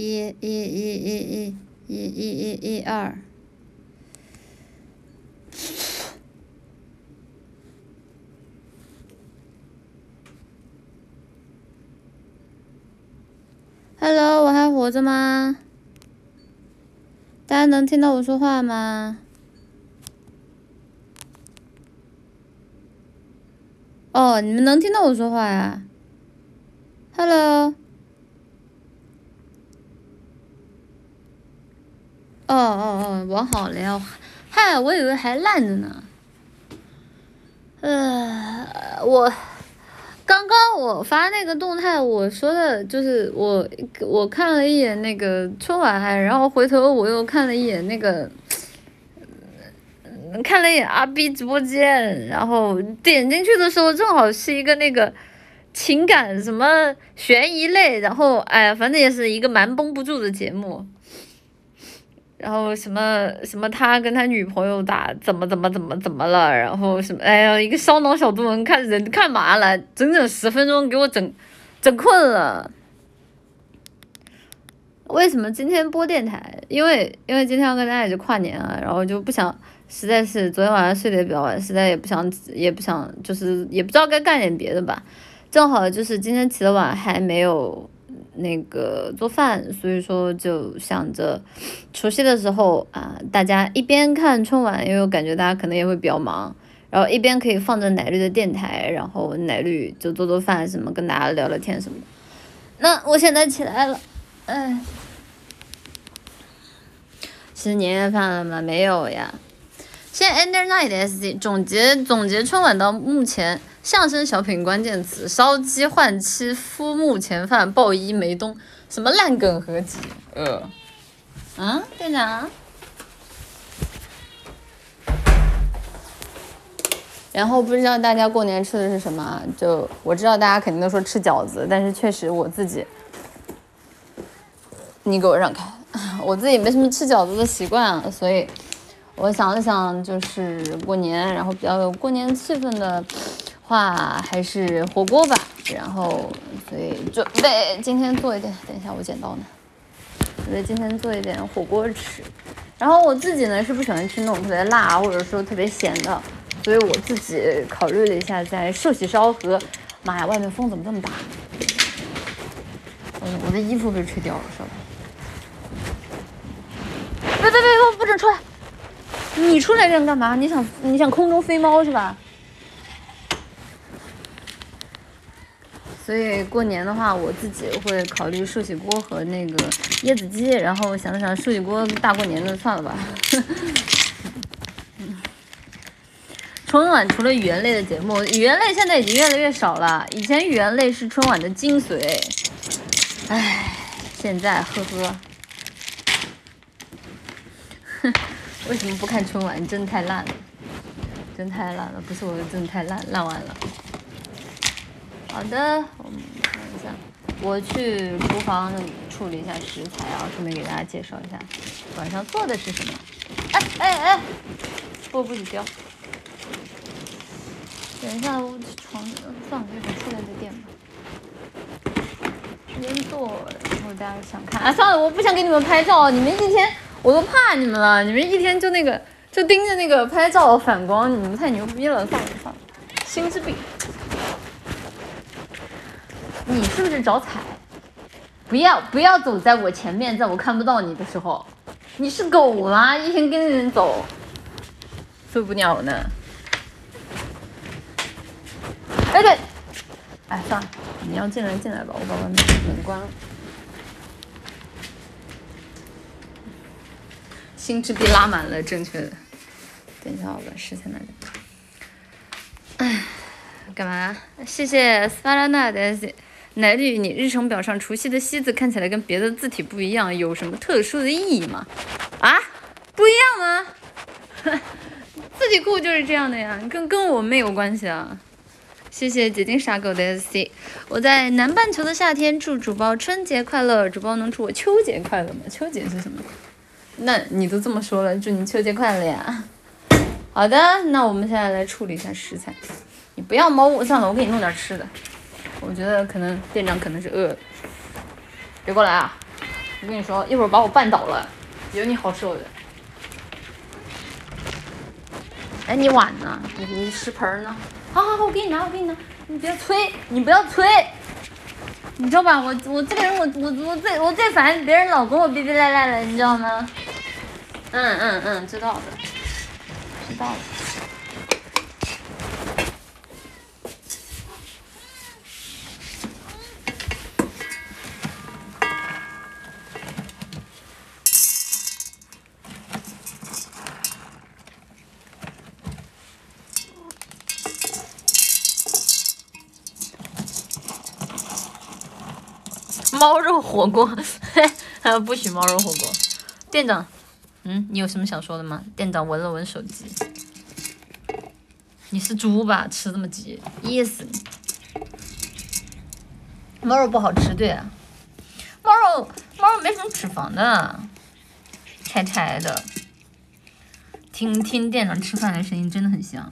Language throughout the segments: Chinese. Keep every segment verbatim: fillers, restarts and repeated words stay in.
一一一一一一一一一二。Hello， 我还活着吗？大家能听到我说话吗？哦，你们能听到我说话呀 ？Hello。哦哦哦，我好了，嗨，我以为还烂着呢。呃，我刚刚我发那个动态，我说的就是我我看了一眼那个春晚，然后回头我又看了一眼那个，看了一眼阿 B 直播间，然后点进去的时候正好是一个那个情感什么悬疑类，然后哎，反正也是一个蛮绷不住的节目。然后什么什么他跟他女朋友打怎么怎么怎么怎么了，然后什么哎呀一个烧脑小作文看人看麻了，整整十分钟给我整整困了。为什么今天播电台？因为因为今天要跟大家一起跨年啊，然后就不想，实在是昨天晚上睡得也比较晚，实在也不想也不想就是也不知道该干点别的吧。正好就是今天起得晚，还没有那个做饭，所以说就想着除夕的时候啊，大家一边看春晚，因为我感觉大家可能也会比较忙，然后一边可以放着奶绿的电台，然后奶绿就做做饭什么，跟大家聊聊天什么的。那我现在起来了，哎，吃年夜饭了吗？没有呀。现在 Ender Night S C 总结总结春晚到目前。相声小品关键词：烧鸡、换妻、夫目前犯、鲍一、梅东，什么烂梗合集？呃，啊，店长。然后不知道大家过年吃的是什么？就我知道大家肯定都说吃饺子，但是确实我自己，你给我让开，我自己没什么吃饺子的习惯啊，所以我想了想，就是过年，然后比较有过年气氛的。话还是火锅吧，然后所以准备今天做一点，等一下我剪刀呢，准备今天做一点火锅吃。然后我自己呢是不喜欢吃那种特别辣或者说特别咸的，所以我自己考虑了一下，在寿喜烧和，妈呀，外面风怎么这么大？我我的衣服被吹掉了，稍等。别别别别，不准出来！你出来这干嘛？你想你想空中飞猫是吧？所以过年的话，我自己会考虑寿喜锅和那个椰子鸡，然后想了想，寿喜锅大过年的算了吧。春晚除了语言类的节目，语言类现在已经越来越少了，以前语言类是春晚的精髓。唉，现在呵呵，哼，为什么不看春晚？真太烂了，真太烂了，不是我真的太烂，烂完了。好的，我们看一下，我去厨房处理一下食材啊，顺便给大家介绍一下晚上做的是什么。哎哎哎，不不许掉！等一下，我床算了，一会儿出来再垫吧。这边做，然后大家想看啊，算了，我不想给你们拍照，你们一天我都怕你们了，你们一天就那个就盯着那个拍照反光，你们太牛逼了，算了算了，心之病。你是不是找踩？不要不要走在我前面，在我看不到你的时候。你是狗吗？一天跟着人走，受不了呢。哎对，哎算了，你要进来进来吧，我把外面门关了。心之壁拉满了，正确的。等一下，我把食材拿掉。哎，干嘛？谢谢斯巴拉纳的。奶绿，你日程表上除夕的西字看起来跟别的字体不一样，有什么特殊的意义吗？啊，不一样吗？字体库就是这样的呀，跟跟我没有关系啊。谢谢结晶傻狗的 S C， 我在南半球的夏天祝主播春节快乐，主播能祝我秋节快乐吗？秋节是什么？那你都这么说了，祝你秋节快乐呀。好的，那我们现在来处理一下食材。你不要猫我，算了，我给你弄点吃的。我觉得可能店长可能是饿了，别过来啊！ 我跟你说，一会儿把我绊倒了，有你好受的。哎，你碗呢？你你食盆呢？好好好，我给你拿，我给你拿。你不要催，你不要催。你知道吧？我我这个人，我我我最我最烦别人老跟我逼逼赖赖的，你知道吗？嗯嗯嗯，知道的，知道的。猫肉火锅，不许猫肉火锅。店长，嗯，你有什么想说的吗？店长闻了闻手机，你是猪吧？吃这么急，噎死你！猫肉不好吃，对啊，猫肉猫肉没什么脂肪的，柴柴的。听听店长吃饭的声音真的很香。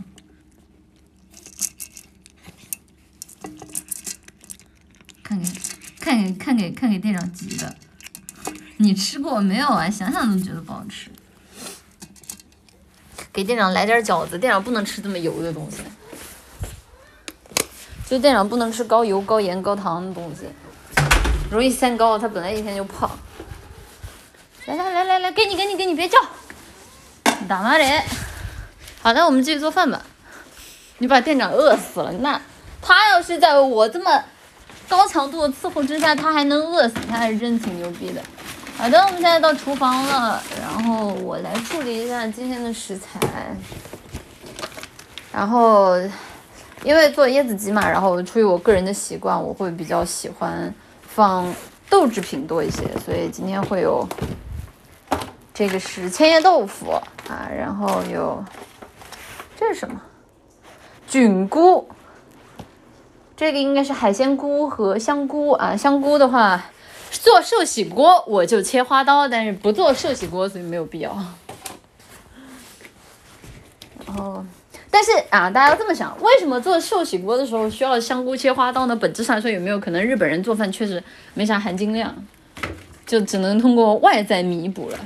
看给看给看给看给店长急的，你吃过没有啊？想想都觉得不好吃。给店长来点饺子，店长不能吃这么油的东西。就店长不能吃高油、高盐、高糖的东西，容易三高。他本来一天就胖。来来来来来，给你给你给你，别叫！打麻人。好的，我们继续做饭吧。你把店长饿死了，那他要是在我这么高强度的伺候之下，他还能饿死，他还是真挺牛逼的。好的，我们现在到厨房了，然后我来处理一下今天的食材。然后，因为做椰子鸡嘛，然后出于我个人的习惯，我会比较喜欢放豆制品多一些，所以今天会有这个是千叶豆腐啊，然后有这是什么？菌菇。这个应该是海鲜菇和香菇啊，香菇的话做寿喜锅我就切花刀，但是不做寿喜锅，所以没有必要。然后，但是啊，大家要这么想，为什么做寿喜锅的时候需要香菇切花刀呢？本质上说，有没有可能日本人做饭确实没啥含金量，就只能通过外在弥补了。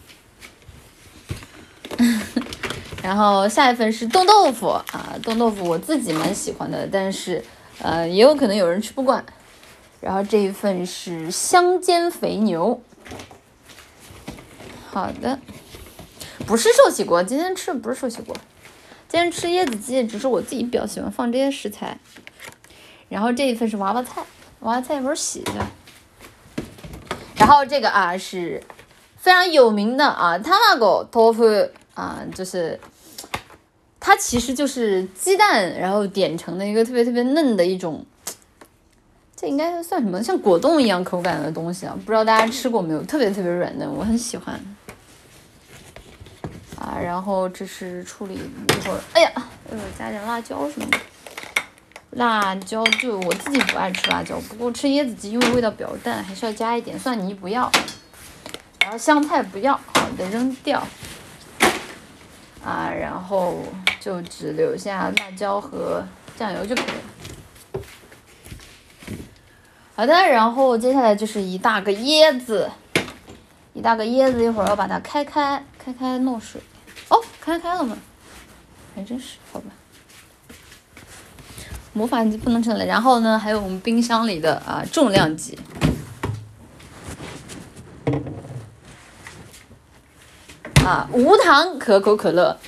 然后下一份是冻豆腐啊，冻豆腐我自己蛮喜欢的，但是。呃，也有可能有人吃不惯。然后这一份是香煎肥牛。好的，不是寿喜锅，今天吃的不是寿喜锅，今天吃椰子鸡，只是我自己比较喜欢放这些食材。然后这一份是娃娃菜，娃娃菜一会儿洗一下。然后这个啊是非常有名的啊，tamago tofu啊，就是。它其实就是鸡蛋，然后点成的一个特别特别嫩的一种，这应该算什么？像果冻一样口感的东西啊！不知道大家吃过没有？特别特别软嫩，我很喜欢。啊，然后这是处理一会儿，哎呀，一会儿加点辣椒什么的。辣椒就我自己不爱吃辣椒，不过吃椰子鸡因为味道比较淡，还是要加一点。蒜泥不要，然后香菜不要，好的扔掉。啊，然后就只留下辣椒和酱油就可以了。好的，然后接下来就是一大个椰子，一大个椰子，一会儿要把它开开，开开弄水。哦，开开了吗？还真是，好吧。魔法机不能成了，然后呢，还有我们冰箱里的啊重量级。啊，无糖可口可乐。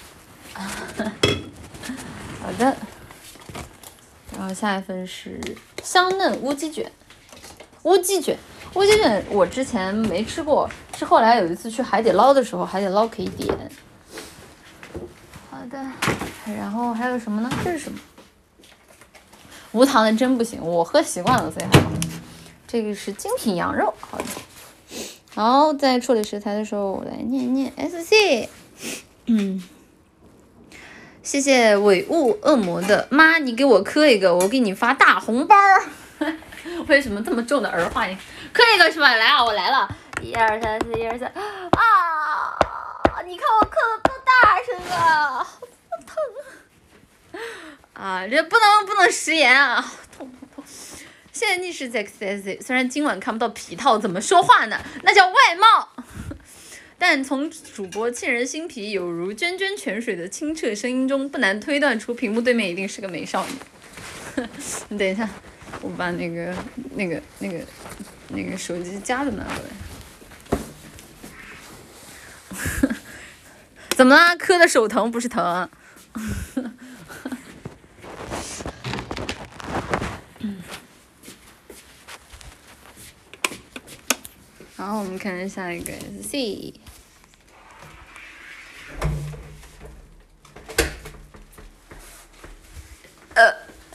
好的，然后下一份是香嫩乌鸡卷。乌鸡卷，乌鸡卷我之前没吃过，是后来有一次去海底捞的时候，海底捞可以点。好的，然后还有什么呢？这是什么？无糖的真不行，我喝习惯了，所以还好。这个是精品羊肉，好的。然后在处理食材的时候，我来念念 S C， 嗯，谢谢伪物恶魔的妈，你给我磕一个，我给你发大红包。为什么这么重的儿化音？磕一个是吧？来啊，我来了，一二三四，一二三，啊！你看我磕的多大声啊，好疼啊！这不能不能食言啊，痛痛痛！ 谢谢逆时 X S， 虽然今晚看不到皮套怎么说话呢，那叫外貌。但从主播沁人心脾、有如涓涓泉水的清澈声音中，不难推断出屏幕对面一定是个美少女。你等一下，我把那个、那个、那个、那个手机夹子拿过来。怎么啦？磕的手疼不是疼？然后我们看下一个 S C。呃，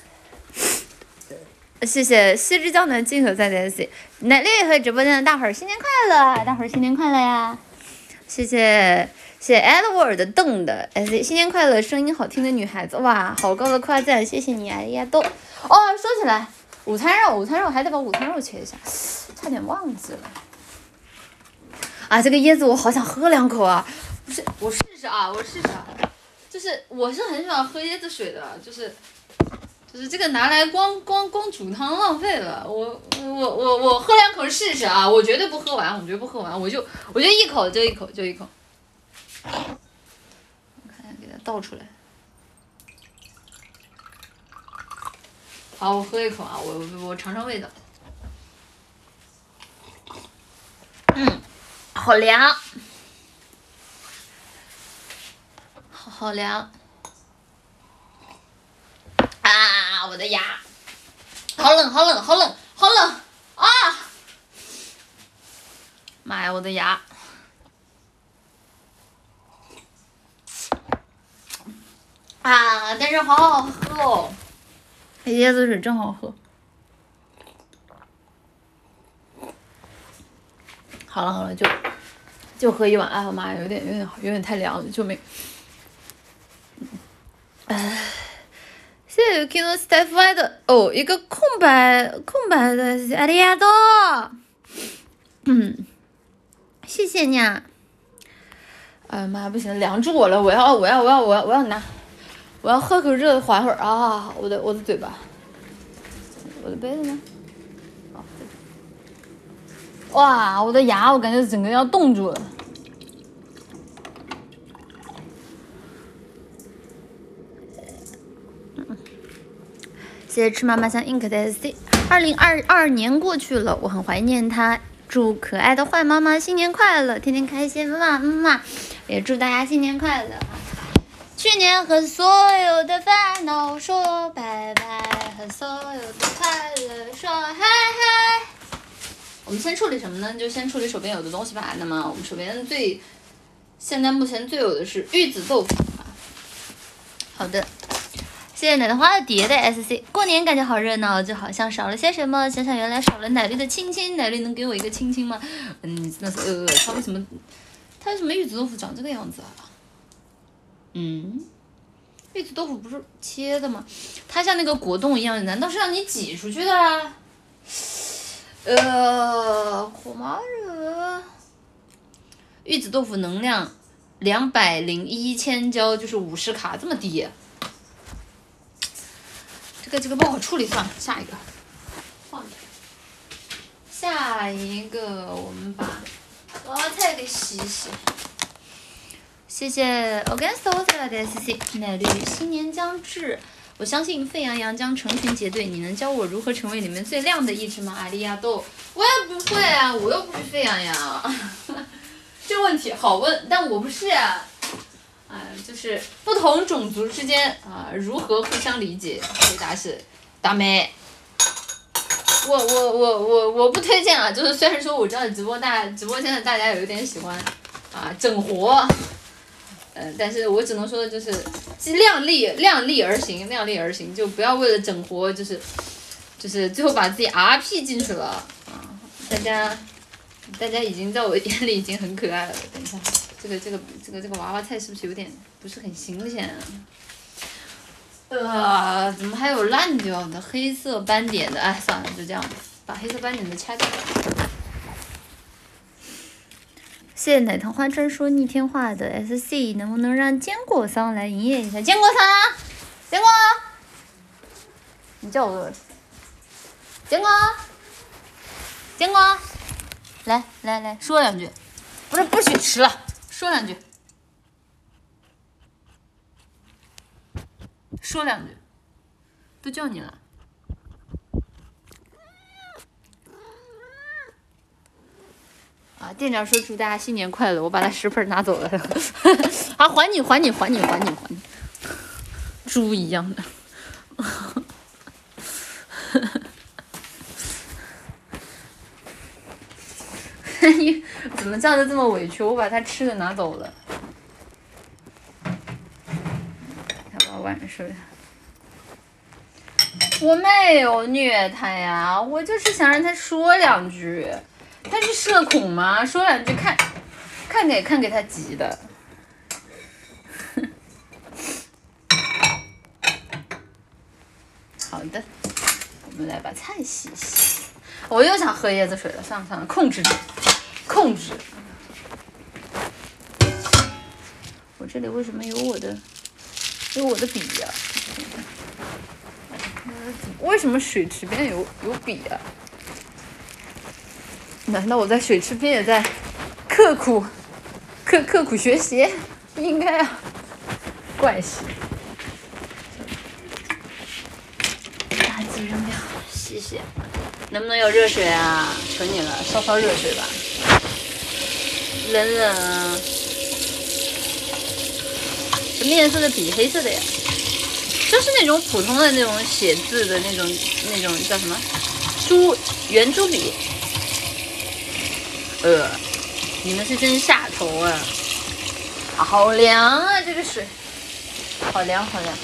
谢谢西之江南金河在的 S C， 奶绿和直播间的大伙儿新年快乐，大伙儿新年快乐呀！谢谢谢谢 Edward 邓的 S C， 新年快乐，声音好听的女孩子，哇，好高的夸赞，谢谢你，哎呀都，哦，说起来，午餐肉，午餐肉还得把午餐肉切一下，差点忘记了。啊，这个椰子我好想喝两口啊！不是，我试试啊，我试试啊。就是我是很喜欢喝椰子水的，就是就是这个拿来光光光煮汤浪费了。我我我我喝两口试试啊！我绝对不喝完，我绝对不喝完，我就我就一口就一口就一口。我看一下，给它倒出来。好，我喝一口啊，我我我尝尝味道。嗯。好凉，好好凉啊！我的牙，好冷，好冷，好冷，好冷啊！妈呀，我的牙！啊，但是好好喝哦，椰子水真好喝。好了好了，就就喝一碗。哎，我妈呀，有点有点有点太凉了，就没。哎，谢谢 Kino Stephy 的哦，一个空白空白的，阿里亚多。嗯，谢谢你啊。哎呀妈，不行，凉住我了！我要我要我要我要我要拿，我要喝口热的缓会儿啊！我的我的嘴巴，我的杯子呢？哇，我的牙，我感觉整个要冻住了。谢谢吃妈妈香 ink 的 S C。二零二二年过去了，我很怀念他。祝可爱的坏妈妈新年快乐，天天开心，妈妈妈妈，也祝大家新年快乐。去年和所有的烦恼说拜拜，和所有的快乐说嗨嗨。我们先处理什么呢？就先处理手边有的东西吧。那么我们手边最现在目前最有的是玉子豆腐啊。好的，谢谢奶奶花的蝶的 S C。过年感觉好热闹，就好像少了些什么。想想原来少了奶绿的亲亲，奶绿能给我一个亲亲吗？嗯，真的是呃，他为什么他为什么玉子豆腐长这个样子啊？嗯，玉子豆腐不是切的吗？它像那个果冻一样，难道是让你挤出去的啊？呃，火麻热，玉子豆腐能量两百零一千焦，就是五十卡，这么低。这个这个不好处理，算了，下一个，放着。下一个，我们把娃娃菜给洗一洗。谢谢 Augusto 的 S C， 奶绿新年将至。我相信沸羊羊将成群结队，你能教我如何成为里面最亮的一只吗？阿利亚豆，我也不会啊，我又不是沸羊羊。这问题好问，但我不是啊。啊、呃，就是不同种族之间啊、呃，如何互相理解？回答是大妹。我我我我我不推荐啊，就是虽然说我知道直播大直播间的大家有一点喜欢啊整活。呃，但是我只能说的就是，量力量力而行，量力而行，就不要为了整活，就是，就是最后把自己 R P 进去了啊！大家，大家已经在我眼里已经很可爱了。等一下，这个这个这个这个娃娃菜是不是有点不是很新鲜啊？呃，怎么还有烂掉的黑色斑点的？哎，算了，就这样，把黑色斑点的拆掉。谢谢奶糖花专说逆天话的 S C， 能不能让坚果桑来营业一下？坚果桑，坚果，你叫我， 坚果，坚果，来来来说两句，不是不许吃了，说两句，说两句，都叫你了。啊，店长说祝大家新年快乐，我把他食盆拿走了。啊，还你还你还你还你还你，猪一样的。你怎么叫的这么委屈？我把他吃的拿走了。他把碗睡了。我没有虐他呀，我就是想让他说两句。他是社恐吗？说两句看，看给看给他急的。好的，我们来把菜洗一洗。我又想喝椰子水了，算了算了，控制控制。我这里为什么有我的有我的笔呀、啊？为什么水池边有有笔呀、啊？难道我在水池边也在刻苦刻刻苦学习？不应该啊，怪事。垃圾扔掉，谢谢。能不能有热水啊？求你了，烧烧热水吧。冷冷啊。什么颜色的笔？黑色的呀。就是那种普通的那种写字的那种那种叫什么？珠圆珠笔。呃，你们是真下头啊！啊，好凉啊，这个水，好凉好凉。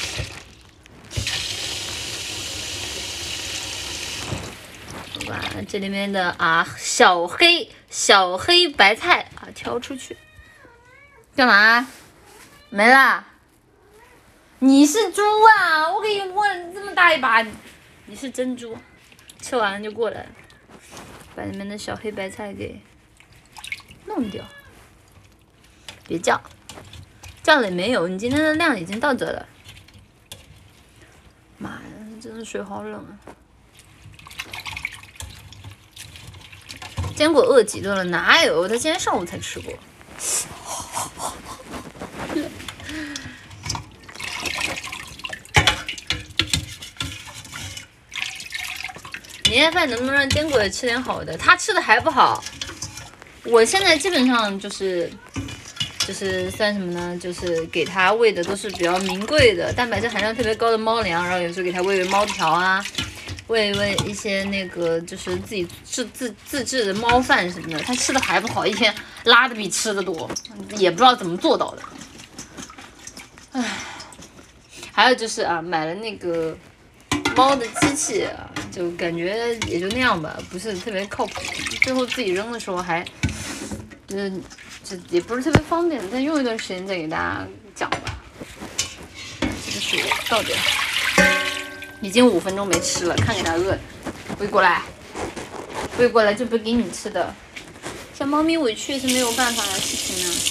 我把这里面的啊小黑小黑白菜啊挑出去。干嘛？没啦？你是猪啊！我给你摸了这么大一把，你是真猪。吃完了就过来了。把里面的小黑白菜给弄掉，别叫，叫了也没有，你今天的量已经到这了。妈呀，真的水好冷啊！坚果饿几顿了？哪有？他今天上午才吃过。年夜饭能不能让坚果也吃点好的？他吃的还不好。我现在基本上就是就是算什么呢？就是给他喂的都是比较名贵的、蛋白质含量特别高的猫粮，然后有时候给他喂喂猫条啊，喂喂一些那个就是自己自自自制的猫饭什么的。他吃的还不好，一天拉的比吃的多，也不知道怎么做到的。唉，还有就是啊，买了那个猫的机器啊，就感觉也就那样吧，不是特别靠谱。最后自己扔的时候还，就是这也不是特别方便，再用一段时间再给大家讲吧。这个水倒掉，已经五分钟没吃了，看给他饿的。喂过来，喂过来，这不是给你吃的。小猫咪委屈是没有办法的事情呢。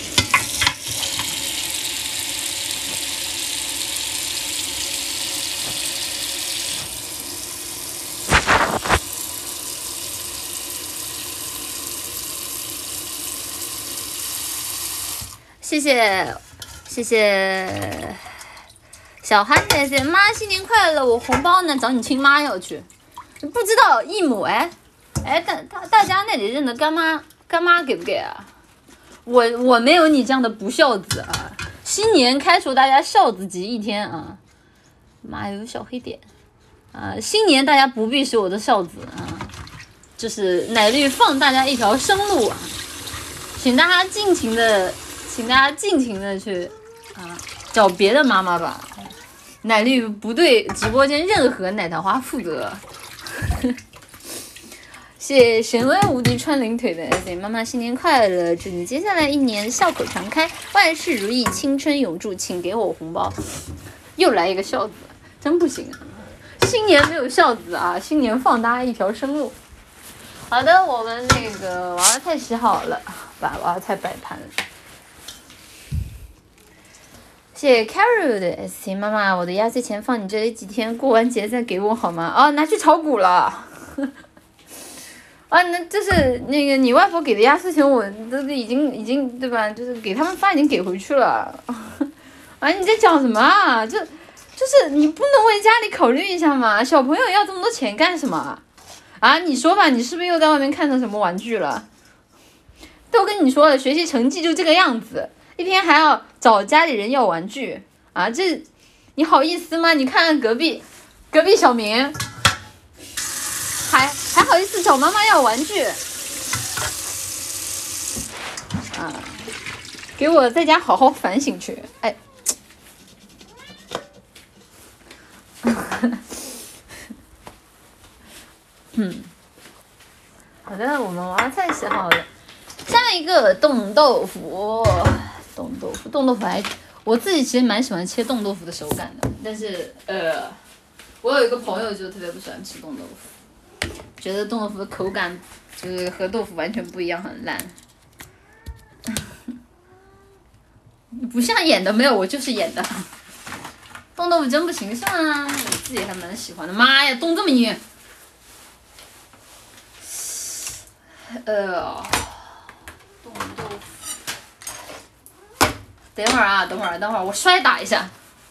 谢谢，谢谢小憨姐姐，妈新年快乐！我红包呢？找你亲妈要去，不知道义母哎，哎大大大家那里认的干妈干妈给不给啊？我我没有你这样的不孝子啊！新年开除大家孝子集一天啊！妈有小黑点啊！新年大家不必是我的孝子啊！就是奶绿放大家一条生路啊！请大家尽情的。请大家尽情的去啊找别的妈妈吧，奶绿不对直播间任何奶糖花负责。谢谢神威无敌穿领腿的 S， 妈妈新年快乐！祝你接下来一年笑口常开，万事如意，青春永驻，请给我红包。又来一个孝子，真不行啊！新年没有孝子啊，新年放大家一条生路。好的，我们那个娃娃菜洗好了，把娃娃菜摆盘了。谢谢 Carol 的 S T 妈妈，我的压岁钱放你这里几天，过完节再给我好吗？哦，拿去炒股了。 啊，那就是那个你外婆给的压岁钱，我都已经已经对吧？就是给他们发已经给回去了。啊，你在讲什么啊？就就是你不能为家里考虑一下吗？小朋友要这么多钱干什么？啊，你说吧，你是不是又在外面看上什么玩具了？都跟你说了，学习成绩就这个样子，一天还要找家里人要玩具啊？这你好意思吗？你看看隔壁，隔壁小明。还还好意思找妈妈要玩具啊！给我在家好好反省去。哎，嗯，好的，我们娃菜洗好了。下一个冻豆腐，冻豆腐，冻豆腐还我自己其实蛮喜欢切冻豆腐的手感的，但是呃，我有一个朋友就特别不喜欢吃冻豆腐。觉得冻豆腐的口感就是和豆腐完全不一样，很烂。不像演的，没有，我就是演的。冻豆腐真不行是吗？我自己还蛮喜欢的。妈呀，冻这么硬！呃，冻豆腐。等会儿啊，等会儿，等会儿，我摔打一下。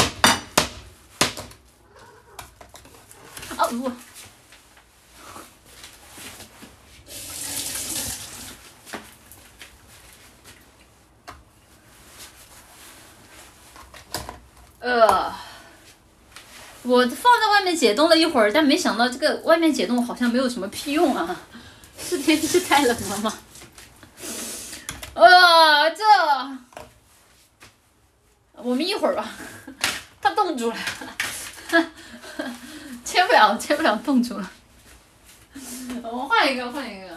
啊不。呃，我放在外面解冻了一会儿，但没想到这个外面解冻好像没有什么屁用啊！是天气太冷了吗？呃，这我们一会儿吧，它冻住了，切不了，切不了，冻住了。我们换一个，换一个。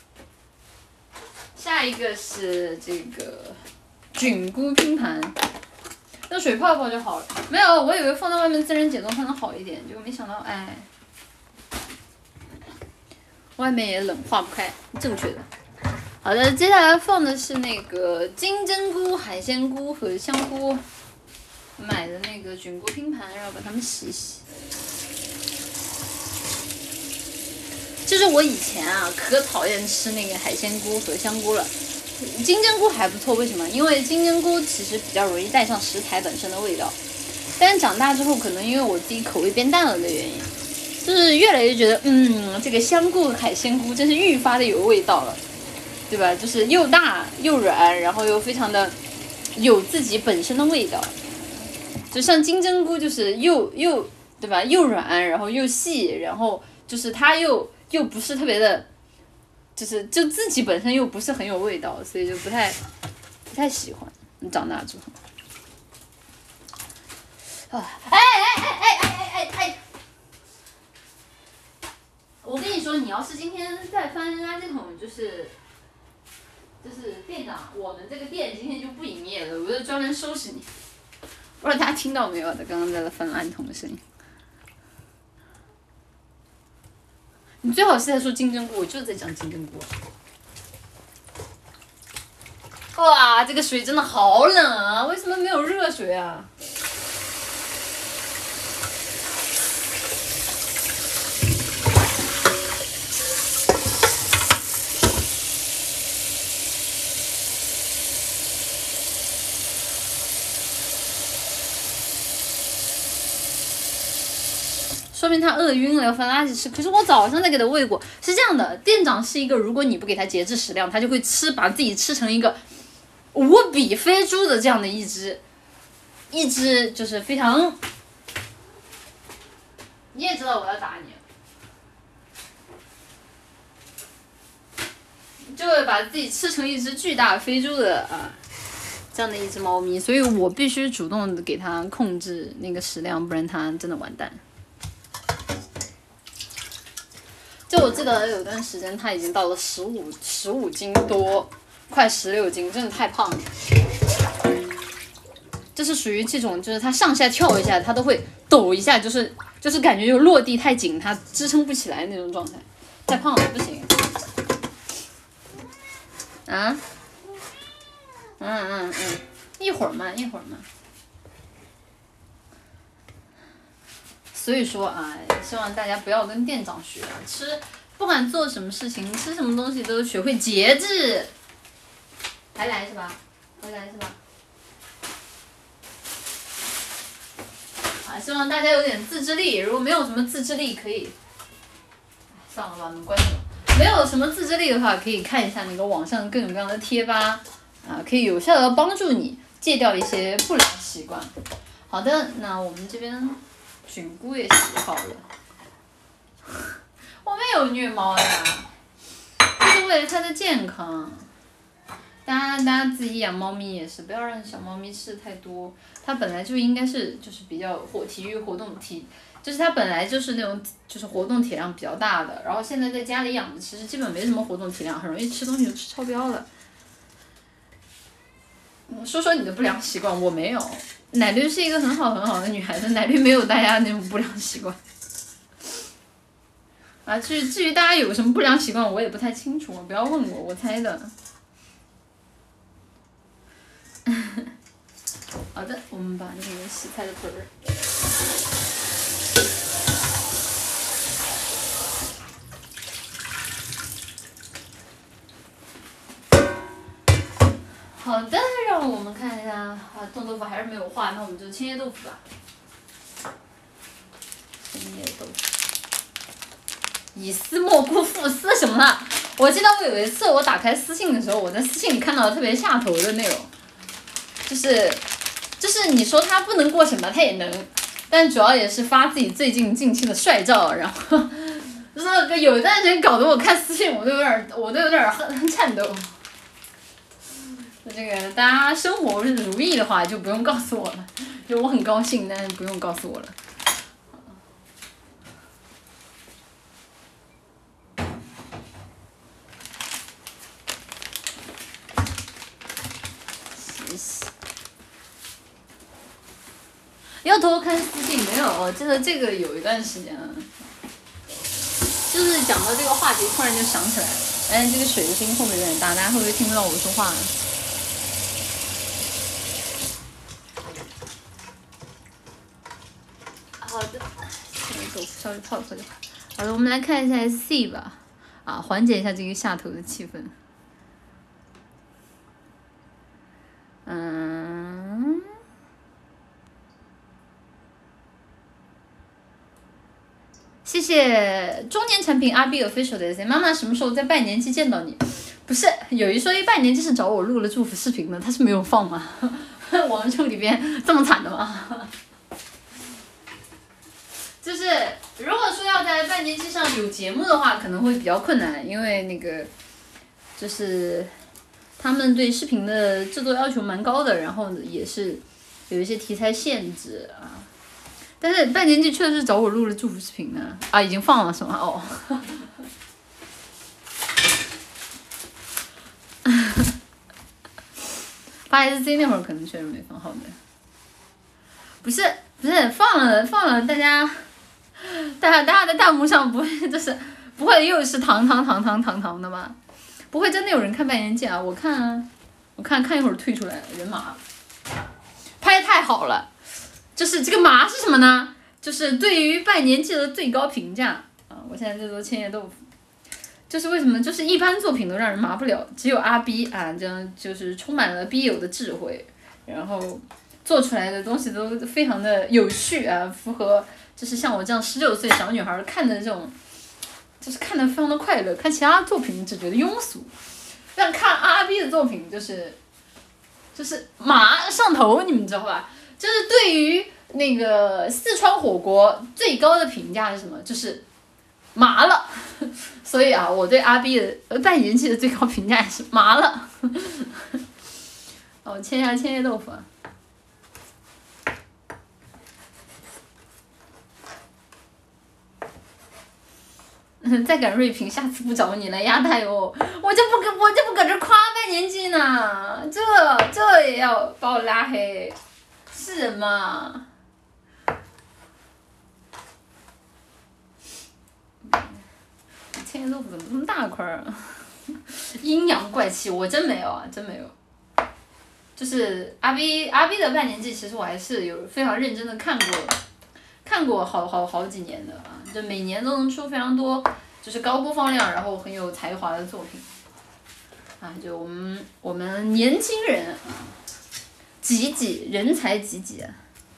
下一个是这个菌菇拼盘。用水泡泡就好了。没有，我以为放在外面自然解冻它能好一点，结果没想到，哎，外面也冷化不开，正确的。好的，接下来放的是那个金针菇、海鲜菇和香菇，买的那个菌菇拼盘，然后把它们洗一洗。就是我以前啊，可讨厌吃那个海鲜菇和香菇了。金针菇还不错，为什么？因为金针菇其实比较容易带上食材本身的味道，但是长大之后，可能因为我自己口味变淡了的原因，就是越来越觉得，嗯，这个香菇和海鲜菇真是愈发的有味道了，对吧？就是又大又软，然后又非常的有自己本身的味道。就像金针菇，就是又又对吧？又软，然后又细，然后就是它又又不是特别的。就是就自己本身又不是很有味道，所以就不太不太喜欢。你长大之后，啊，哎哎哎哎哎哎哎！我跟你说，你要是今天再翻垃圾桶，就是就是店长，我们这个店今天就不营业了，我就专门收拾你。不知道大家听到没有？他刚刚在翻垃圾桶的声音。你最好是在说金针菇，我就是在讲金针菇。哇，这个水真的好冷啊！为什么没有热水啊？说明他饿晕了，要翻垃圾吃。可是我早上才给他喂过。是这样的，店长是一个，如果你不给他节制食量，他就会吃，把自己吃成一个无比飞猪的这样的一只，一只就是非常，你也知道我要打你，就会把自己吃成一只巨大飞猪的啊，这样的一只猫咪，所以我必须主动的给它控制那个食量，不然它真的完蛋。就我记得有段时间他已经到了十五十五斤多，快十六斤，真的太胖了。就是属于这种，就是他上下跳一下，他都会抖一下，就是就是感觉就落地太紧，他支撑不起来那种状态，太胖了不行。啊？嗯嗯嗯，一会儿嘛，一会儿嘛。 所以说啊，希望大家不要跟店长学，吃不管做什么事情，吃什么东西都学会节制。还来是吧？回来是吧？啊，希望大家有点自制力。如果没有什么自制力，可以算了吧，能关掉。没有什么自制力的话，可以看一下那个网上各种各样的贴吧，啊，可以有效的帮助你戒掉一些不良习惯。好的，那我们这边菌菇也洗好了。我没有虐猫呀，就是为了它的健康。大家大家自己养猫咪也是，不要让小猫咪吃太多。它本来就应该是就是比较活体育活动体，就是它本来就是那种就是活动体量比较大的，然后现在在家里养的，其实基本没什么活动体量，很容易吃东西就吃超标了。嗯，说说你的不良习惯，我没有。奶绿是一个很好很好的女孩子，奶绿没有大家那种不良习惯。啊，至于至于大家有什么不良习惯，我也不太清楚，不要问我，我猜的。好的，我们把那个洗菜的盆儿。好的，让我们看一下啊，冻豆腐还是没有化，那我们就千叶豆腐吧。千叶豆腐。以私莫姑父私什么了？我记得我有一次我打开私信的时候，我在私信里看到了特别下头的内容，就是，就是你说他不能过审吧，他也能，但主要也是发自己最近近期的帅照，然后，就是有一段时间搞得我看私信我都有点，我都有点很颤抖。这个大家生活如意的话就不用告诉我了，就我很高兴，但是不用告诉我了。洗洗。要偷看私信没有？我记得这个有一段时间了，就是讲到这个话题，突然就想起来了。哎，这个水的声音会不会有点大？大家会不会听不到我说话？好的，现在豆腐稍微泡一泡就好。好的，我们来看一下 S C 吧，啊，缓解一下这个下头的气氛。嗯，谢谢中年产品阿 B official 的 S C。妈妈什么时候在拜年季见到你？不是，有一说一，拜年季是找我录了祝福视频的，他是没有放吗？王兄里边这么惨的吗？就是如果说要在拜年季上有节目的话，可能会比较困难，因为那个就是他们对视频的制作要求蛮高的，然后也是有一些题材限制啊。但是拜年季确实是找我录了祝福视频呢，啊，已经放了是吗？哦。发 S C 那会儿可能确实没放好的。不是不是放了放了，大家。大家大家的弹幕上不会就是不会又是糖糖糖糖糖糖的吧？不会真的有人看拜年季啊？我看啊，我看看一会儿退出来人麻，拍得太好了。就是这个麻是什么呢？就是对于拜年季的最高评价啊！我现在在做千叶豆腐，就是为什么就是一般作品都让人麻不了，只有阿 B 啊，这样就是充满了 B 友的智慧，然后做出来的东西都非常的有趣啊，符合。就是像我这样十九岁小女孩看的这种，就是看的非常的快乐。看其他作品只觉得庸俗，但看阿 B 的作品就是，就是麻上头，你们知道吧？就是对于那个四川火锅最高的评价是什么？就是麻了。所以啊，我对阿 B 的拜年季的最高评价也是麻了。哦，切一下千叶豆腐啊。再敢锐评，下次不找你了，丫太哟！我就不搁，我就不搁这夸拜年季呢，这这也要把我拉黑，是人吗？千叶豆腐怎么这么大块啊？阴阳怪气，我真没有啊，真没有。就是阿 B 阿 B 的拜年季，其实我还是有非常认真的看过，看看过好好好几年的啊，就每年都能出非常多，就是高播放量，然后很有才华的作品。啊，就我们我们年轻人啊，济济人才济济啊！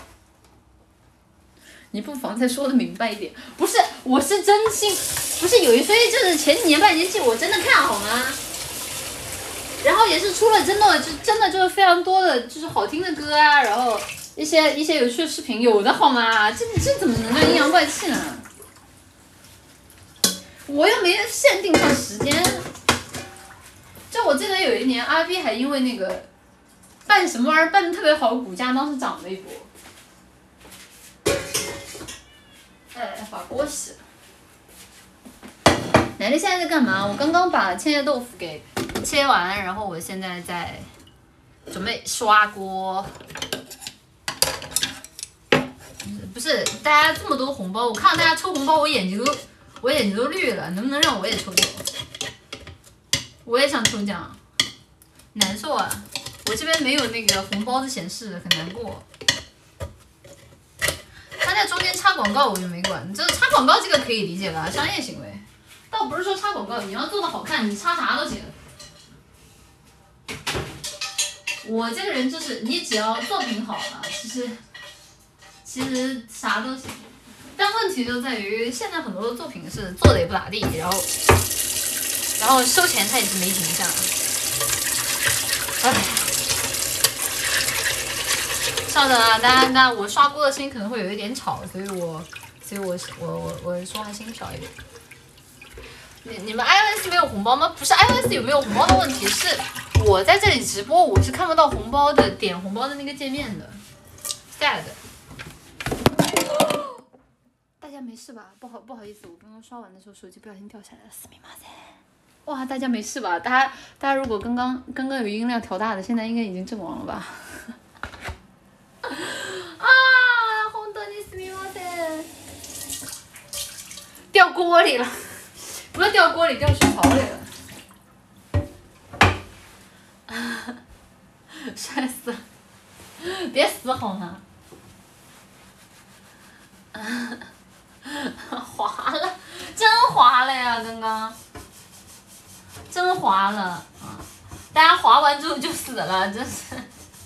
你不妨再说的明白一点，不是，我是真心，不是有一说一，就是前几年半年期我真的看好吗？然后也是出了真的就真的就是非常多的就是好听的歌啊，然后一些一些有趣的视频有的好吗？这这怎么能叫阴阳怪气呢？我又没限定上时间。就我记得有一年阿 B 还因为那个办什么玩意儿办的特别好，股价当时涨了一波。哎，把锅洗了。奶奶现在在干嘛？我刚刚把千叶豆腐给切完，然后我现在在准备刷锅。不是，大家这么多红包，我看到大家抽红包，我眼睛都我眼睛都绿了，能不能让我也抽奖？我也想抽奖，难受啊！我这边没有那个红包的显示，很难过。他在中间插广告我就没管，这插广告这个可以理解吧，商业行为。倒不是说插广告，你要做的好看，你插啥都行。我这个人就是，你只要作品好啊，其实其实啥都行。但问题就在于，现在很多的作品是做的也不咋地，然后然后收钱他也是没形象。唉，稍等啊，大家，那我刷锅的声音可能会有一点吵，所以我所以我我我我说话声音小一点。你你们 iOS 没有红包吗？不是 iOS 有没有红包的问题，是我在这里直播，我是看不到红包的点红包的那个界面的。sad。大家没事吧？不好不好意思，我刚刚刷完的时候手机不小心掉下来了，すみません。哇，大家没事吧？大家大家如果刚刚刚刚有音量调大的，现在应该已经阵亡了吧？啊，本当にすみません。掉锅里了。不是掉锅里，掉水槽里了。摔死了！别死好吗？滑了，真滑了呀！刚刚，真滑了啊！大家滑完之后就死了，真是，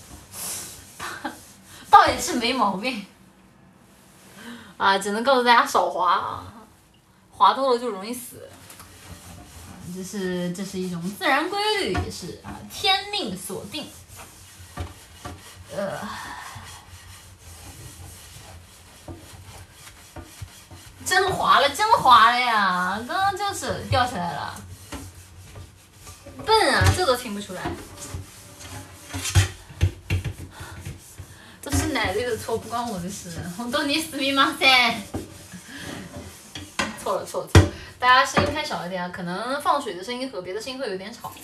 倒也是没毛病。啊，只能告诉大家少滑啊，滑多了就容易死。这是这是一种自然规律，也是啊天命所定。呃，真滑了，真滑了呀！刚刚就是掉下来了，笨啊，这都听不出来。都是奶绿的错，不关我的事。本当にすみません。错了错了错了。大家声音开小一点啊，可能放水的声音和别的声音会有点吵。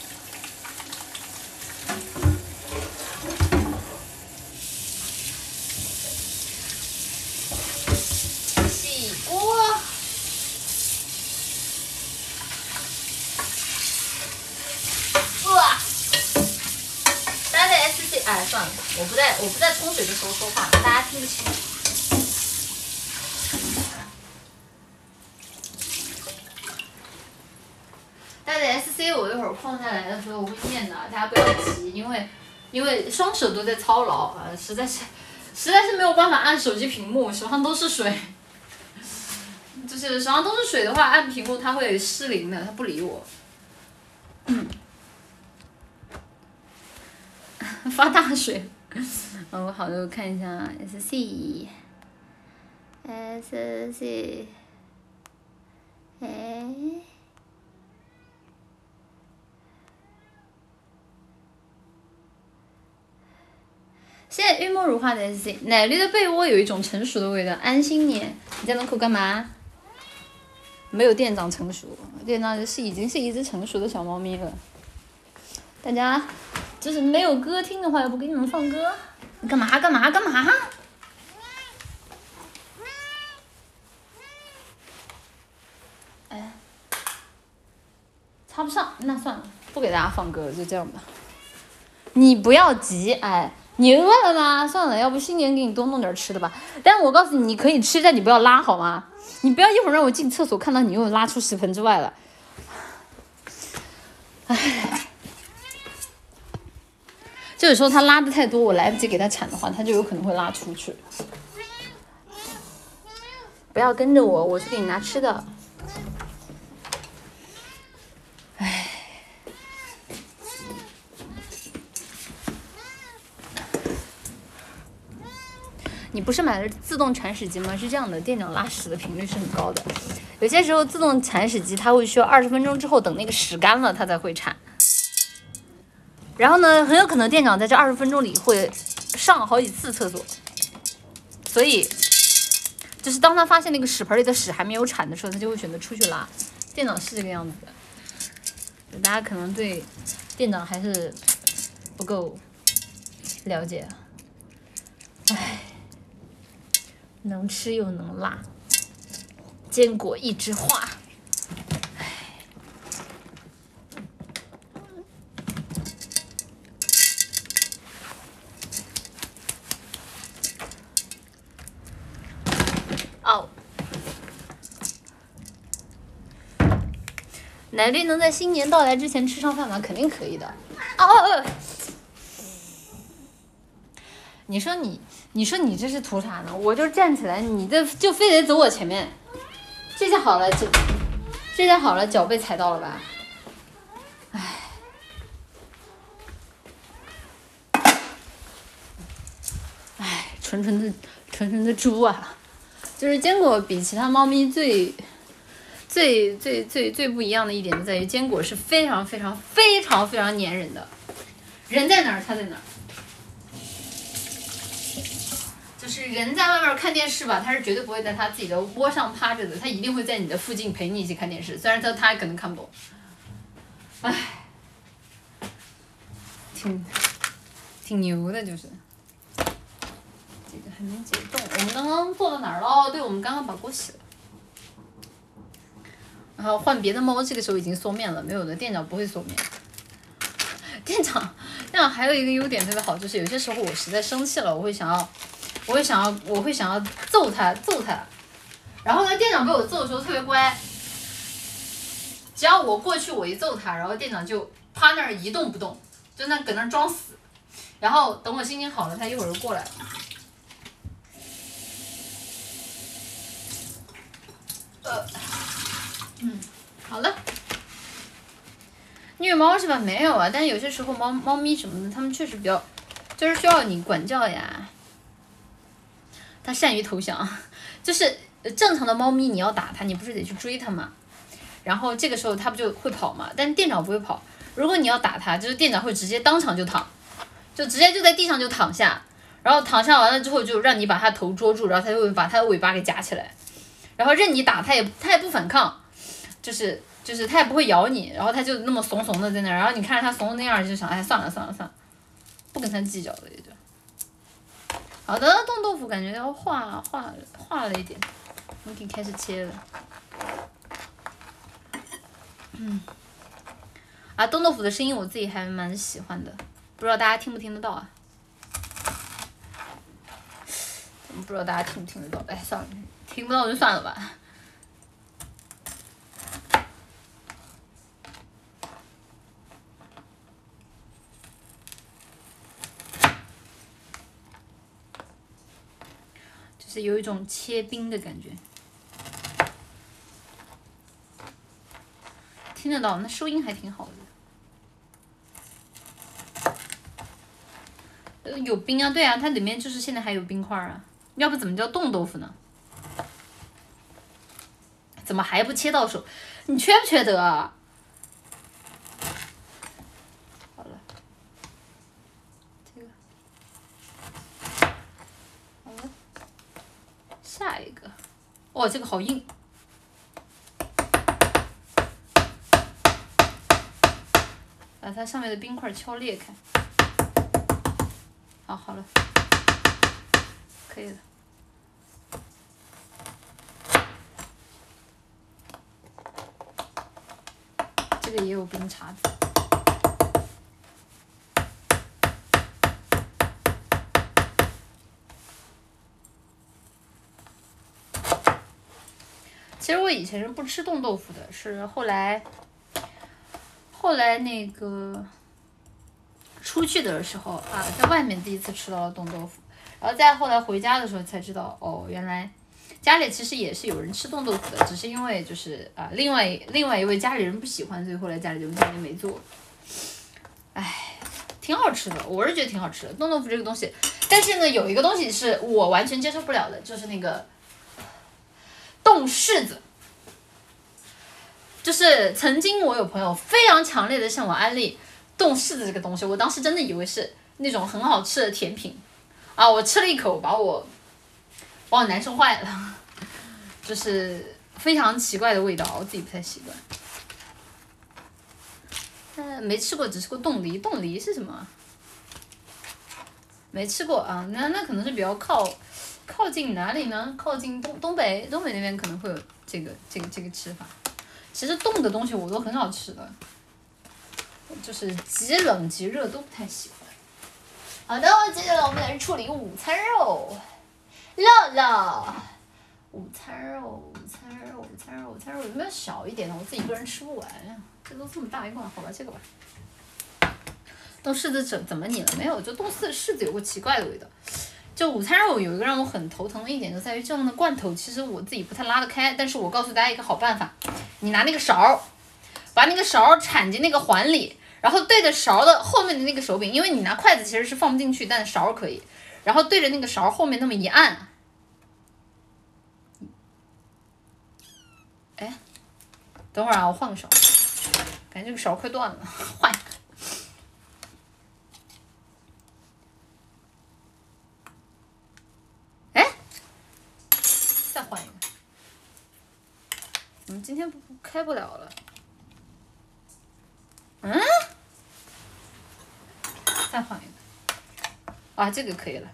洗锅。哇！大家在 S C， 哎，算了，我不在我不在冲水的时候说话，大家听不清。大家 S C 我一会儿空下来的时候我会念的，大家不要急，因为因为双手都在操劳啊，实在是实在是没有办法按手机屏幕，手上都是水，就是手上都是水的话，按屏幕它会失灵的，它不理我。嗯，发大水。嗯，我好的，我看一下 S C S C， 哎。现在玉梦如画的 S C， 奶绿的被窝有一种成熟的味道，安心捏。你在门口干嘛？没有店长成熟，店长是已经是一只成熟的小猫咪了。大家就是没有歌听的话，要不给你们放歌？你干嘛干嘛干嘛？哎，插不上，那算了，不给大家放歌了，就这样吧。你不要急，哎。 你饿了吗？算了，要不新年给你多弄点吃的吧。但是我告诉你，你可以吃，但你不要拉好吗？你不要一会儿让我进厕所看到你又拉出十盆之外了。唉，就有时候他拉的太多，我来不及给他铲的话，他就有可能会拉出去。不要跟着我，我去给你拿吃的。唉。你不是买了自动铲屎机吗？是这样的，店长拉屎的频率是很高的，有些时候自动铲屎机它会需要二十分钟之后等那个屎干了它才会铲，然后呢，很有可能店长在这二十分钟里会上好几次厕所，所以就是当他发现那个屎盆里的屎还没有铲的时候，他就会选择出去拉。店长是这个样子的，大家可能对店长还是不够了解，唉。能吃又能辣，坚果一枝花。哦，奶绿能在新年到来之前吃上饭吗？肯定可以的。哦哦哦！你说你。你说你这是图啥呢？我就站起来，你这就非得走我前面。这下好了，脚，这下好了，脚被踩到了吧？唉，唉，纯纯的纯纯的猪啊！就是坚果比其他猫咪最最最最最不一样的一点就在于，坚果是非常非常非常非常粘人的，人在哪儿它在哪儿。就是人在外面看电视吧，他是绝对不会在他自己的窝上趴着的，他一定会在你的附近陪你一起看电视，虽然他他可能看不懂。唉，挺挺牛的，就是。这个还没解冻，我们刚刚做到哪儿了？哦，对，我们刚刚把锅洗了。然后换别的猫，这个时候已经缩面了，没有的，店长不会缩面。店长，店长还有一个优点特别好，就是有些时候我实在生气了，我会想要。我会想要，我会想要揍他，揍他。然后呢，店长被我揍的时候特别乖，只要我过去，我一揍他，然后店长就趴那儿一动不动，就那搁那儿装死。然后等我心情好了，他一会儿就过来了。呃，嗯，好了。虐猫是吧？没有啊，但是有些时候猫猫咪什么的，它们确实比较，就是需要你管教呀。它善于投降，就是正常的猫咪，你要打它，你不是得去追它吗？然后这个时候它不就会跑嘛？但是店长不会跑。如果你要打它，就是店长会直接当场就躺，就直接就在地上就躺下，然后躺下完了之后就让你把它头捉住，然后它就会把它的尾巴给夹起来，然后任你打，它也它也不反抗，就是就是它也不会咬你，然后它就那么怂怂的在那儿，然后你看着它怂的那样，就想哎算了算了算了，不跟它计较了也就。好的，冻豆腐感觉要化化化了一点，我们可以开始切了。嗯，啊，冻豆腐的声音我自己还蛮喜欢的，不知道大家听不听得到啊？不知道大家听不听得到？哎，算了，听不到就算了吧。是有一种切冰的感觉，听得到，那收音还挺好的。呃，有冰啊，对啊，它里面就是现在还有冰块啊，要不怎么叫冻豆腐呢？怎么还不切到手？你缺不缺德啊？好了，这个好了，下一个，哦，这个好硬。把它上面的冰块敲裂开。好，好了，可以了。这个也有冰碴子。 其实我以前是不吃冻豆腐的，是后来后来那个出去的时候啊，在外面第一次吃到了冻豆腐，然后再后来回家的时候才知道，哦，原来家里其实也是有人吃冻豆腐的，只是因为就是啊，另外另外一位家里人不喜欢，所以后来家里就家里没做。唉，挺好吃的，我是觉得挺好吃的冻豆腐这个东西，但是呢，有一个东西是我完全接受不了的，就是那个冻柿子。就是曾经我有朋友非常强烈的向我安利冻柿子这个东西，我当时真的以为是那种很好吃的甜品啊，我吃了一口，把我把我难受坏了，就是非常奇怪的味道，我自己不太习惯。嗯、呃，没吃过，只吃过冻梨，冻梨是什么？没吃过啊，那那可能是比较靠靠近哪里呢？靠近东东北，东北那边可能会有这个这个这个吃法。其实冻的东西我都很少吃的，就是极冷极热都不太喜欢。好的，接下来我们来处理午餐肉，乐乐，午餐肉，午餐肉，午餐肉，午餐肉有没有小一点的？我自己一个人吃不完呀，这都这么大一罐，好吧，这个吧。冻柿子怎怎么你了？没有，就冻柿柿子有个奇怪的味道。就午餐肉有一个让我很头疼的一点，就在于这样的罐头，其实我自己不太拉得开。但是我告诉大家一个好办法，你拿那个勺，把那个勺铲进那个环里，然后对着勺的后面的那个手柄，因为你拿筷子其实是放不进去，但是勺可以，然后对着那个勺后面那么一按，哎，等会儿啊，我换个勺，感觉这个勺快断了，换一个。再换一个，我们今天不开不了了。嗯，再换一个，啊，这个可以了。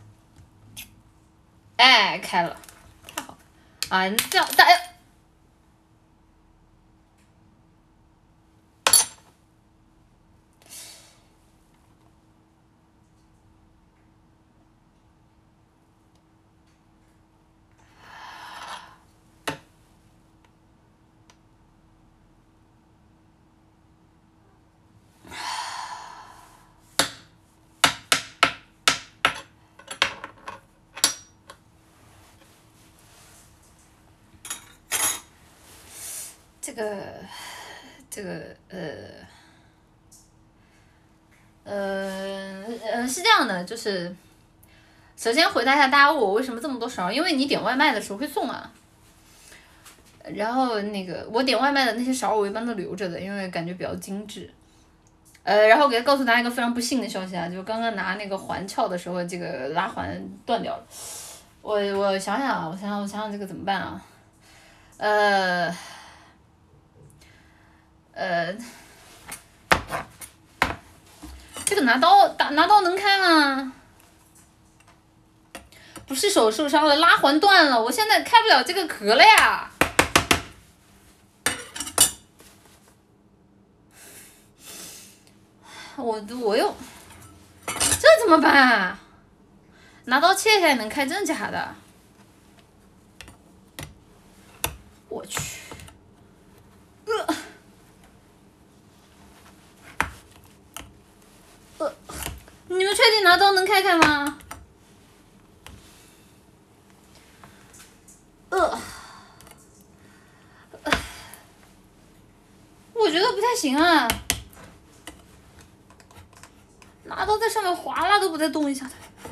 哎，开了，太好了啊！这样大家。这个，这个，呃，呃，呃，是这样的，就是首先回答一下大家问我为什么这么多勺，因为你点外卖的时候会送啊。然后那个我点外卖的那些勺我一般都留着的，因为感觉比较精致。呃，然后给告诉大家一个非常不幸的消息啊，就刚刚拿那个环撬的时候，这个拉环断掉了。我我想想啊，我想想，我想想这个怎么办啊？呃。呃，这个拿刀打拿刀能开吗？不是手受伤了，拉环断了，我现在开不了这个壳了呀。我我又，这怎么办啊？拿刀切一下也能开，真的假的？我去，呃。呃，你们确定拿刀能开开吗？呃，呃，我觉得不太行啊。拿刀在上面划拉都不带动一下的。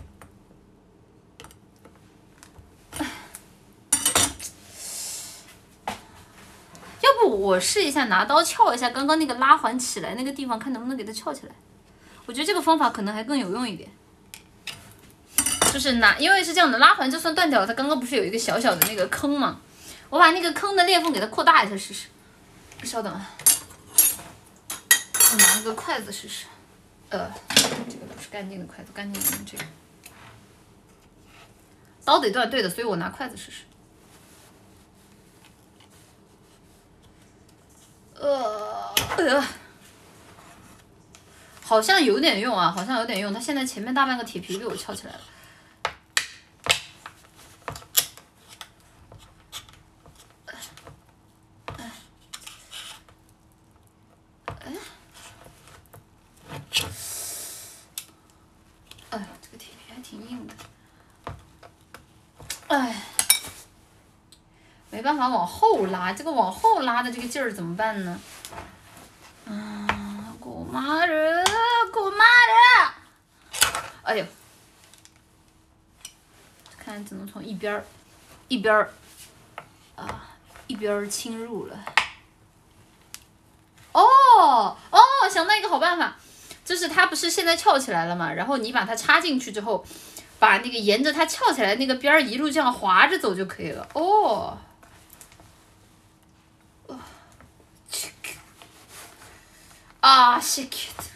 要不我试一下拿刀撬一下刚刚那个拉环起来那个地方，看能不能给它撬起来。我觉得这个方法可能还更有用一点，就是拿，因为是这样的，拉环就算断掉了，它刚刚不是有一个小小的那个坑吗？我把那个坑的裂缝给它扩大一下试试。稍等啊，我拿个筷子试试。呃，这个不是干净的筷子，干净的这个。刀得断，对的，所以我拿筷子试试。呃，呃。好像有点用啊，好像有点用。它现在前面大半个铁皮被我撬起来了。 挺硬的。哎，没办法往后拉，这个往后拉的这个劲儿怎么办呢？啊，姑妈的，姑妈的！哎呦，看只能从一边儿一边儿啊一边儿侵入了。哦哦，想到一个好办法，就是它不是现在翘起来了嘛，然后你把它插进去之后，把那个沿着它翘起来那个边儿一路这样滑着走就可以了。哦。啊 shit！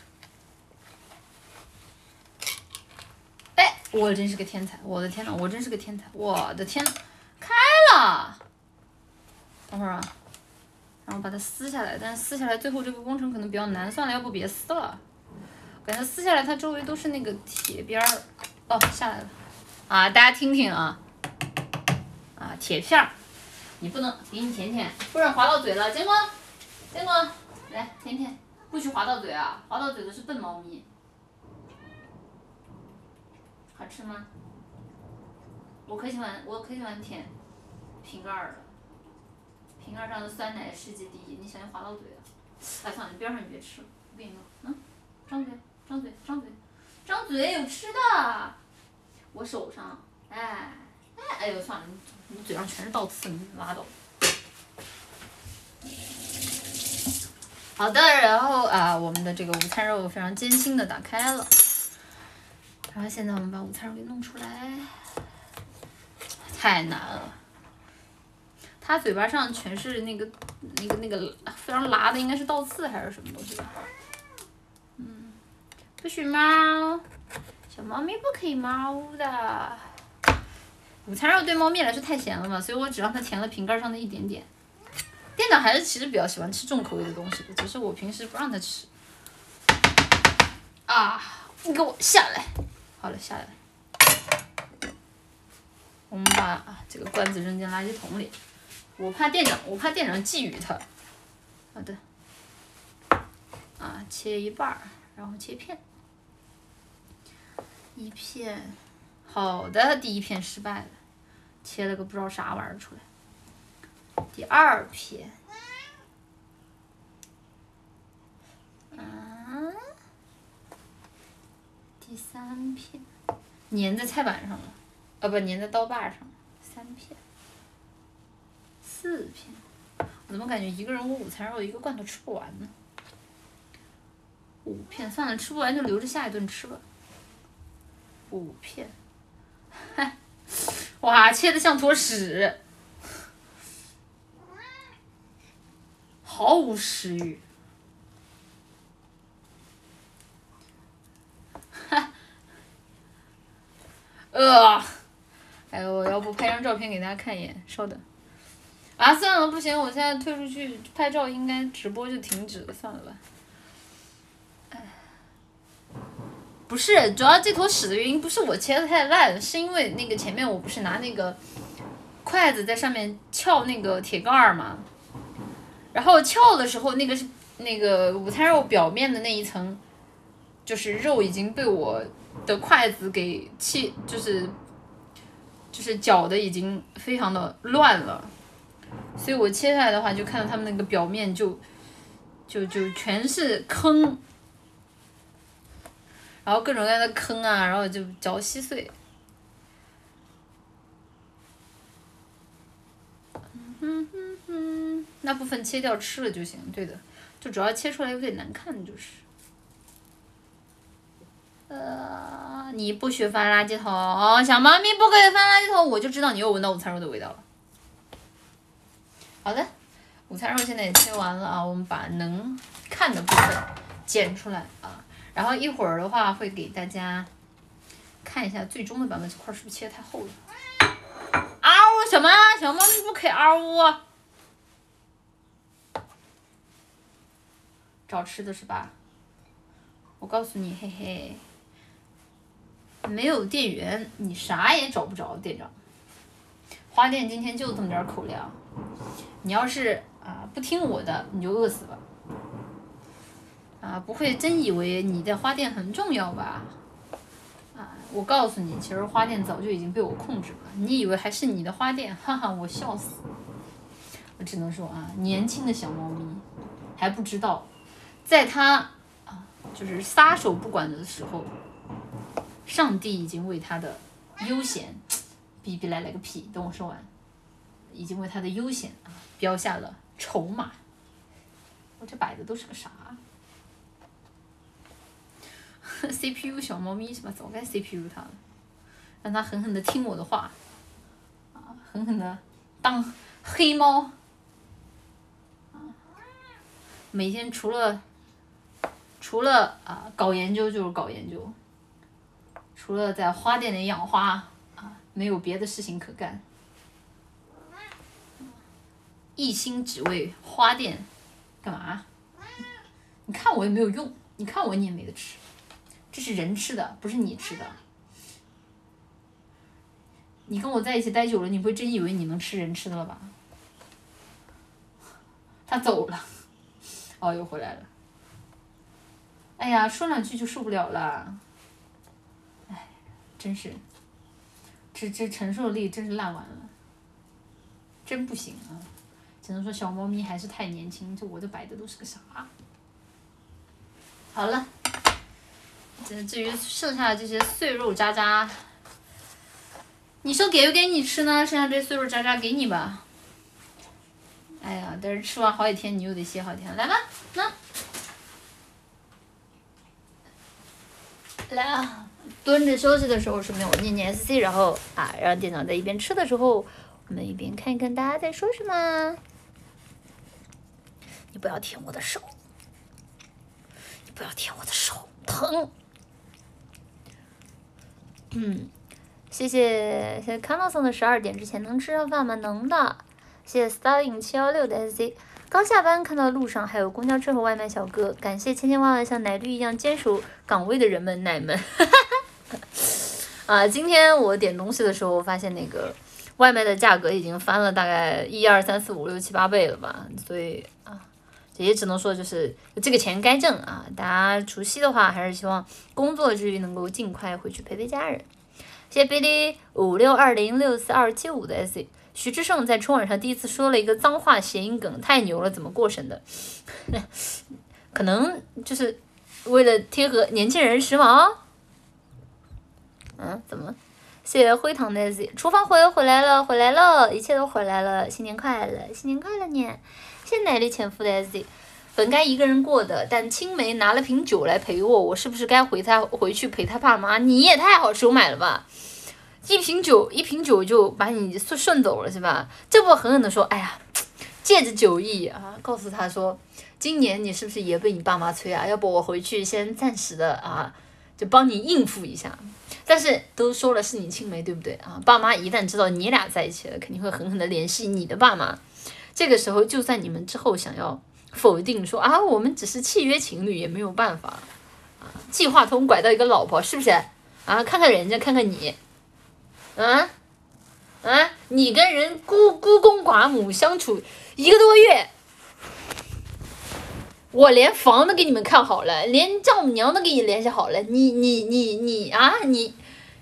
哎，我真是个天才！我的天呐，我真是个天才！我的天呐，开了！等会儿啊，然后把它撕下来，但是撕下来最后这个工程可能比较难，算了，要不别撕了。感觉撕下来它周围都是那个铁边儿。哦，下来了。啊，大家听听啊，啊，铁片儿，你不能给你舔舔，不然滑到嘴了。见过，见过，来舔舔。不许滑到嘴啊！滑到嘴的是笨猫咪。好吃吗？我可喜欢，我可喜欢舔瓶盖儿了。瓶盖上的酸奶世界第一，你想要滑到嘴啊？哎，算了，你边上你别吃了，我给你弄。嗯，张嘴，张嘴，张嘴，张嘴，有吃的。我手上，哎，哎，哎呦，算了，你你嘴上全是倒刺，你拉倒。好的，然后啊，我们的这个午餐肉非常艰辛的打开了，然后现在我们把午餐肉给弄出来，太难了。它嘴巴上全是那个那个那个非常辣的，应该是倒刺还是什么东西吧？嗯，不许猫，小猫咪不可以猫的。午餐肉对猫咪来说太咸了嘛，所以我只让它填了瓶盖上的一点点。店长还是其实比较喜欢吃重口味的东西的，只是我平时不让他吃。啊，你给我下来！好了，下来。我们把啊这个罐子扔进垃圾桶里。我怕店长，我怕店长觊觎它。好的。啊，切一半儿，然后切片。一片，好的，第一片失败了，切了个不知道啥玩意儿出来。第二片，嗯，第三片，粘在菜板上了，啊不，粘在刀把上了，三片，四片，我怎么感觉一个人我午餐肉一个罐头吃不完呢？五片，算了，吃不完就留着下一顿吃吧。五片，嗨，哇，切的像坨屎。毫无食欲，哈，呃，哎呦，我要不拍张照片给大家看一眼，稍等。啊，算了，不行，我现在退出去拍照，应该直播就停止了，算了吧。哎，不是，主要这坨屎的原因不是我切的太烂，是因为那个前面我不是拿那个筷子在上面撬那个铁盖儿嘛。然后撬的时候，那个是那个午餐肉表面的那一层，就是肉已经被我的筷子给切，就是就是搅的已经非常的乱了，所以我切下来的话，就看到它们那个表面就就就全是坑，然后各种各样的坑啊，然后就嚼稀碎。嗯哼哼，那部分切掉吃了就行，对的，就主要切出来有点难看就是。呃，你不许翻垃圾桶，小猫咪不可以翻垃圾桶，我就知道你又闻到午餐肉的味道了。好的，午餐肉现在也切完了啊，我们把能看的部分剪出来啊，然后一会儿的话会给大家看一下最终的版本，这块是不是切得太厚了？嗷呜什么？小猫咪不可以嗷呜。找吃的是吧？我告诉你，嘿嘿，没有店员，你啥也找不着。店长，花店今天就这么点口粮，你要是啊不听我的，你就饿死吧。啊，不会真以为你在花店很重要吧？啊， 我告诉你，其实花店早就已经被我控制了。你以为还是你的花店？哈哈，我笑死。我只能说啊，年轻的小猫咪还不知道，在它啊就是撒手不管的时候，上帝已经为它的悠闲，哔哔来来个屁，等我说完，已经为它的悠闲啊标下了筹码。我这摆的都是个啥？C P U 小猫咪是吧？早该 C P U 它了，让它狠狠的听我的话，啊，狠狠的当黑猫，啊，每天除了除了啊搞研究就是搞研究，除了在花店里养花啊，没有别的事情可干，一心只为花店，干嘛？你看我也没有用，你看我你也没得吃。这是人吃的，不是你吃的。你跟我在一起待久了，你不会真以为你能吃人吃的了吧？他走了，哦，又回来了。哎呀，说两句就受不了了。哎，真是，这这承受力真是烂完了，真不行啊！只能说小猫咪还是太年轻，这我这摆的都是个啥？好了。至于剩下的这些碎肉渣渣，你说给不给你吃呢？剩下这碎肉渣渣给你吧。哎呀，但是吃完好几天，你又得歇好几天。来吧，那来啊！蹲着休息的时候，顺便我念念 S C， 然后啊，让店长在一边吃的时候，我们一边看一看大家在说什么。你不要舔我的手，你不要舔我的手，疼。嗯，谢谢谢谢康乐送的十二点之前能吃上饭吗？能的。谢谢 Starling 七一六的 S C。刚下班看到路上还有公交车和外卖小哥，感谢千千万万像奶绿一样坚守岗位的人们奶们。啊，今天我点东西的时候发现那个外卖的价格已经翻了大概一二三四五六七八倍了吧，所以啊。也只能说就是这个钱该挣啊！大家除夕的话，还是希望工作之余能够尽快回去陪陪家人。谢谢贝利五六二零六四二七五的 S。徐志胜在春晚上第一次说了一个脏话谐音梗，太牛了，怎么过审的？可能就是为了贴合年轻人时髦。嗯，怎么？谢谢灰糖的 S。厨房回回来了，回来了，一切都回来了，新年快乐，新年快乐年！谢谢奶绿前夫的 S Z， 本该一个人过的，但青梅拿了瓶酒来陪我，我是不是该回他回去陪他爸妈？你也太好收买了吧！一瓶酒一瓶酒就把你顺顺走了是吧？这不狠狠的说，哎呀，借着酒意啊，告诉他说，今年你是不是也被你爸妈催啊？要不我回去先暂时的啊，就帮你应付一下。但是都说了是你青梅对不对啊？爸妈一旦知道你俩在一起了，肯定会狠狠的联系你的爸妈。这个时候，就算你们之后想要否定说啊，我们只是契约情侣，也没有办法啊。计划通拐到一个老婆，是不是啊？看看人家，看看你，啊啊！你跟人孤孤公寡母相处一个多月，我连房都给你们看好了，连丈母娘都给你联系好了，你你你你啊你，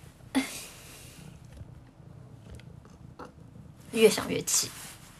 越想越气。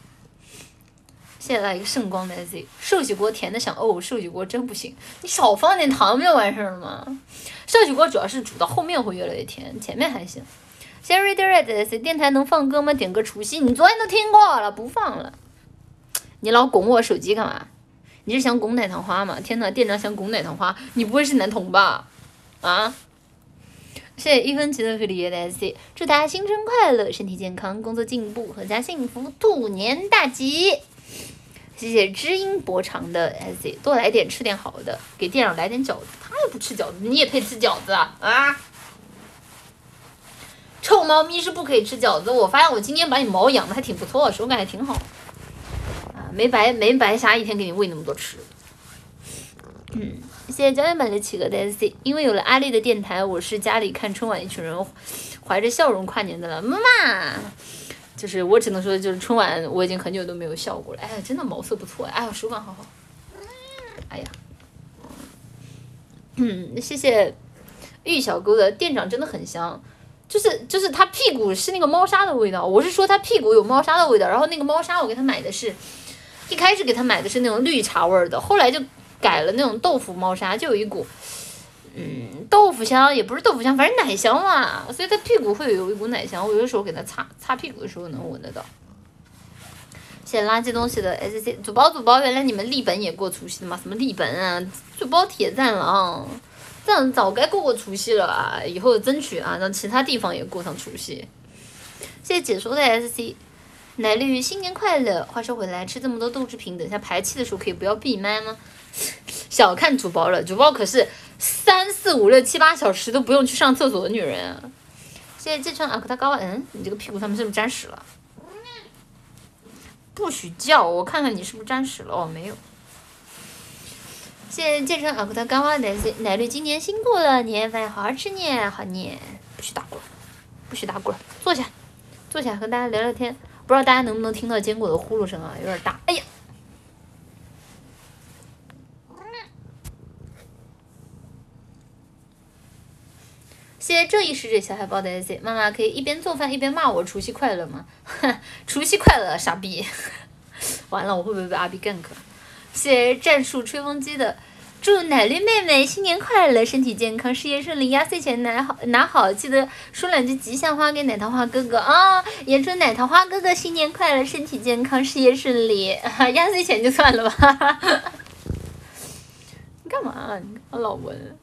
现在一个圣光的 Z， 寿喜锅甜的想哦，寿喜锅真不行，你少放点糖不就完事儿了吗？寿喜锅主要是煮到后面会越来越甜，前面还行。先 Read Red 的 Z， 电台能放歌吗？点歌除夕，你昨天都听过了，不放了。你老拱我手机干嘛？你是想拱奶糖花吗？天哪，店长想拱奶糖花，你不会是男童吧？啊？谢谢一分钱的菲利耶的 S， 祝大家新春快乐，身体健康，工作进步，阖家幸福，兔年大吉。谢谢知音博长的 S， 多来点吃点好的，给店长来点饺子，他也不吃饺子，你也配吃饺子啊？啊！臭猫咪是不可以吃饺子，我发现我今天把你毛养的还挺不错，手感还挺好，啊，没白没白瞎一天给你喂那么多吃。嗯，谢谢胶原版的企鹅的 S， 因为有了阿丽的电台，我是家里看春晚一群人怀着笑容跨年的了，妈妈。就是我只能说，就是春晚我已经很久都没有笑过了。哎呀，真的毛色不错哎，呀，手感好好。哎呀，嗯，谢谢玉小沟的店长真的很香，就是就是他屁股是那个猫砂的味道，我是说他屁股有猫砂的味道，然后那个猫砂我给他买的是，一开始给他买的是那种绿茶味的，后来就改了那种豆腐猫砂，就有一股。嗯，豆腐香也不是豆腐香，反正奶香嘛，所以它屁股会有一股奶香。我有的时候给它擦擦屁股的时候能闻得到。谢谢垃圾东西的 S C 祖宝祖宝，原来你们立本也过除夕的吗？什么立本啊？祖宝铁赞郎，这样早该过过除夕了啊！以后争取啊，让其他地方也过上除夕。谢谢解说的 S C， 奶绿新年快乐！话说回来，吃这么多豆制品，等一下排气的时候可以不要闭麦吗？小看主播了，主播可是三四五六七八小时都不用去上厕所的女人啊！谢谢这串阿克塔高，嗯，你这个屁股上面是不是沾屎了？不许叫，我看看你是不是沾屎了。哦，没有。谢谢这串阿克塔高啊，奶奶绿今年辛苦了，年夜饭好好吃呢，好呢，不许打滚，不许打滚，坐下，坐下和大家聊聊天。不知道大家能不能听到坚果的呼噜声啊，有点大。哎呀！谢谢这一世这小海豹的 S C， 妈妈可以一边做饭一边骂我除夕快乐吗？除夕快乐，傻逼！完了，我会不会被阿比 gank？ 谢谢战术吹风机的，祝奶绿妹妹新年快乐，身体健康，事业顺利，压岁钱拿好拿好，记得说两句吉祥话给奶桃花哥哥啊！也祝奶桃花哥哥新年快乐，身体健康，事业顺利。压岁钱就算了吧。你干嘛？你干嘛老闻？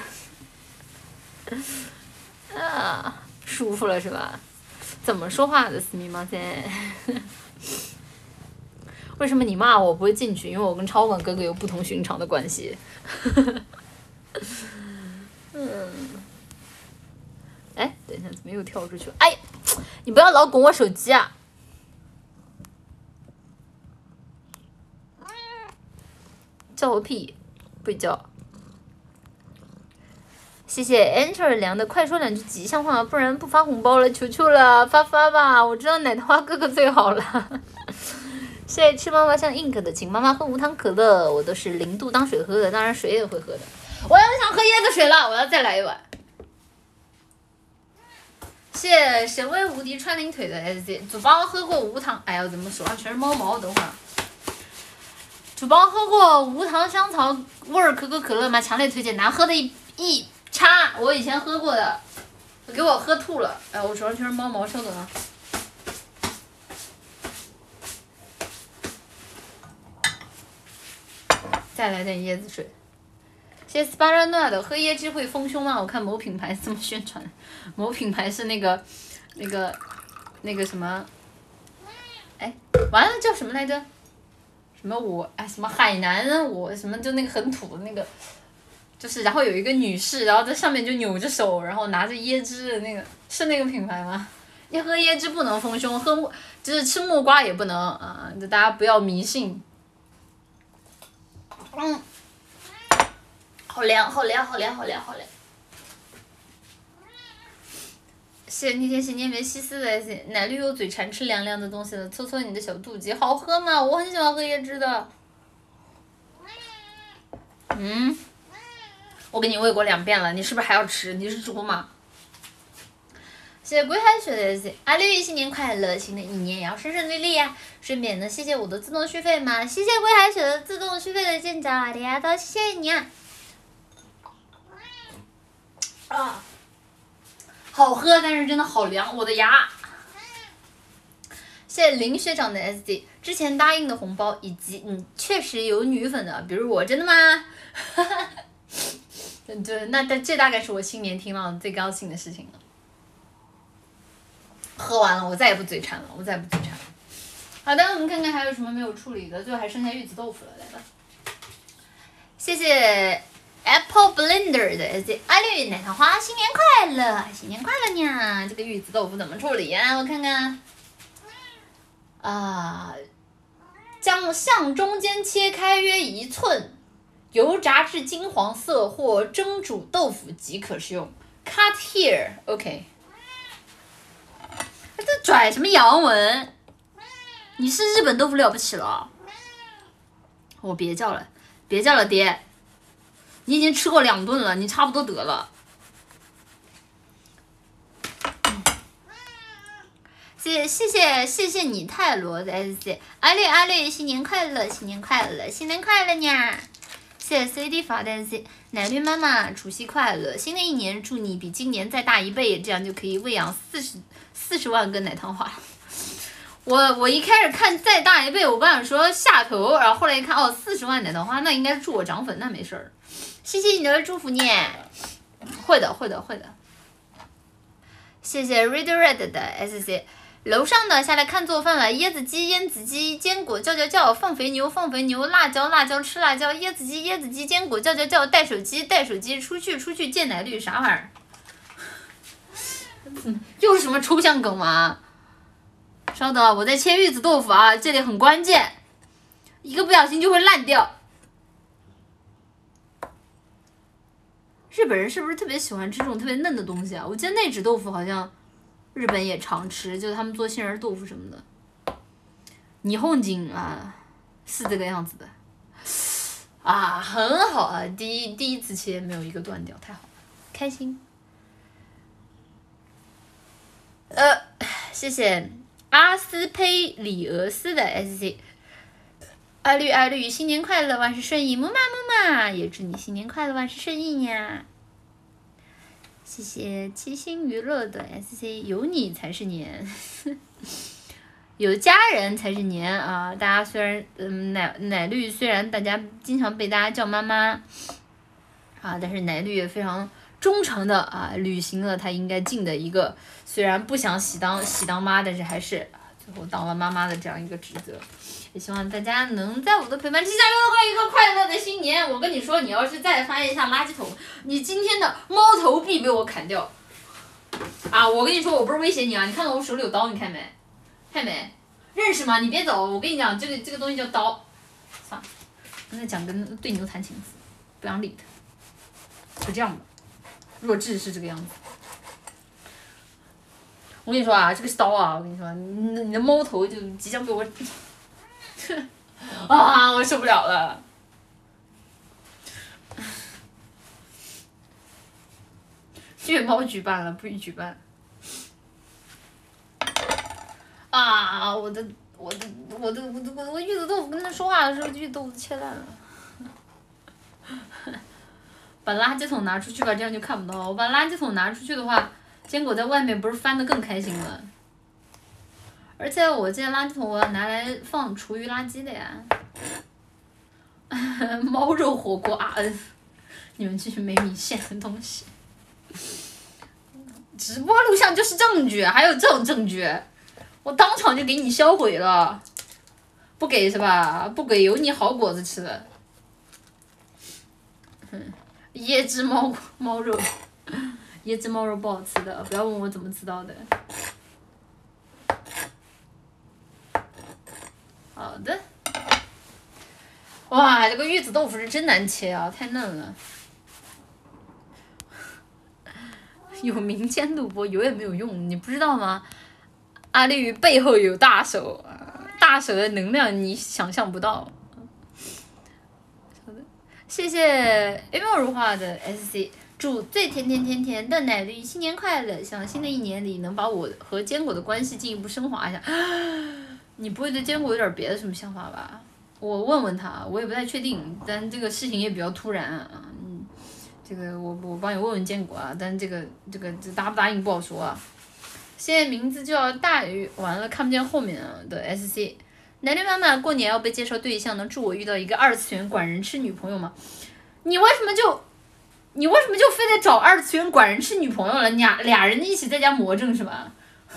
啊，舒服了是吧？怎么说话的，斯密马塞？为什么你骂我我不会进去？因为我跟超管哥哥有不同寻常的关系。嗯，哎，等一下，怎么又跳出去了？哎，你不要老拱我手机啊！叫我屁，不叫。谢谢 Enter 凉的，快说两句吉祥话，不然不发红包了，求求了，发发吧！我知道奶桃花哥哥最好了。谢谢吃妈妈像 ink 的，请妈妈喝无糖可乐，我都是零度当水喝的，当然水也会喝的。我要想喝椰子水了，我要再来一碗。谢谢神威无敌穿领腿的 S G， 主播喝过无糖，哎呀，怎么手上全是猫毛？等会儿。主播喝过无糖香草味儿可口可乐吗？强烈推荐，难喝的一一。叉，我以前喝过的，给我喝吐了。哎，我手上全是猫毛，稍等啊。再来点椰子水。谢谢斯巴拉诺的，喝椰汁会丰胸吗？我看某品牌这么宣传，某品牌是那个那个那个什么，哎，完了叫什么来着？什么我哎什么海南我什么就那个很土的那个。就是，然后有一个女士，然后在上面就扭着手，然后拿着椰汁的那个，是那个品牌吗？一喝椰汁不能丰胸，喝木就是吃木瓜也不能啊！就大家不要迷信。嗯，好凉，好凉，好凉，好凉，好凉。谢谢那天是念梅西斯的，奶绿又嘴馋吃凉凉的东西了，搓搓你的小肚脐，好喝吗？我很喜欢喝椰汁的。嗯。我给你喂过两遍了，你是不是还要吃？你是猪吗？谢谢归海雪的阿绿新年快乐，新的一年也要顺顺利利呀！顺便呢，谢谢我的自动续费嘛，谢谢归海雪的自动续费的舰长阿里亚多，谢谢你啊！啊，好喝，但是真的好凉，我的牙。谢谢林学长的 S D， 之前答应的红包以及嗯，确实有女粉的，比如我，真的吗？哈哈。对，那这这大概是我新年听到的最高兴的事情了。喝完了，我再也不嘴馋了，我再也不嘴馋了。好的，我们看看还有什么没有处理的，最后还剩下玉子豆腐了，来吧。谢谢 Apple Blender 的阿绿奶糖花，新年快乐，新年快乐呀！这个玉子豆腐怎么处理呀？我看看。啊，将向中间切开约一寸。油炸至金黄色或蒸煮豆腐即可食用。Cut here, OK。这拽什么洋文？你是日本豆腐了不起了？我别叫了，别叫了，爹。你已经吃过两顿了，你差不多得了。 C， 谢谢谢谢你泰罗的 S C， 阿绿阿绿，新年快乐，新年快乐，新年快乐呀！谢谢 C D 发的 S C， 奶绿妈妈除夕快乐，新的一年祝你比今年再大一倍，这样就可以喂养四十四十万根奶糖花。我我一开始看再大一倍，我刚想说下头，然后后来一看哦，四十万奶糖花，那应该是祝我涨粉，那没事儿。谢谢你的祝福念，会的会的会的。谢谢 Red Red 的 S C， 楼上的下来看做饭了，椰子鸡、腌子鸡、坚果叫叫叫，放肥牛放肥牛，辣椒辣椒吃辣椒，椰子鸡椰子鸡，坚果叫叫叫，带手机带手机，出去出去见奶绿，啥玩意儿？又是什么抽象梗吗？稍等，我在切玉子豆腐啊，这里很关键，一个不小心就会烂掉。日本人是不是特别喜欢吃这种特别嫩的东西啊？我记得内酯豆腐好像日本也常吃，就是他们做杏仁豆腐什么的。霓虹景啊，是这个样子的，啊，很好啊！第一第一次切没有一个断掉，太好了，开心。呃，谢谢阿斯佩里俄斯的 S C， 阿绿阿绿，新年快乐，万事顺意，木马木马，也祝你新年快乐，万事顺意呀！谢谢七星娱乐的 S C， 有你才是年，有家人才是年啊！大家虽然嗯奶奶绿虽然大家经常被大家叫妈妈啊，但是奶绿也非常忠诚的啊，履行了她应该尽的一个，虽然不想喜当喜当妈，但是还是最后当了妈妈的这样一个职责。也希望大家能在我的陪伴之下拥有一个快乐的新年。我跟你说，你要是再发现一下垃圾桶，你今天的猫头必被我砍掉。啊，我跟你说，我不是威胁你啊，你看到我手里有刀，你看没？看没？认识吗？你别走，我跟你讲，这个这个东西叫刀。算了，我在讲跟对牛弹琴词，不想理他。就这样吧，弱智是这个样子。我跟你说啊，这个是刀啊！我跟你说，你你的猫头就即将被我。啊！我受不了了。虐猫举办了，不予举办。啊！我的我的我的我的我的我玉子豆腐跟他说话的时候，玉子豆腐切烂了。把垃圾桶拿出去吧，这样就看不到。我把垃圾桶拿出去的话，坚果在外面不是翻得更开心了。而且我这垃圾桶我要拿来放厨余垃圾的呀。猫肉火锅啊！你们这群没米线的东西。直播录像就是证据，还有这种证据，我当场就给你销毁了。不给是吧？不给有你好果子吃的。嗯，椰汁猫猫肉，椰汁猫肉不好吃的，不要问我怎么知道的。好的。哇，这个玉子豆腐是真难切啊，太嫩了。有民间录播有也没有用，你不知道吗？阿绿背后有大手，大手的能量你想象不到。好的，谢谢 email 如画的 S C， 祝最甜甜甜甜的奶绿新年快乐，希望新的一年里能把我和坚果的关系进一步升华一下。你不会对坚果有点别的什么想法吧？我问问他，我也不太确定，但这个事情也比较突然啊。嗯，这个我我帮你问问坚果啊，但这个这个这答不答应不好说啊。现在名字叫大鱼，完了看不见后面的 S C。奶绿妈妈过年要被介绍对象，能祝我遇到一个二次元管人吃女朋友吗？你为什么就你为什么就非得找二次元管人吃女朋友了？俩俩人一起在家魔怔是吧？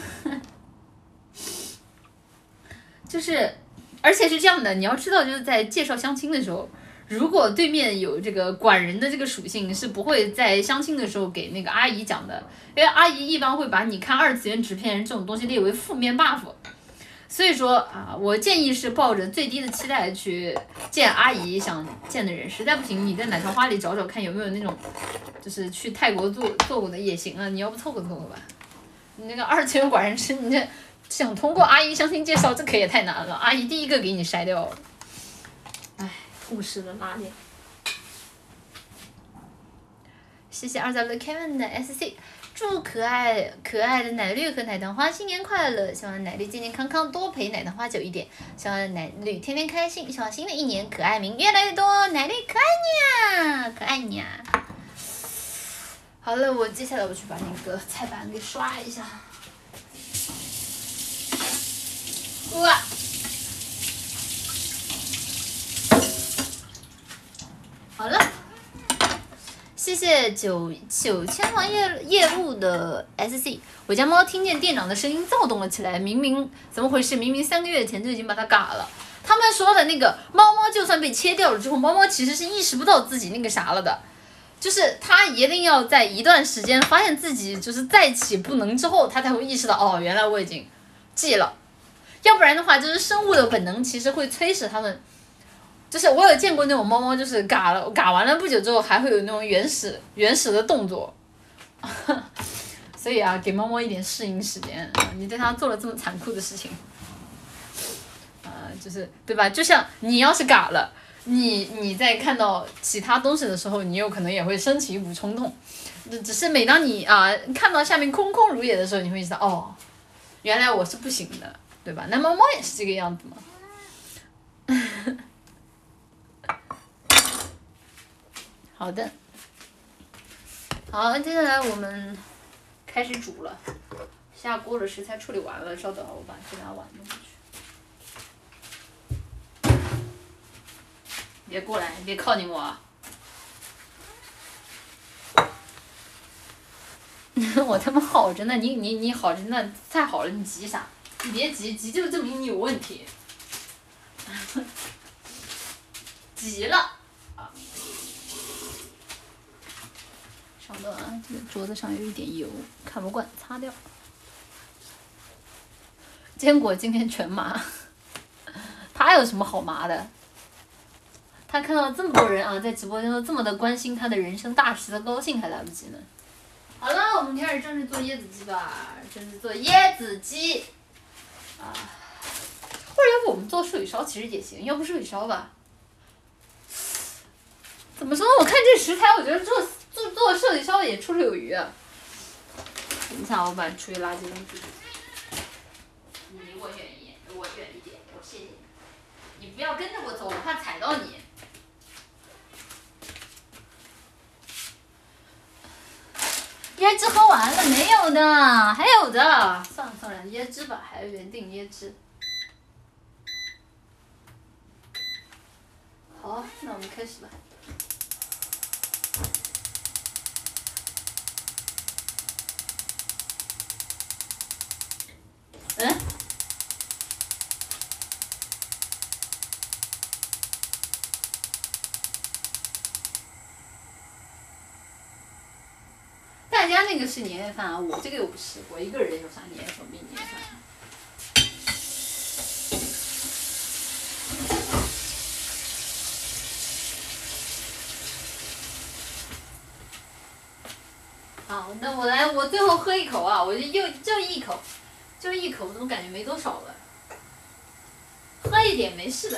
就是，而且是这样的，你要知道，就是在介绍相亲的时候，如果对面有这个管人的这个属性，是不会在相亲的时候给那个阿姨讲的，因为阿姨一般会把你看二次元纸片这种东西列为负面 buff。所以说啊，我建议是抱着最低的期待去见阿姨想见的人，实在不行，你在奶茶花里找找看有没有那种，就是去泰国做做过的也行啊，你要不凑合凑合吧。你那个二次元管人吃，你这。想通过阿姨相亲介绍，这可也太难了。阿姨第一个给你筛掉了，唉，务实的拉链。谢谢二仔的 Kevin 的 S C， 祝祝可爱可爱的奶绿和奶糖花新年快乐！希望奶绿健健康康，多陪奶糖花久一点。希望奶绿天天开心，希望新的一年可爱名越来越多。奶绿可爱你啊，可爱你啊！好了，我接下来我去把那个菜板给刷一下。哇！好了。谢谢九九千房业业务的 S C， 我家猫听见店长的声音躁动了起来，明明怎么回事？明明三个月前就已经把它嘎了。他们说的那个猫猫就算被切掉了之后，猫猫其实是意识不到自己那个啥了的，就是它一定要在一段时间发现自己就是再起不能之后，它才会意识到哦，原来我已经记了，要不然的话就是生物的本能其实会催使它们。就是我有见过那种猫猫，就是嘎了，嘎完了不久之后还会有那种原始原始的动作，所以啊，给猫猫一点适应时间。你对它做了这么残酷的事情，呃，就是对吧？就像你要是嘎了，你你在看到其他东西的时候，你有可能也会升起一股冲动。只是每当你啊、呃、看到下面空空如也的时候，你会意识到哦，原来我是不行的，对吧？那猫猫也是这个样子嘛。好的，好，接下来我们开始煮了。下锅的食材处理完了，稍等，我把这俩碗弄过去。别过来，别靠近我啊！我他妈好着呢，你你你好着呢，太好了，你急啥？你别急，急就证明你有问题。急了。稍等啊，这个桌子上有一点油，看不惯，擦掉。坚果今天全麻，他有什么好麻的？他看到这么多人啊，在直播间都这么的关心他的人生大事，他高兴还来不及呢。好了，我们开始正式做椰子鸡吧，正式做椰子鸡。啊，或者要不我们做寿喜烧其实也行，要不寿喜烧吧？怎么说呢？我看这食材，我觉得做。做做寿喜烧也绰绰有余啊！等一下，我把厨余垃圾扔出去。你离我远一点，离我远一点，我谢谢你。你不要跟着我走，我怕踩到你。椰汁喝完了没有的？还有的，算了算了，椰汁吧，还有原定椰汁。好，那我们开始吧。嗯？大家那个是年夜饭啊，我这个又不是，我一个人有啥年夜饭没年夜饭？好，那我来，我最后喝一口啊，我就又就一口。就一口，怎么感觉没多少了？喝一点没事的。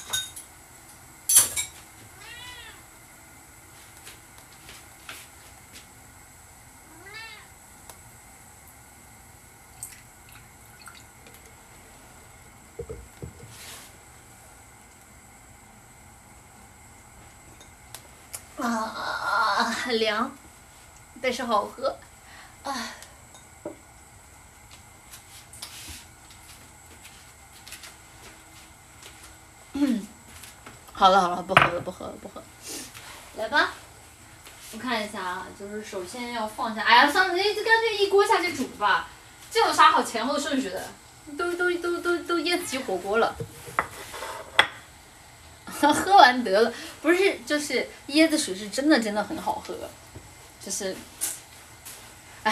啊，很凉，但是好喝。啊。嗯，好了好了，不喝了不喝了不喝了，来吧，我看一下啊，就是首先要放下，哎呀算了，这干脆一锅下去煮吧，这有啥好前后顺序的？都都都都都椰子鸡火锅了，喝完得了，不是就是椰子水是真的真的很好喝，就是，唉，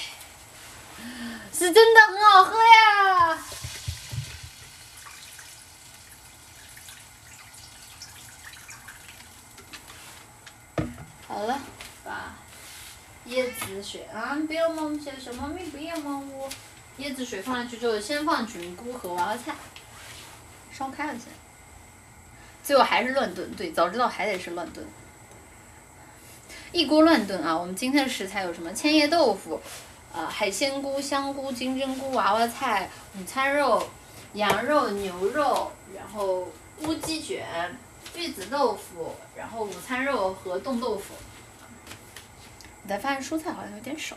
是真的很好喝呀。好了，把椰子水啊，不要冒险，小猫咪不要冒我。椰子水放下去之后，先放菌菇和娃娃菜，烧开了先。最后还是乱炖，对，早知道还得是乱炖。 一锅乱炖啊！我们今天的食材有什么？千叶豆腐，呃，海鲜菇、香菇、金针菇、娃娃菜、午餐肉、羊肉、牛肉，然后乌鸡卷、玉子豆腐，然后午餐肉和冻豆腐。我才发现蔬菜好像有点少。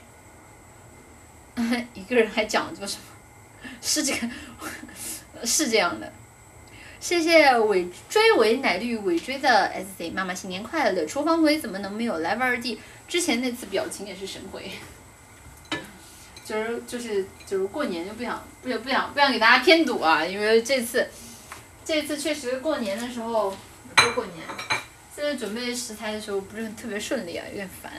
一个人还讲究什么？是这个，是这样的。谢谢尾追尾奶绿尾追的 S C 妈妈新年快乐！厨房回怎么能没有 Live 二 D？ 之前那次表情也是神回，就是就是就是过年就不想不想不想不想给大家添堵啊，因为这次这次确实过年的时候不是过年，现在准备食材的时候不是特别顺利啊，有点烦。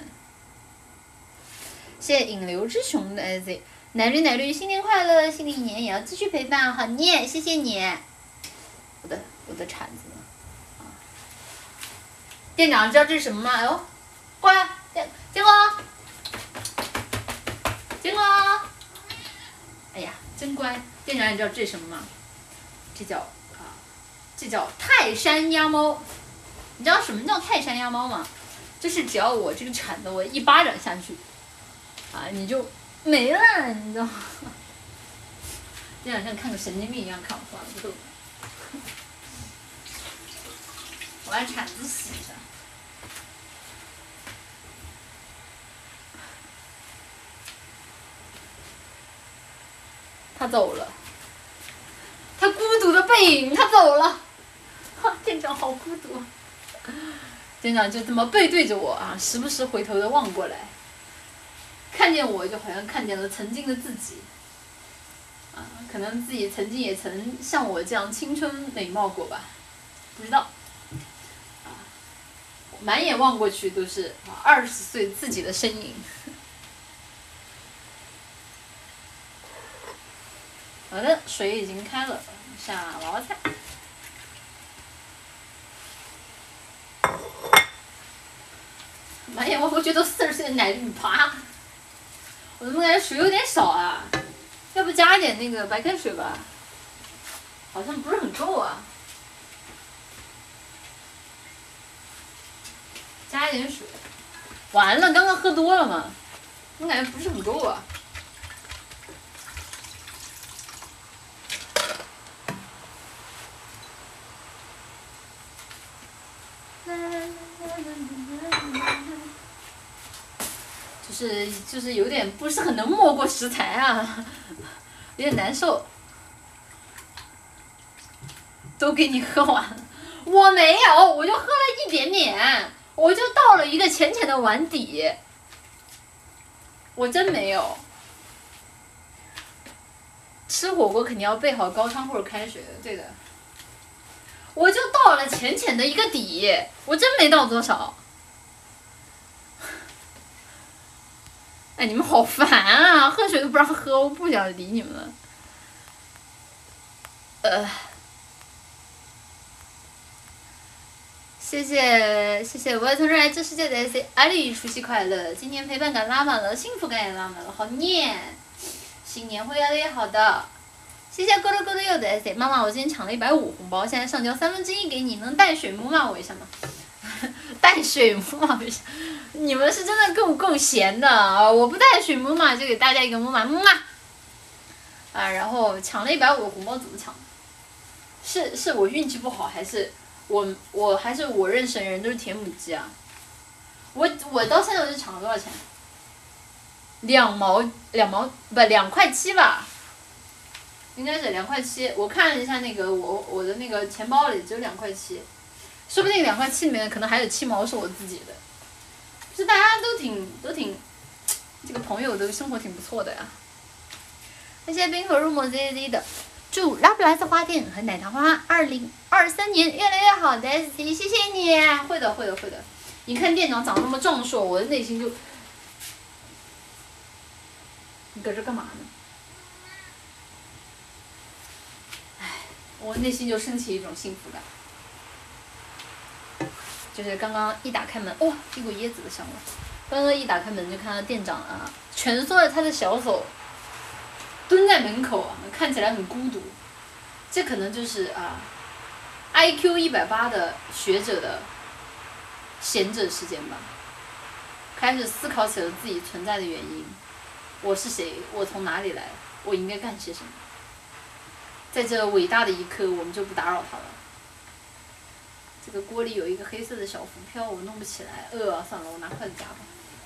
谢谢引流之熊的 S C 奶绿奶绿新年快乐！新的一年也要继续陪伴，好念，谢谢你。我的我的铲子呢？啊！店长知道这是什么吗？哎呦，过来，建建国，建国，哎呀，真乖！店长，你知道这是什么吗？这叫啊，这叫泰山鸭猫。你知道什么叫泰山鸭猫吗？就是只要我这个铲子我一巴掌下去，啊，你就没了，你知道吗？店长像看个神经病一样看我，完了不逗。我把铲子洗一下。他走了，他孤独的背影，他走了。店长好孤独。店长就这么背对着我啊，时不时回头的望过来，看见我就好像看见了曾经的自己。啊，可能自己曾经也曾像我这样青春美貌过吧，不知道。啊，满眼望过去都是二十岁自己的身影。好的，水已经开了，下娃娃菜。满眼望过去都四十岁的奶绿爬，我怎么感觉水有点少啊？要不加点那个白开水吧？好像不是很够啊。加一点水。完了，刚刚喝多了嘛，我感觉不是很够啊。就是就是有点不是很能没过食材啊，有点难受。都给你喝完了，我没有，我就喝了一点点，我就倒了一个浅浅的碗底，我真没有。吃火锅肯定要备好高汤或者开水的，对的。我就倒了浅浅的一个底，我真没倒多少。哎，你们好烦啊！喝水都不让喝，我不想理你们了。呃，谢谢谢谢我要从这来这世界的 S C 阿里除夕快乐！今年陪伴感拉满了，幸福感也拉满了，好念！新年会越来越好的。谢谢咕噜咕噜柚的 S C 妈妈，我今天抢了一百五红包，现在上交三分之一给你，能带水木骂我一下吗？带水木马不是，你们是真的够够闲的啊！我不带水木马就给大家一个木马木马。啊，然后抢了一百五的红包怎么抢？是是我运气不好，还是我我还是我认识的人都是铁母鸡啊？我我到现在为止抢了多少钱？两毛两毛不两块七吧？应该是两块七。我看了一下那个我我的那个钱包里只有两块七。说不定两块七里面可能还有七毛是我自己的，就是大家都挺都挺，这个朋友的生活挺不错的呀。谢谢冰河入魔 Z Z 的，祝拉普拉斯花店和奶糖花二零二三年越来越好的 S C， 谢谢你。会的会的会的，你看店长长得那么壮硕，我的内心就，你搁这干嘛呢？唉，我内心就升起一种幸福感。就是刚刚一打开门，哇、哦，一股椰子的香味。刚刚一打开门就看到店长啊，蜷缩着他的小手，蹲在门口啊，看起来很孤独。这可能就是啊 ，I Q 一百八的学者的闲者时间吧。 开始思考起了自己存在的原因。我是谁？我从哪里来？我应该干些什么？在这伟大的一刻，我们就不打扰他了。这个锅里有一个黑色的小浮漂，我弄不起来。呃，算了，我拿筷子夹吧。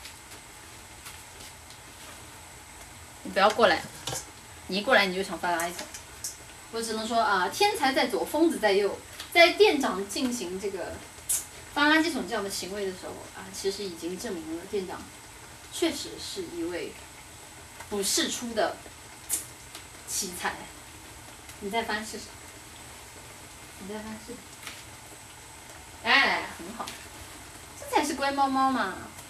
你不要过来，你一过来你就想翻垃圾桶。我只能说啊，天才在左，疯子在右。在店长进行这个翻垃圾桶这样的行为的时候啊，其实已经证明了店长确实是一位不世出的奇才。你再翻试试，你再翻试试。哎，很好，这才是乖猫猫嘛。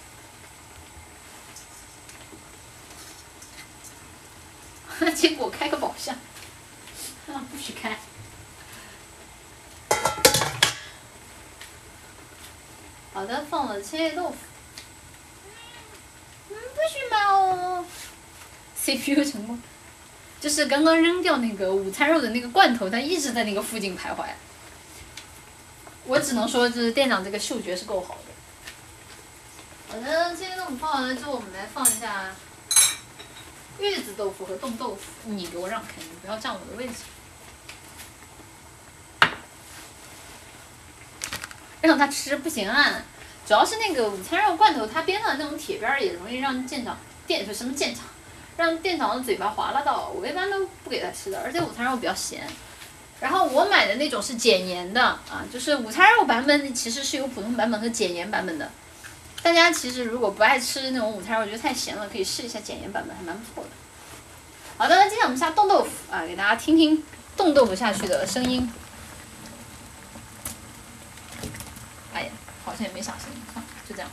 结果开个宝箱，啊，不许开。好的，放了千叶豆腐。嗯，不许骂哦。C P U 成功。就是刚刚扔掉那个午餐肉的那个罐头，它一直在那个附近徘徊。我只能说，就是店长这个嗅觉是够好的。好的，千叶豆腐放完了之后，我们来放一下玉子豆腐和冻豆腐。你给我让开，你不要占我的位置。让他吃不行啊，主要是那个午餐肉罐头，它边上的那种铁边儿也容易让店长店什么店长，让店长的嘴巴划拉到。我一般都不给他吃的，而且午餐肉比较咸。然后我买的那种是减盐的啊，就是午餐肉版本其实是有普通版本和减盐版本的。大家其实如果不爱吃那种午餐肉，觉得太咸了，可以试一下减盐版本，还蛮不错的。好的，接下来我们下冻豆腐啊，给大家听听冻豆腐下去的声音。哎呀，好像也没啥声音，算了，就这样。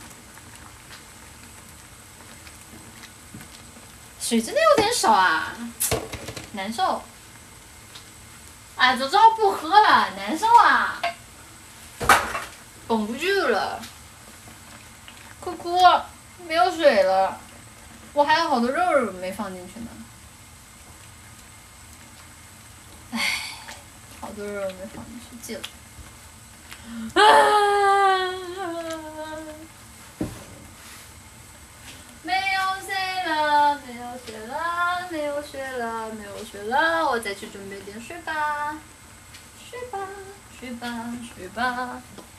水真的有点少啊，难受。哎，早知道不喝了，难受啊，绷不住了。哭哭，没有水了，我还有好多肉肉没放进去呢。哎，好多肉没放进去，记了。啊！没有水了，没有水了，没有水了，没有水了，我再去准备点水吧，水吧，水吧，水吧。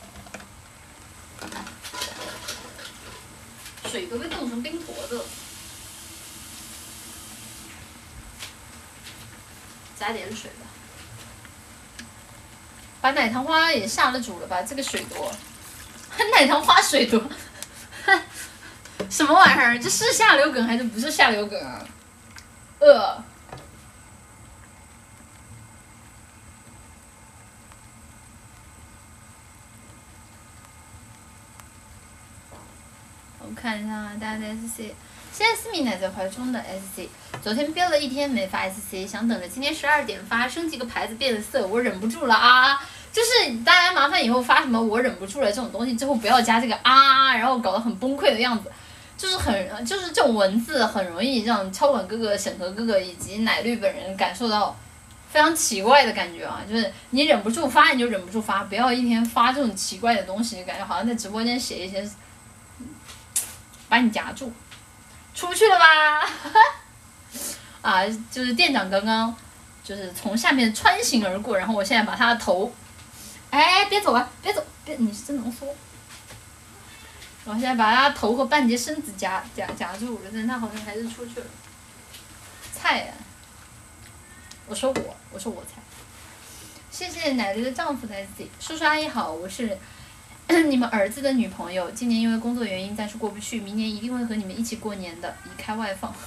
水都被冻成冰坨子了。加点水吧。把奶糖花也下了煮了吧，这个水多，奶糖花水多，什么玩意儿？这是下流梗还是不是下流梗啊？呃。我看一下大家的 S C， 现在思密奶在怀中的 S C， 昨天憋了一天没发 S C， 想等着今天十二点发，升级个牌子变色，我忍不住了啊！就是大家麻烦以后发什么我忍不住了这种东西之后，不要加这个啊，然后搞得很崩溃的样子，就是很就是这种文字很容易让超管哥哥、审核哥哥以及奶绿本人感受到非常奇怪的感觉啊！就是你忍不住发你就忍不住发，不要一天发这种奇怪的东西，感觉好像在直播间写一些，把你夹住，出去了吧？啊，就是店长刚刚就是从下面穿行而过，然后我现在把他的头。哎，别走啊！别走，别！你是真能说。我现在把他头和半截身子夹夹夹住了，但他好像还是出去了。菜呀、啊！我说我，我说我菜。谢谢奶奶的丈夫的 S Z， 叔叔阿姨好，我是你们儿子的女朋友，今年因为工作原因暂时过不去，明年一定会和你们一起过年的，已开外放。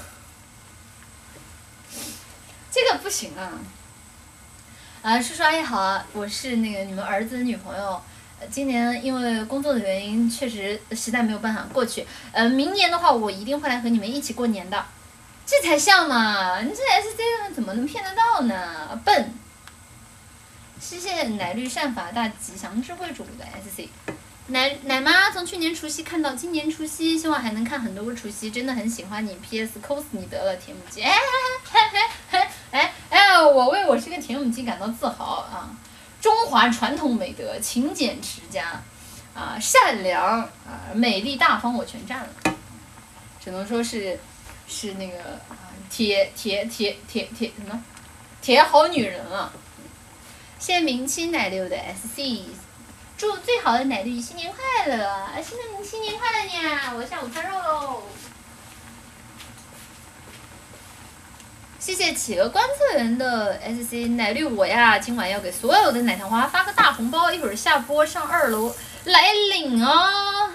这个不行啊！啊，叔叔阿姨好啊，我是那个你们儿子的女朋友，呃，今年因为工作的原因，确实实在没有办法过去。呃，明年的话，我一定会来和你们一起过年的，这才像嘛！你这 S C 怎么能骗得到呢？笨！谢谢奶绿善法大吉祥智慧主的 S C， 奶奶妈从去年除夕看到今年除夕，希望还能看很多个除夕，真的很喜欢你。P S 抠死你得了，铁母鸡！哎哎哎哎哎哎！我为我是个铁母鸡感到自豪啊！中华传统美德，勤俭持家，啊，善良啊，美丽大方，我全占了。 只能说是是那个铁铁铁铁铁什么铁好女人了。谢谢明清奶绿的 S C， 祝最好的奶绿新年快乐！新的你新年快乐呀！我下午餐肉喽。谢谢企鹅观测员的 S C 奶绿，我呀今晚要给所有的奶糖花发个大红包，一会儿下播上二楼来领啊！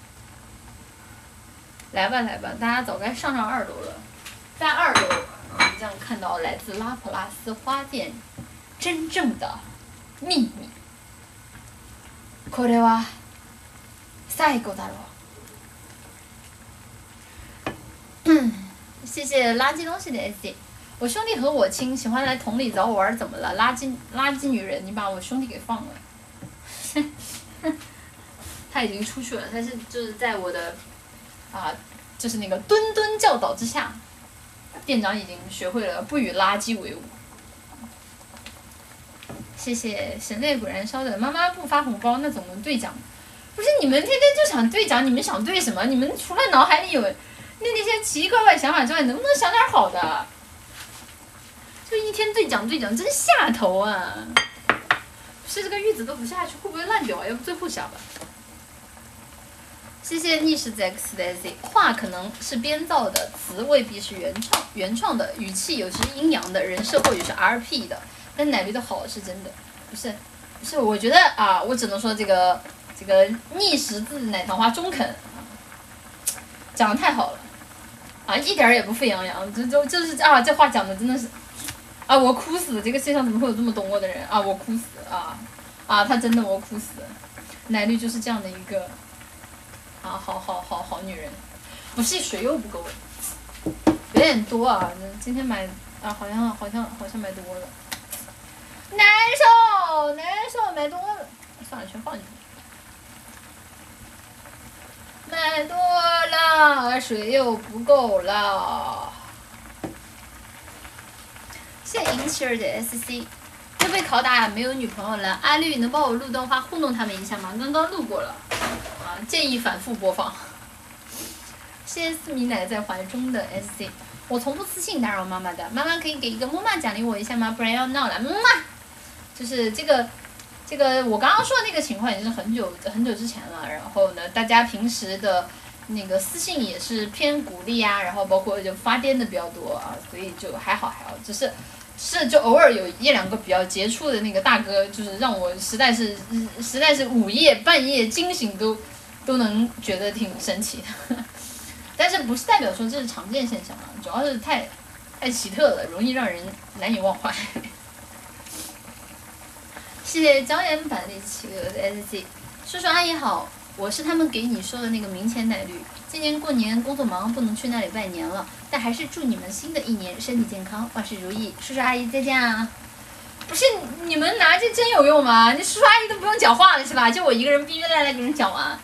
来吧来吧，大家早该上上二楼了。在二楼，我们将看到来自拉普拉斯花店真正的秘密。これは最後だろう。谢谢垃圾东西的 S C。我兄弟和我亲，喜欢来桶里找我玩，怎么了？垃圾垃圾女人，你把我兄弟给放了。他已经出去了，他是就是在我的啊，就是那个敦敦教导之下，店长已经学会了不与垃圾为伍。谢谢神泪果然烧的妈妈不发红包，那怎么兑奖？不是你们天天就想兑奖，你们想兑什么？你们除了脑海里有那那些奇奇怪怪想法之外，能不能想点好的？就一天兑奖兑奖，真下头啊！是这个玉子都不下去，会不会烂掉啊？要不最后下吧。谢谢逆时 X 的 Z， 话可能是编造的，词未必是原创，原创的语气有时是阴阳的，人设或许是 R P 的，但奶绿的好是真的，不是，不是，我觉得啊，我只能说这个这个逆时字奶糖花中肯，讲的太好了，啊，一点也不沸羊羊，这就就是啊，这话讲的真的是。啊！我哭死！这个世界上怎么会有这么懂我的人啊！我哭死啊！啊！他真的我哭死！奶绿就是这样的一个啊，好好好好女人，不是水又不够，有点多啊！今天买啊，好像好像好像买多了，难受难受，买多了，算了，全放进去。买多了，水又不够了。谢谢银琪儿的 S C， 又被拷打没有女朋友了。阿绿能帮我录段话糊弄他们一下吗？刚刚录过了，啊，建议反复播放。谢谢四米奶在怀中的 S C， 我从不私信打扰妈妈的，妈妈可以给一个么么奖励我一下吗？不然要闹了，么么。就是这个，这个我刚刚说的那个情况已经是很久很久之前了。然后呢，大家平时的那个私信也是偏鼓励啊，然后包括就发癫的比较多啊，所以就还好还好，只是。是，就偶尔有一两个比较杰出的那个大哥，就是让我实在是实在是午夜半夜惊醒都都能觉得挺神奇的，但是不是代表说这是常见现象啊，主要是太太奇特了，容易让人难以忘怀。谢谢椒盐版的企鹅的 S C， 叔叔阿姨好，我是他们给你说的那个明前奶绿，今年过年工作忙，不能去那里拜年了。但还是祝你们新的一年身体健康，万事如意。叔叔阿姨再见啊！不是你们拿这真有用吗？你叔叔阿姨都不用讲话了是吧？就我一个人逼逼赖赖给人讲完。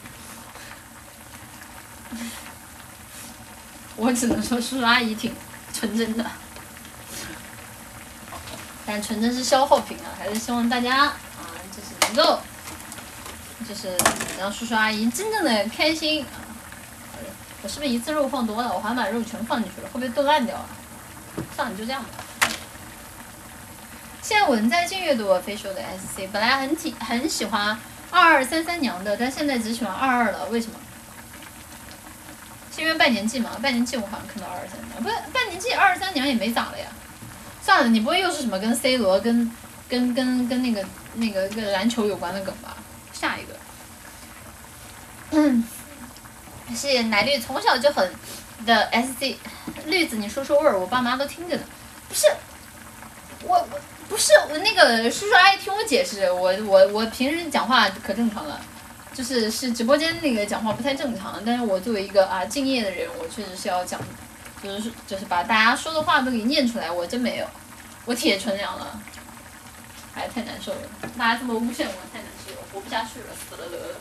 我只能说叔叔阿姨挺纯真的，但纯真是消耗品啊，还是希望大家啊，就是能够，就是让叔叔阿姨真正的开心啊。我是不是一次肉放多了？我好像把肉全放进去了，会不会炖烂掉啊？算了，就这样吧。现在文在晋阅读我非说的 S C， 本来很体很喜欢二二三三娘的，但现在只喜欢二二了，为什么？是因为拜年季嘛？拜年季我好像看到二二三娘，不是拜年季二二三娘也没咋了呀。算了，你不会又是什么跟 C 罗、跟跟跟跟那个那个跟篮球有关的梗吧？下一个。嗯。是奶绿从小就很的 S C， 绿子你说说味儿，我爸妈都听着呢。不是，我我不是我那个叔叔阿姨听我解释，我我我平时讲话可正常了，就是是直播间那个讲话不太正常，但是我作为一个啊敬业的人，我确实是要讲，就是就是把大家说的话都给念出来，我真没有，我铁纯良了，哎太难受了，大家这么诬陷我太难受了，活不下去了，死了得了。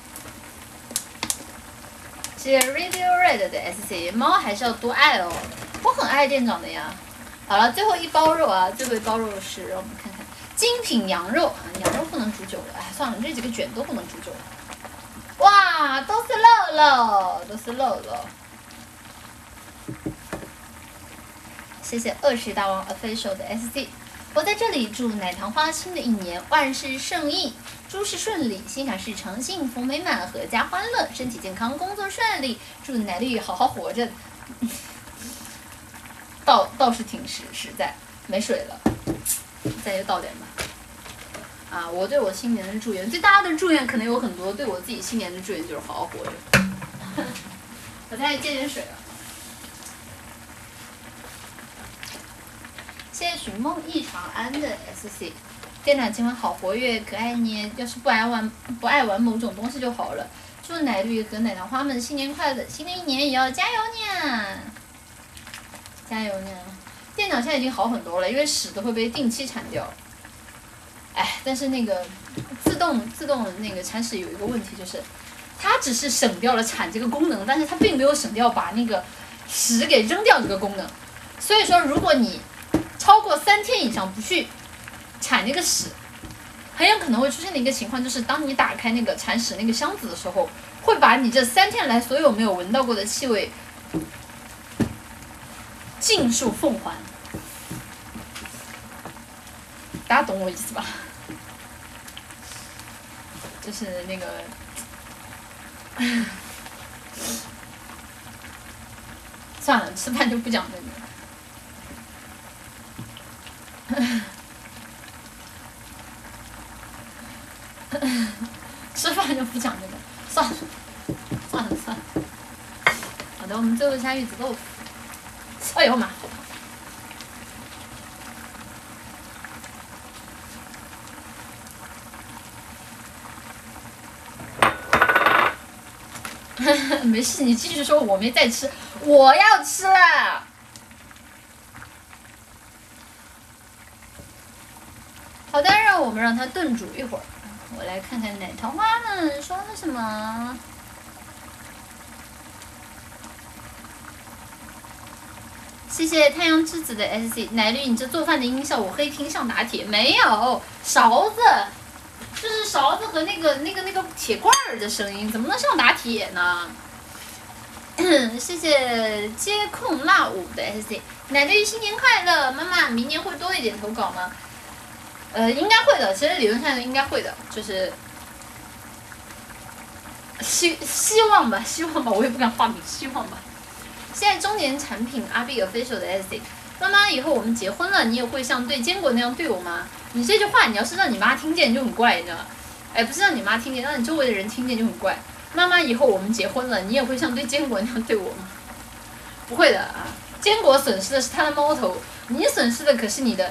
谢谢 Radio Red 的 S C， 猫还是要多爱哦，我很爱店长的呀。好了，最后一包肉啊，最后一包肉是让我们看看精品羊肉啊，羊肉不能煮久了，哎，算了，这几个卷都不能煮久了。哇，都是肉肉，都是肉肉。 谢谢恶食大王 official 的 S C。我在这里祝奶糖花新的一年万事胜意，诸事顺利，心想事成，幸福美满，阖家欢乐，身体健康，工作顺利。祝奶绿好好活着。倒倒是挺实实在，没水了，再就倒点吧。啊，我对我新年的祝愿，对大家的祝愿可能有很多，对我自己新年的祝愿就是好好活着。我再接点水了。谢谢寻梦一长安的 S C， 店长今晚好活跃，可爱你。要是不爱玩不爱玩某种东西就好了。祝奶绿和奶糖花们新年快乐，新的一年也要加油呢！加油呢！店长现在已经好很多了，因为屎都会被定期铲掉。哎，但是那个自动自动那个铲屎有一个问题，就是它只是省掉了铲这个功能，但是它并没有省掉把那个屎给扔掉这个功能。所以说，如果你超过三天以上不去铲那个屎，很有可能会出现的一个情况就是，当你打开那个铲屎那个箱子的时候，会把你这三天来所有没有闻到过的气味尽数奉还。大家懂我意思吧？就是那个，算了，吃饭就不讲这个。吃饭就不讲这个，算了，算了算了。好的，我们最后下玉子豆腐。哎呦妈！没事，你继续说，我没在吃，我要吃了。好的，让我们让它炖煮一会儿。我来看看奶桃花们说了什么。谢谢太阳之子的 S C， 奶绿，你这做饭的音效我可以听像打铁，没有勺子，就是勺子和那个那个那个铁罐儿的声音，怎么能像打铁呢？谢谢接控辣舞的 S C， 奶绿新年快乐，妈妈，明年会多一点投稿吗？呃，应该会的，其实理论上应该会的，就是希希望吧，希望吧，我也不敢画饼，希望吧。现在中年产品阿 B official 的 S C， 妈妈，以后我们结婚了，你也会像对坚果那样对我吗？你这句话你要是让你妈听见就很怪，你知道吗？哎，不是让你妈听见，让你周围的人听见就很怪。妈妈，以后我们结婚了，你也会像对坚果那样对我吗？不会的啊，坚果损失的是他的猫头，你损失的可是你的。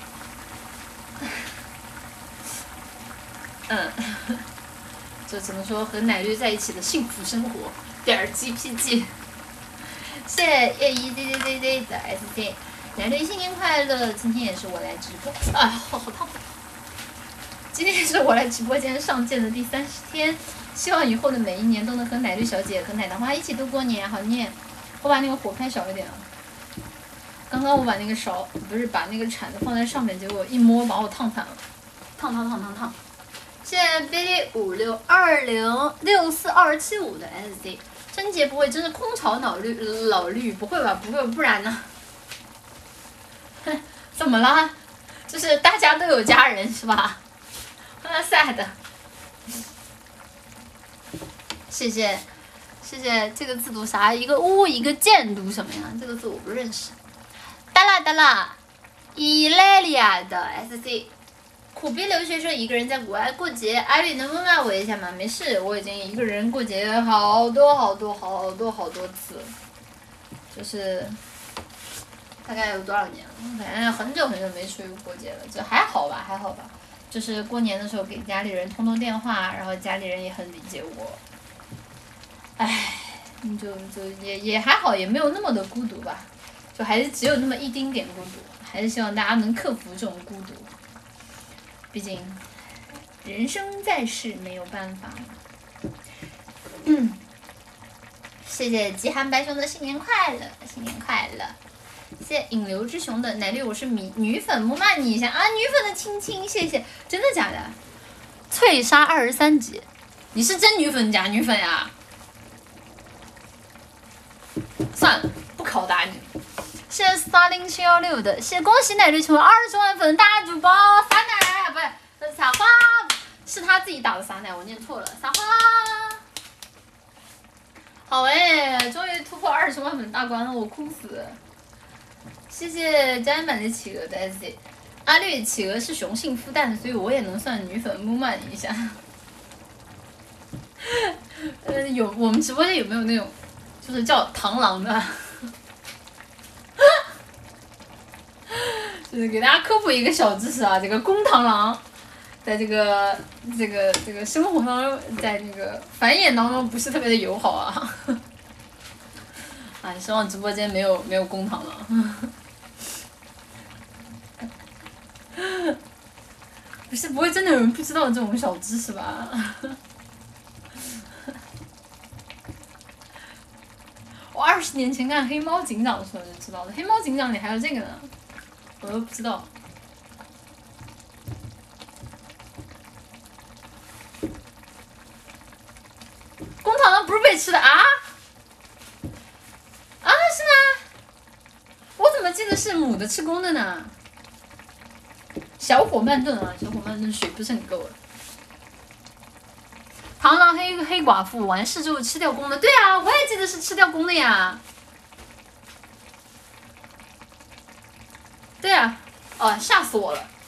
嗯，就只能说和奶绿在一起的幸福生活。点儿 G P G。谢谢叶一 D D D D 的 S C， 奶绿新年快乐！今天也是我来直播，啊，好好烫！今天是我来直播间上线的第三十天，希望以后的每一年都能和奶绿小姐和奶糖花一起度过年，好念。我把那个火开小一点啊。刚刚我把那个勺不是把那个铲子放在上面，结果一摸把我烫反了，烫烫烫烫烫。谢谢 Billy 五六二零六四二七五的 S C。贞洁不会真是空巢老绿老绿，不会吧？不会，不然呢？哼，怎么了？就是大家都有家人是吧？啊 sad。谢谢，谢谢，这个字读啥？一个乌，一个剑，读什么呀？这个字我不认识。哒啦哒啦，伊莱利亚的 S C。苦逼留学生一个人在国外过节，艾丽能问问我一下吗？没事，我已经一个人过节好多好多好多好多次，就是大概有多少年了？反正很久很久没出去过节了，就还好吧，还好吧。就是过年的时候给家里人通通电话，然后家里人也很理解我。唉，就就也也还好，也没有那么的孤独吧，就还是只有那么一丁点孤独，还是希望大家能克服这种孤独。毕竟，人生在世没有办法。嗯，谢谢极寒白熊的新年快乐，新年快乐！谢谢引流之熊的奶绿，我是女女粉，摸骂你一下啊！女粉的亲亲，谢谢，真的假的？翠莎二十三级，你是真女粉假女粉呀？算了，不拷打你。 谢谢三零七幺六的，谢恭喜奶绿成为二十万粉大主播，撒奶不是撒花，是他自己打的撒奶，我念错了，撒花。好哎，终于突破二十万粉大关了，我哭死。谢谢家人版的企鹅的 S Z， 阿绿企鹅是雄性孵蛋的，所以我也能算女粉，木骂你一下。呃，有我们直播间有没有那种，就是叫螳螂的？就是给大家科普一个小知识啊，这个公螳螂，在这个这个这个生活当中，在那个繁衍当中不是特别的友好啊。哎，希望直播间没有没有公螳螂。不是，不会真的有人不知道这种小知识吧？我二十年前看《黑猫警长》的时候就知道了，《黑猫警长》里还有这个呢，我都不知道。公螳螂不是被吃的啊？啊，是吗？我怎么记得是母的吃公的呢？小火慢炖啊，小火慢炖水不是很够了。螳螂黑黑寡妇完事之后吃掉公的，对啊，我也记得是吃掉公的呀。对啊，哦，吓死我了。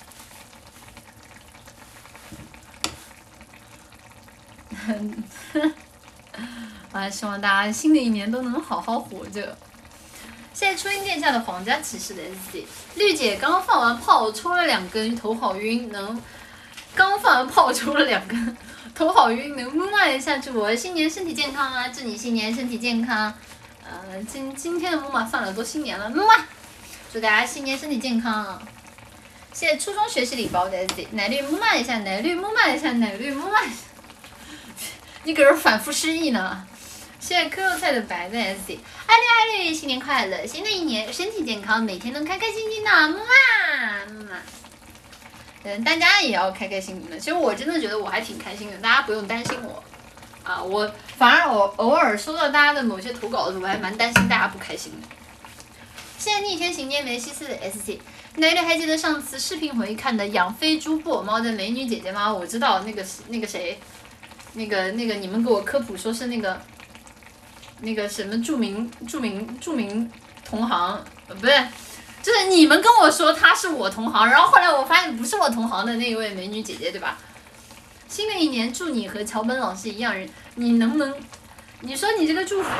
啊，希望大家新的一年都能好好活着。谢谢初音殿下的皇家骑士的 S C， 绿姐刚放完炮抽了两根，头好晕，能刚放完炮抽了两根，头好晕，能木马一下祝我新年身体健康啊！祝你新年身体健康。呃，今今天的木马算了，都新年了，木马，祝大家新年身体健康。谢谢初中学习礼包的 S C， 奶绿木马一下，奶绿木马一下，奶绿木马一下。你搁这反复失忆呢？谢谢嗑肉菜的白的 S C， 爱绿爱绿，新年快乐！新的一年身体健康，每天都开开心心的，木马木马。嗯，大家也要开开心心的。其实我真的觉得我还挺开心的，大家不用担心我。啊，我反而我偶尔收到大家的某些投稿的时候，我还蛮担心大家不开心的。谢谢逆天行间梅西斯的 S C， 奶绿还记得上次视频回看的养飞猪布偶猫的美女姐姐吗？我知道那个那个谁，那个那个你们给我科普说是那个。那个什么著名著名著名同行，呃，不是，就是你们跟我说她是我同行，然后后来我发现不是我同行的那一位美女姐姐，对吧？新的一年祝你和桥本老师一样人，你能不能？你说你这个祝福。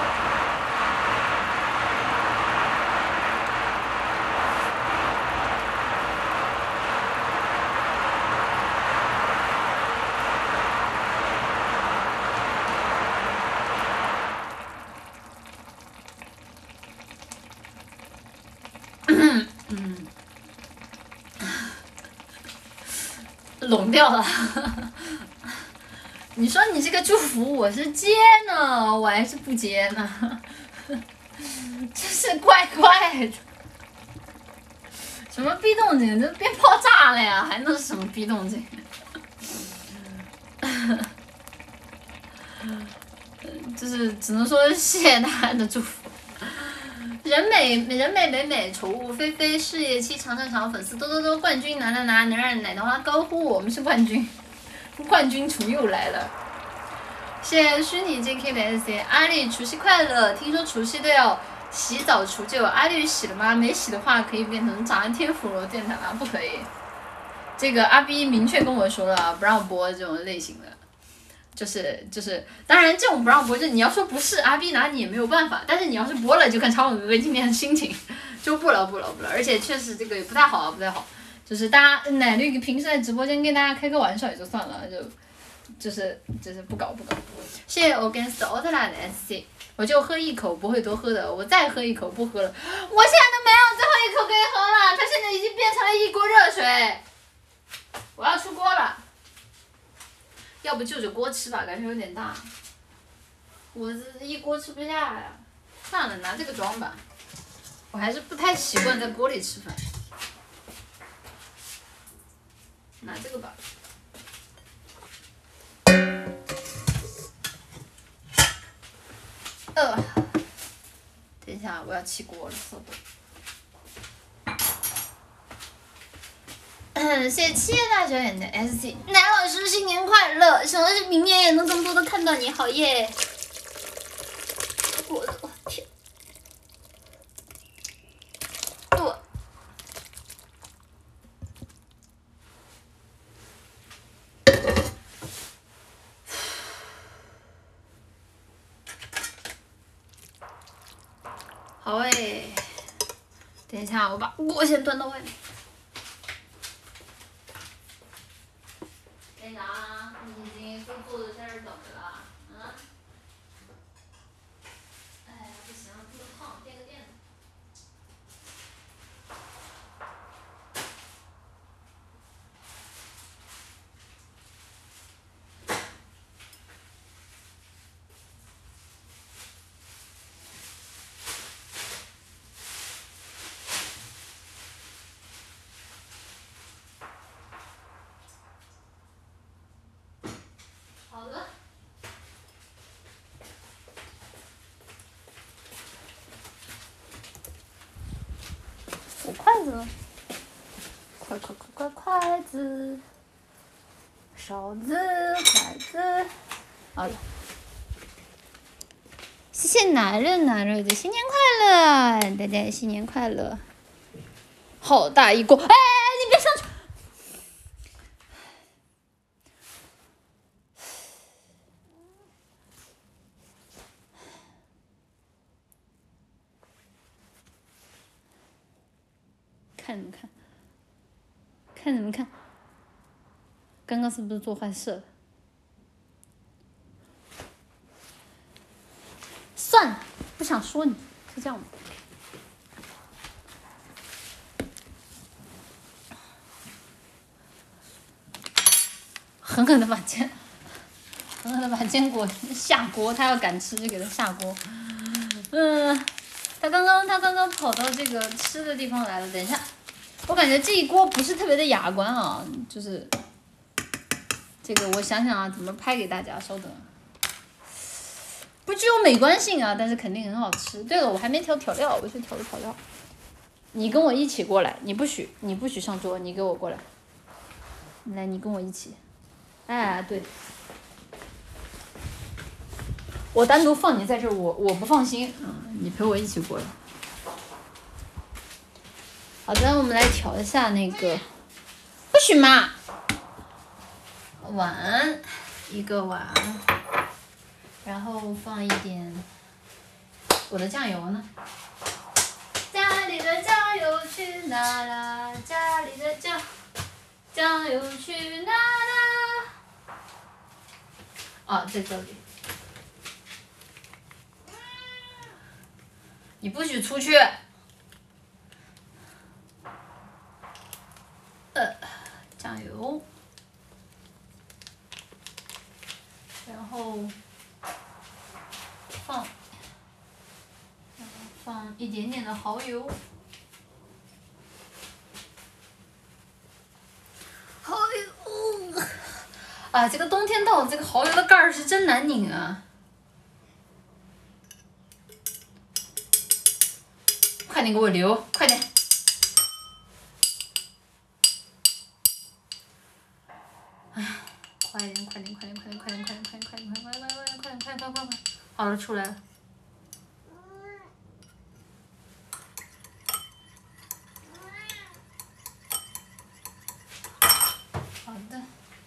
聋掉了，你说你这个祝福我是接呢，我还是不接呢？真是怪怪的。什么逼动静？这鞭炮炸了呀，还能是什么逼动静？就是只能说谢谢大家的祝福。人美人美美美，宠物菲菲，事业期长长长，粉丝多多多，冠军拿拿拿，能让奶奶花高呼我们是冠军，冠军厨又来了。谢谢虚拟 J K 的 S C， 阿绿除夕快乐！听说除夕都要洗澡除旧，阿绿洗了吗？没洗的话可以变成炸天妇罗电台吗？不可以。这个阿 B 明确跟我说了，不让播这种类型的。就是就是，当然这种不让播，就你要说不是阿 B 拿你也没有办法，但是你要是播了，就看长吻哥哥今天的心情，就不了不了不了，而且确实这个也不太好啊，不太好。就是大家奶绿平时在直播间跟大家开个玩笑也就算了，就就是就是不搞不搞。谢谢 Against 奥特拉的 S C， 我就喝一口，不会多喝的，我再喝一口不喝了，我现在都没有最后一口可以喝了，它现在已经变成了一锅热水，我要出锅了。要不就着锅吃吧，感觉有点大。我这一锅吃不下呀，算了，拿这个装吧。我还是不太习惯在锅里吃饭。拿这个吧。呃，等一下，我要起锅了，稍等。 感谢七叶大小眼的 S C 奶老师新年快乐，想的是明年也能更多的看到你，好耶！我我天，我好诶，等一下我把锅先端到外面。等一下啊，你已经就坐着在这儿等着了，啊？哎呀，不行，这么烫，垫个垫子。好的。我筷子呢？筷筷筷筷筷子，勺子，筷子，好了。谢谢拿热拿热的新年快乐，大家新年快乐！好大一锅，哎，你别上去！看你们看，看你们看，刚刚是不是做坏事了？算了，不想说你，就这样吧。狠狠的把坚，狠狠的把坚果下锅，他要敢吃就给他下锅。嗯，他刚刚他刚刚跑到这个吃的地方来了，等一下。我感觉这一锅不是特别的雅观啊，就是这个我想想啊，怎么拍给大家？稍等，不具有美观性啊，但是肯定很好吃。对了，我还没调调料，我去调个调料。你跟我一起过来，你不许你不许上桌，你给我过来。来，你跟我一起。哎，对，我单独放你在这儿，我我不放心，嗯，你陪我一起过来。好的，我们来调一下那个，不许嘛，碗，一个碗，然后放一点我的酱油呢？家里的酱油去哪了？家里的酱酱油去哪了？啊，在这里。你不许出去。呃，酱油，然后放，然后放一点点的蚝油，蚝油，啊，这个冬天到，这个蚝油的盖儿是真难拧啊！快点给我留，快点！哎，快点，快点，快点，快点，快点，快点，快点，快点，快点，快点，快点，快点，快点，快点，快点！好了，出来了。好的。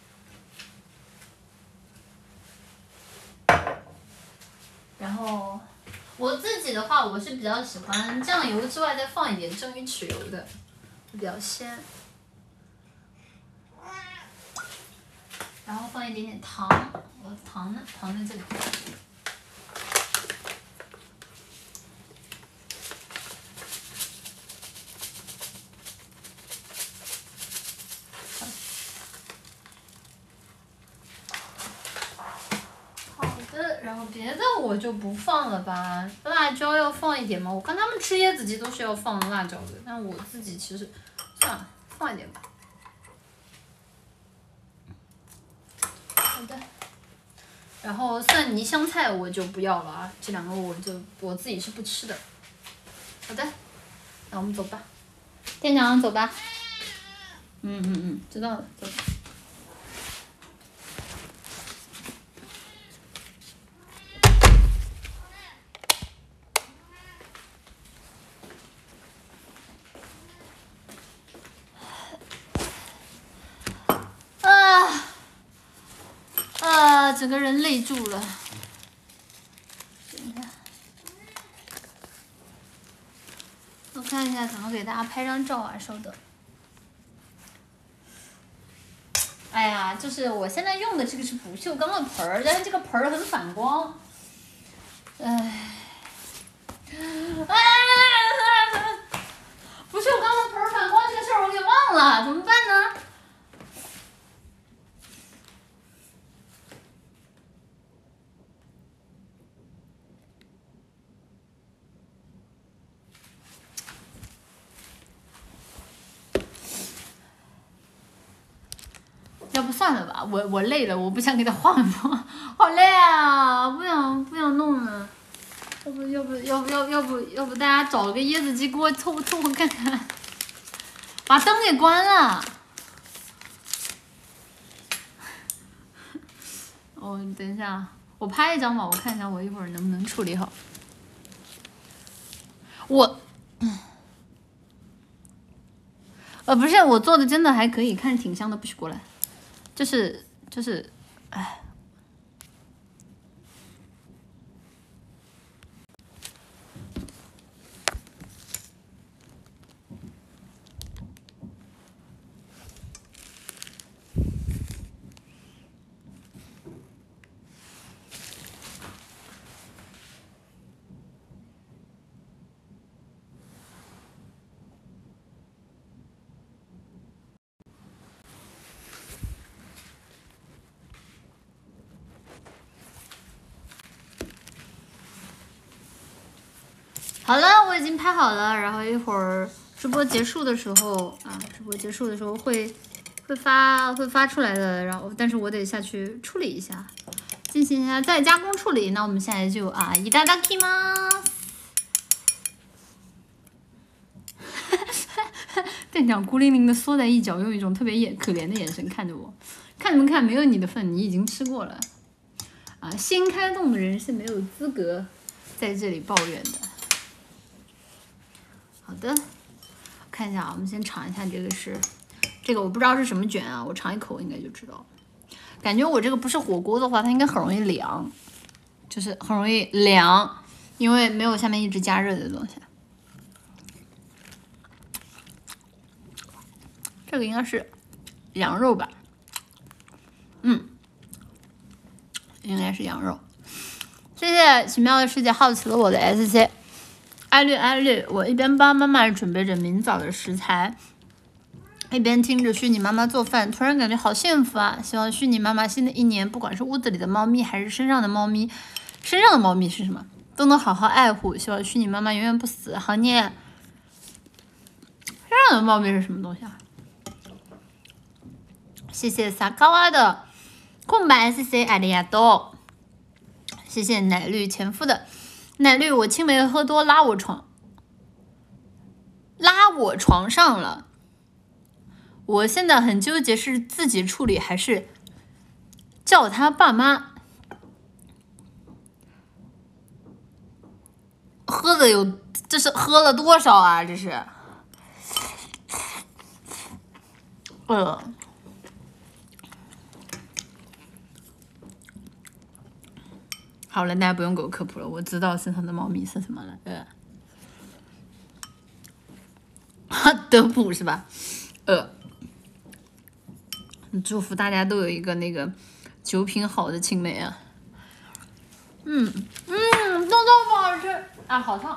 然后我自己的话，我是比较喜欢酱油之外再放一点蒸鱼豉油的，比较鲜。然后放一点点糖，我的糖呢？糖在这里。好的，然后别的我就不放了吧。辣椒要放一点吗？我看他们吃椰子鸡都是要放辣椒的，但我自己其实算了，放一点吧。好的。然后蒜泥香菜我就不要了啊，这两个我就我自己是不吃的。好的，那我们走吧，店长走吧。 嗯嗯嗯，知道了，走。啊啊！整个人累住了。等一下，我看一下怎么给大家拍张照啊，稍等。哎呀，就是我现在用的这个是不锈钢的盆儿，但是这个盆儿很反光。哎，哎，不锈钢的盆儿反光这个事儿我给忘了，怎么办呢？要不算了吧，我我累了，我不想给他换换，好累啊，不想不想弄了。要不要不要不要要不要不大家找个椰子鸡给我凑凑合看看，把灯给关了。哦，等一下，我拍一张吧，我看一下我一会儿能不能处理好。我，呃，不是，我做的真的还可以，看着挺香的，不许过来。就是就是，哎。好了，我已经拍好了，然后一会儿直播结束的时候啊，直播结束的时候会会发会发出来的，然后但是我得下去处理一下，进行一下再加工处理。那我们现在就啊，いただきます。店长孤零零的缩在一角，用一种特别眼可怜的眼神看着我，看什么看？没有你的份，你已经吃过了。啊，新开动的人是没有资格在这里抱怨的。好的，看一下啊，我们先尝一下这个是，这个我不知道是什么卷啊，我尝一口应该就知道了。感觉我这个不是火锅的话，它应该很容易凉，就是很容易凉，因为没有下面一直加热的东西。这个应该是羊肉吧？嗯，应该是羊肉。谢谢奇妙的世界好奇了我的 S C。艾绿艾绿，我一边帮妈妈准备着明早的食材，一边听着虚拟妈妈做饭，突然感觉好幸福啊！希望虚拟妈妈新的一年，不管是屋子里的猫咪还是身上的猫咪，身上的猫咪是什么，都能好好爱护。希望虚拟妈妈永远不死。好念，身上的猫咪是什么东西啊？谢谢萨卡瓦的空白 S C 阿里亚多，谢谢奶绿前夫的。奶绿，我青梅喝多拉我床，拉我床上了。我现在很纠结，是自己处理还是叫他爸妈。喝的有，这是喝了多少啊？这是，呃，好了，大家不用给我科普了，我知道身上的猫咪是什么了。呃，德普是吧？呃，祝福大家都有一个那个酒品好的青梅啊。嗯嗯，豆豆腐好吃啊，好烫。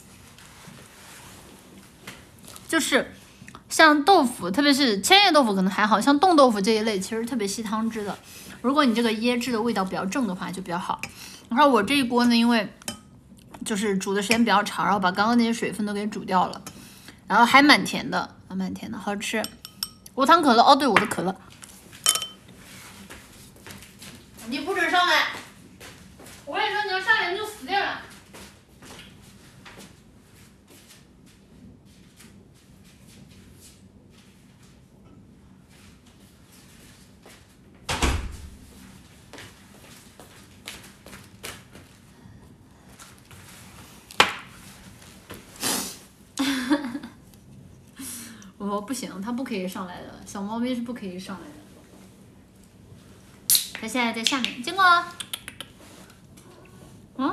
就是像豆腐，特别是千叶豆腐可能还好，像冻豆腐这一类其实特别吸汤汁的。如果你这个椰汁的味道比较正的话，就比较好。然后我这一锅呢，因为就是煮的时间比较长，然后把刚刚那些水分都给煮掉了，然后还蛮甜的，还蛮甜的，好吃。无糖可乐，哦，对，我的可乐，你不准上来！我跟你说，你要上来你就死定了。 哦，不行，它不可以上来的，小猫咪是不可以上来的。它现在在下面，经过。嗯，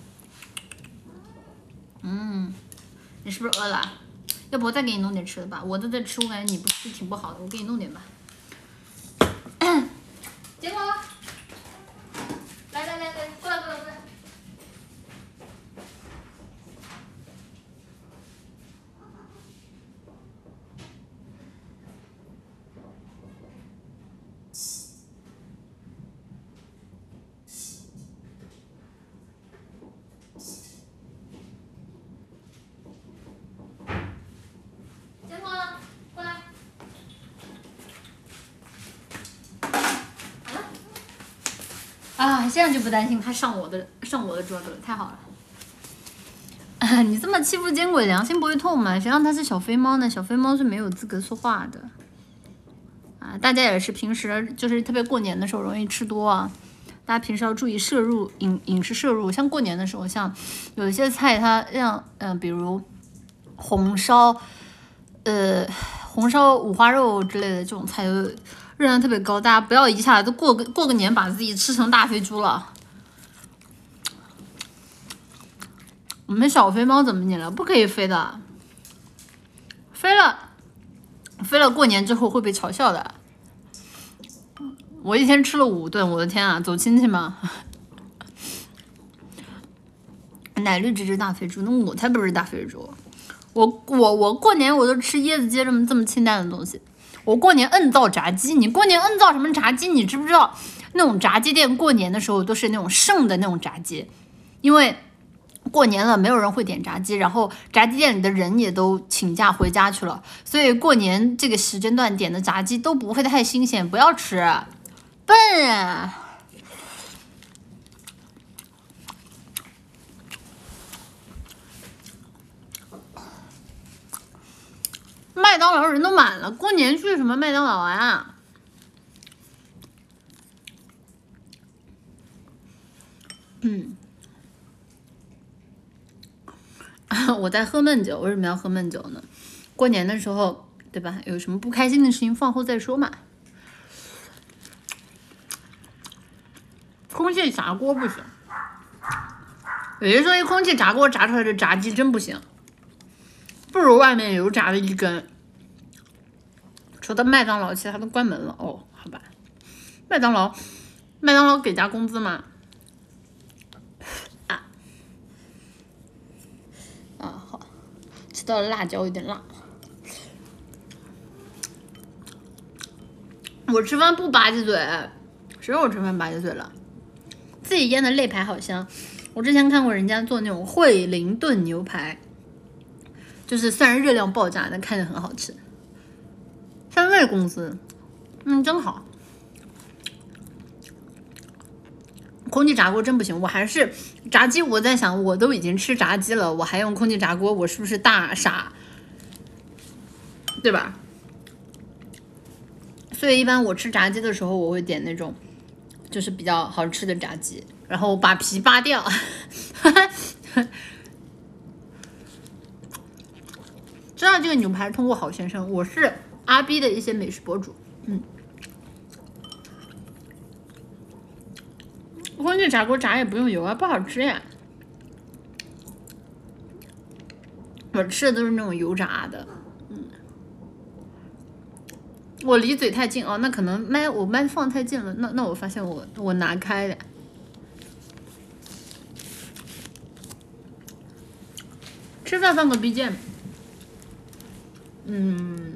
嗯，你是不是饿了？要不我再给你弄点吃的吧？我都在吃，我感觉你不吃挺不好的，我给你弄点吧。经过，来来来来，过来过来过来。啊，这样就不担心它上我的上我的桌子了，太好了。啊，你这么欺负奸鬼，良心不会痛吗？谁让它是小飞猫呢？小飞猫是没有资格说话的。啊，大家也是平时就是特别过年的时候容易吃多啊，大家平时要注意摄入饮饮食摄入。像过年的时候，像有一些菜它让嗯、呃，比如红烧，呃，红烧五花肉之类的这种菜。热量特别高，大家不要一下子过个过个年把自己吃成大肥猪了。我们小飞猫怎么你了？不可以飞的，飞了，飞了过年之后会被嘲笑的。我一天吃了五顿，我的天啊，走亲戚吗？奶绿这只大肥猪，那我才不是大肥猪。我我我过年我都吃椰子鸡这么这么清淡的东西。我过年摁造炸鸡，你过年摁造什么炸鸡？你知不知道那种炸鸡店过年的时候都是那种剩的那种炸鸡，因为过年了没有人会点炸鸡，然后炸鸡店里的人也都请假回家去了，所以过年这个时间段点的炸鸡都不会太新鲜，不要吃，笨啊！麦当劳人都满了，过年去什么麦当劳啊？嗯，我在喝闷酒，为什么要喝闷酒呢？过年的时候，对吧？有什么不开心的事情放后再说嘛。空气炸锅不行，有人说一空气炸锅炸出来的炸鸡真不行，不如外面油炸的一根。除了麦当劳，其他都关门了。哦，好吧。麦当劳，麦当劳给加工资吗？啊啊，好，吃到了辣椒有点辣。我吃饭不吧唧嘴，谁说我吃饭吧唧嘴了？自己腌的肋排好香。我之前看过人家做那种惠灵顿牛排，就是虽然热量爆炸，但看着很好吃。三位公司，嗯，真好。空气炸锅真不行，我还是炸鸡。我在想，我都已经吃炸鸡了，我还用空气炸锅，我是不是大傻？对吧？所以一般我吃炸鸡的时候，我会点那种就是比较好吃的炸鸡，然后把皮扒掉。知道这个牛排通过好先生，我是阿 B 的一些美食博主，嗯，空气炸锅炸也不用油啊，不好吃呀。我吃的都是那种油炸的，嗯，我离嘴太近哦，那可能麦我麦放太近了，那那我发现我我拿开了。吃饭放个 B G M， 嗯。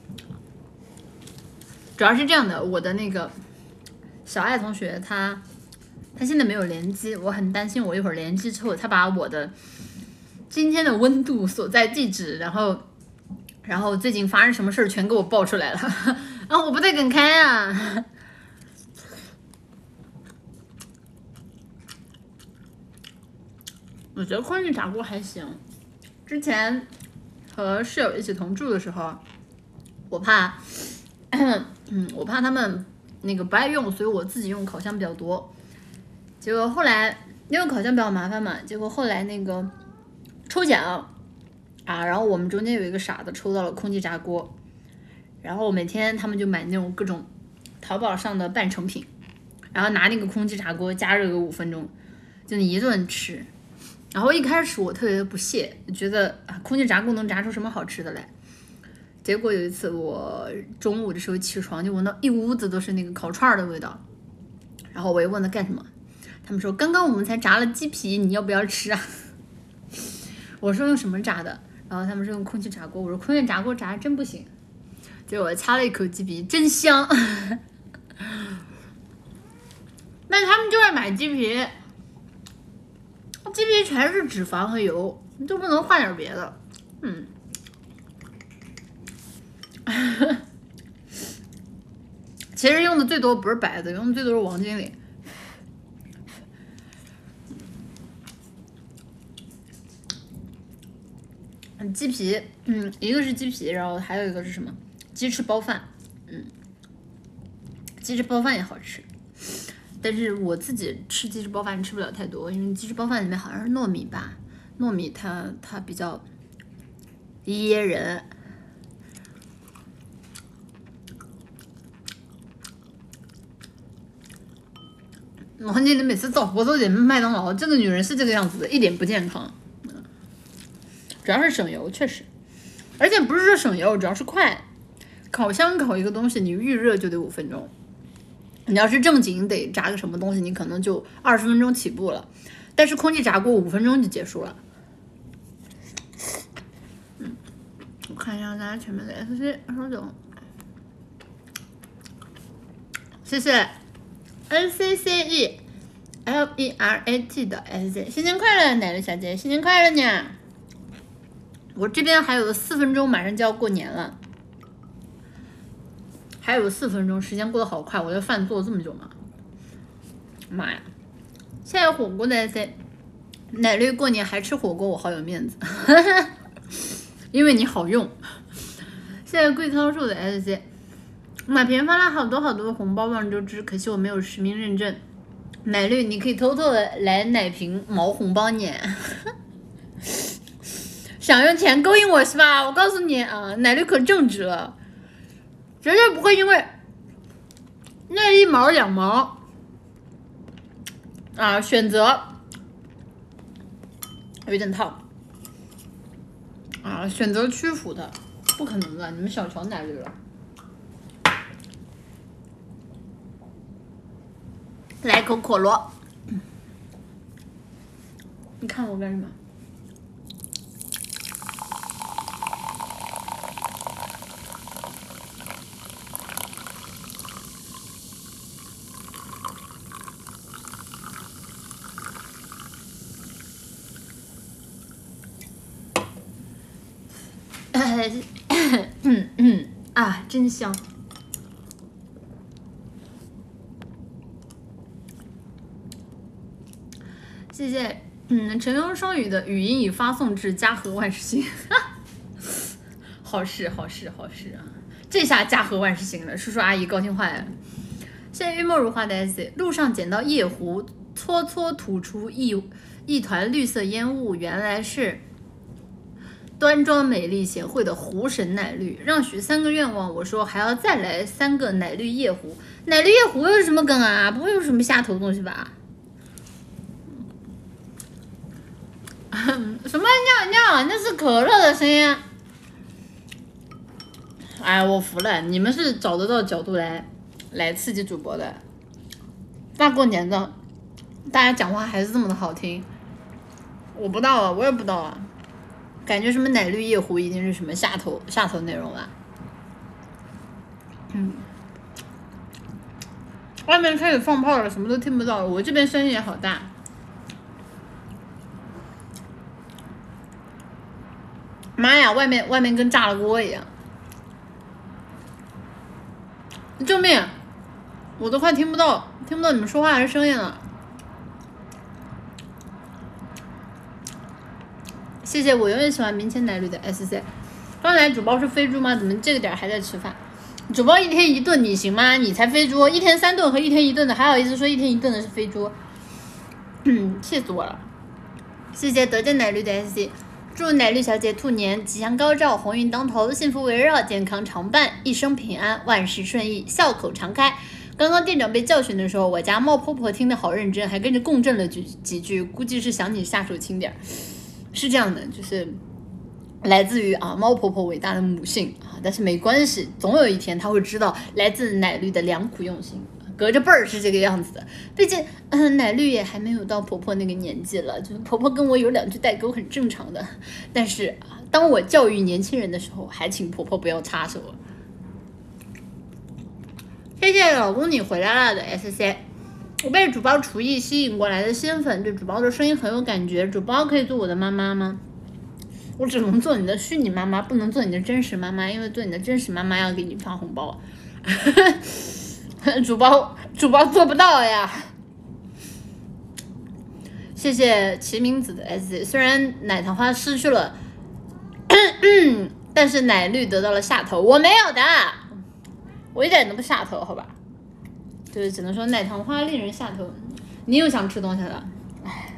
主要是这样的，我的那个小爱同学他他现在没有联机，我很担心我一会儿联机之后，他把我的今天的温度所在地址，然后然后最近发生什么事儿全给我爆出来了，啊，我不太敢开啊。我觉得空气炸锅还行，之前和室友一起同住的时候，我怕。嗯，我怕他们那个不爱用，所以我自己用烤箱比较多。结果后来因为烤箱比较麻烦嘛，结果后来那个抽奖， 啊，然后我们中间有一个傻子抽到了空气炸锅，然后每天他们就买那种各种淘宝上的半成品，然后拿那个空气炸锅加热个五分钟，就你一顿吃。然后一开始我特别不屑，觉得啊空气炸锅能炸出什么好吃的来。结果有一次我中午的时候起床，就闻到一屋子都是那个烤串的味道。然后我又问他干什么，他们说刚刚我们才炸了鸡皮，你要不要吃啊？我说用什么炸的？然后他们说用空气炸锅。我说空气炸锅炸真不行。结果我掐了一口鸡皮，真香。但他们就爱买鸡皮，鸡皮全是脂肪和油，你就不能换点别的？嗯。其实用的最多不是白的，用的最多是王经理。鸡皮，嗯，一个是鸡皮，然后还有一个是什么？鸡翅包饭，嗯，鸡翅包饭也好吃，但是我自己吃鸡翅包饭吃不了太多，因为鸡翅包饭里面好像是糯米吧，糯米它它比较噎人。王经理每次造活都得麦当劳，这个女人是这个样子的，一点不健康。主要是省油，确实，而且不是说省油，主要是快。烤箱烤一个东西，你预热就得五分钟。你要是正经得炸个什么东西，你可能就二十分钟起步了。但是空气炸锅五分钟就结束了。嗯，我看一下大家前面的 S C 稍等，谢谢。N C C E L E R A T 的 S C， 新年快乐，奶酪小姐，新年快乐呢！我这边还有四分钟，马上就要过年了，还有四分钟，时间过得好快。我的饭做了这么久吗？妈呀！现在火锅的 S C， 奶绿过年还吃火锅，我好有面子，因为你好用。现在贵操树的 S C。马平发了好多好多的红包望周知，可惜我没有实名认证。奶绿，你可以偷偷的来奶瓶毛红包呢。想用钱勾引我是吧？我告诉你啊，奶绿可正直了，绝对不会因为那一毛两毛啊选择有点套啊选择屈服的，不可能的，你们小瞧奶绿了。来口可乐，你看我干什么？嗯嗯啊，真香。谢谢，嗯，陈庸双语的语音已发送至嘉禾万事兴，好事好事好事啊！这下嘉禾万事兴了，叔叔阿姨高兴坏了。谢谢玉墨如花的 S， 路上捡到夜壶，搓搓吐出一一团绿色烟雾，原来是端庄美丽贤惠的湖神奶绿。让许三个愿望，我说还要再来三个奶绿夜壶。奶绿夜壶又是什么梗啊？不会有什么下头东西吧？什么尿尿？那是可乐的声音。哎，我服了，你们是找得到角度来来刺激主播的。大过年的，大家讲话还是这么的好听。我不知道啊，我也不知道啊。感觉什么奶绿夜壶一定是什么下头下头内容吧。嗯。外面开始放炮了，什么都听不到了。我这边声音也好大。妈呀，外面外面跟炸了锅一样！救命！我都快听不到听不到你们说话的声音了。谢谢我永远喜欢明前奶绿的 S C。刚才主播是飞猪吗？怎么这个点还在吃饭？主播一天一顿你行吗？你才飞猪，一天三顿和一天一顿的，还好意思说一天一顿的是飞猪？嗯，气死我了！谢谢德正奶绿的 S C。 祝奶绿小姐兔年吉祥高照，鸿运当头，幸福围绕，健康常伴，一生平安，万事顺意，笑口常开。刚刚店长被教训的时候，我家猫婆婆听得好认真，还跟着共振了几几句，估计是想你下手轻点。是这样的，就是来自于啊猫婆婆伟大的母性啊，但是没关系，总有一天她会知道来自奶绿的良苦用心。隔着辈儿是这个样子的，毕竟，嗯，奶绿也还没有到婆婆那个年纪了，就是婆婆跟我有两句代沟很正常的。但是，当我教育年轻人的时候，还请婆婆不要插手。谢谢老公你回来了的 S C， 我被主播厨艺吸引过来的新粉，对主播的声音很有感觉。主播可以做我的妈妈吗？我只能做你的虚拟妈妈，不能做你的真实妈妈，因为做你的真实妈妈要给你发红包。主播主播做不到呀。谢谢齐明子的 S， 虽然奶糖花失去了，但是奶绿得到了下头，我没有的，我一点都不下头，好吧？就是只能说奶糖花令人下头。你又想吃东西了，哎，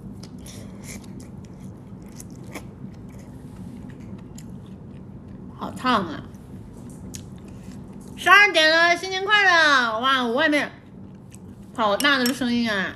好烫啊！十二点了，新年快乐！哇，我外面好大的声音啊！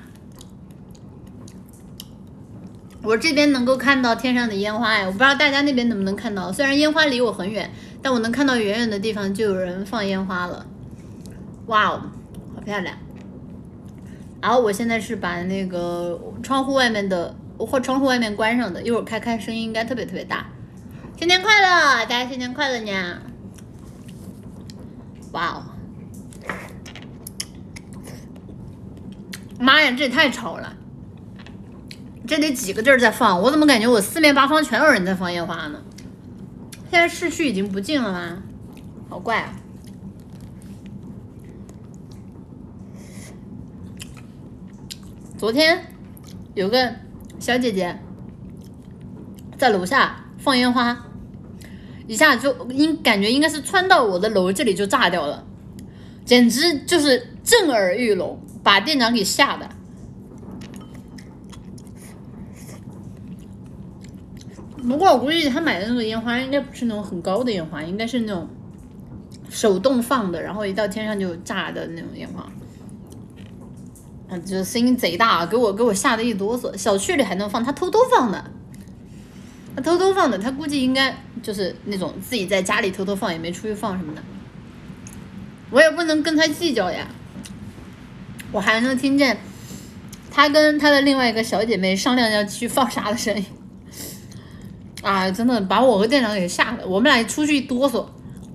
我这边能够看到天上的烟花哎，我不知道大家那边能不能看到。虽然烟花离我很远，但我能看到远远的地方就有人放烟花了。哇哦，好漂亮！然后我现在是把那个窗户外面的或窗户外面关上的，一会儿开开声音应该特别特别大。新年快乐，大家新年快乐呢！哇哦！妈呀，这也太吵了！这得几个地儿在放？我怎么感觉我四面八方全有人在放烟花呢？现在市区已经不近了吗？好怪啊！昨天有个小姐姐在楼下放烟花。一下就应感觉应该是穿到我的楼这里就炸掉了，简直就是震耳欲聋，把店长给吓的。不过我估计他买的那个烟花应该不是那种很高的烟花，应该是那种手动放的，然后一到天上就炸的那种烟花。啊，这声音贼大，给我给我吓得一哆嗦。小区里还能放，他偷偷放的。他偷偷放的，他估计应该就是那种自己在家里偷偷放，也没出去放什么的。我也不能跟他计较呀。我还能听见他跟他的另外一个小姐妹商量要去放啥的声音。啊，真的把我和店长给吓的，我们俩出去一哆嗦。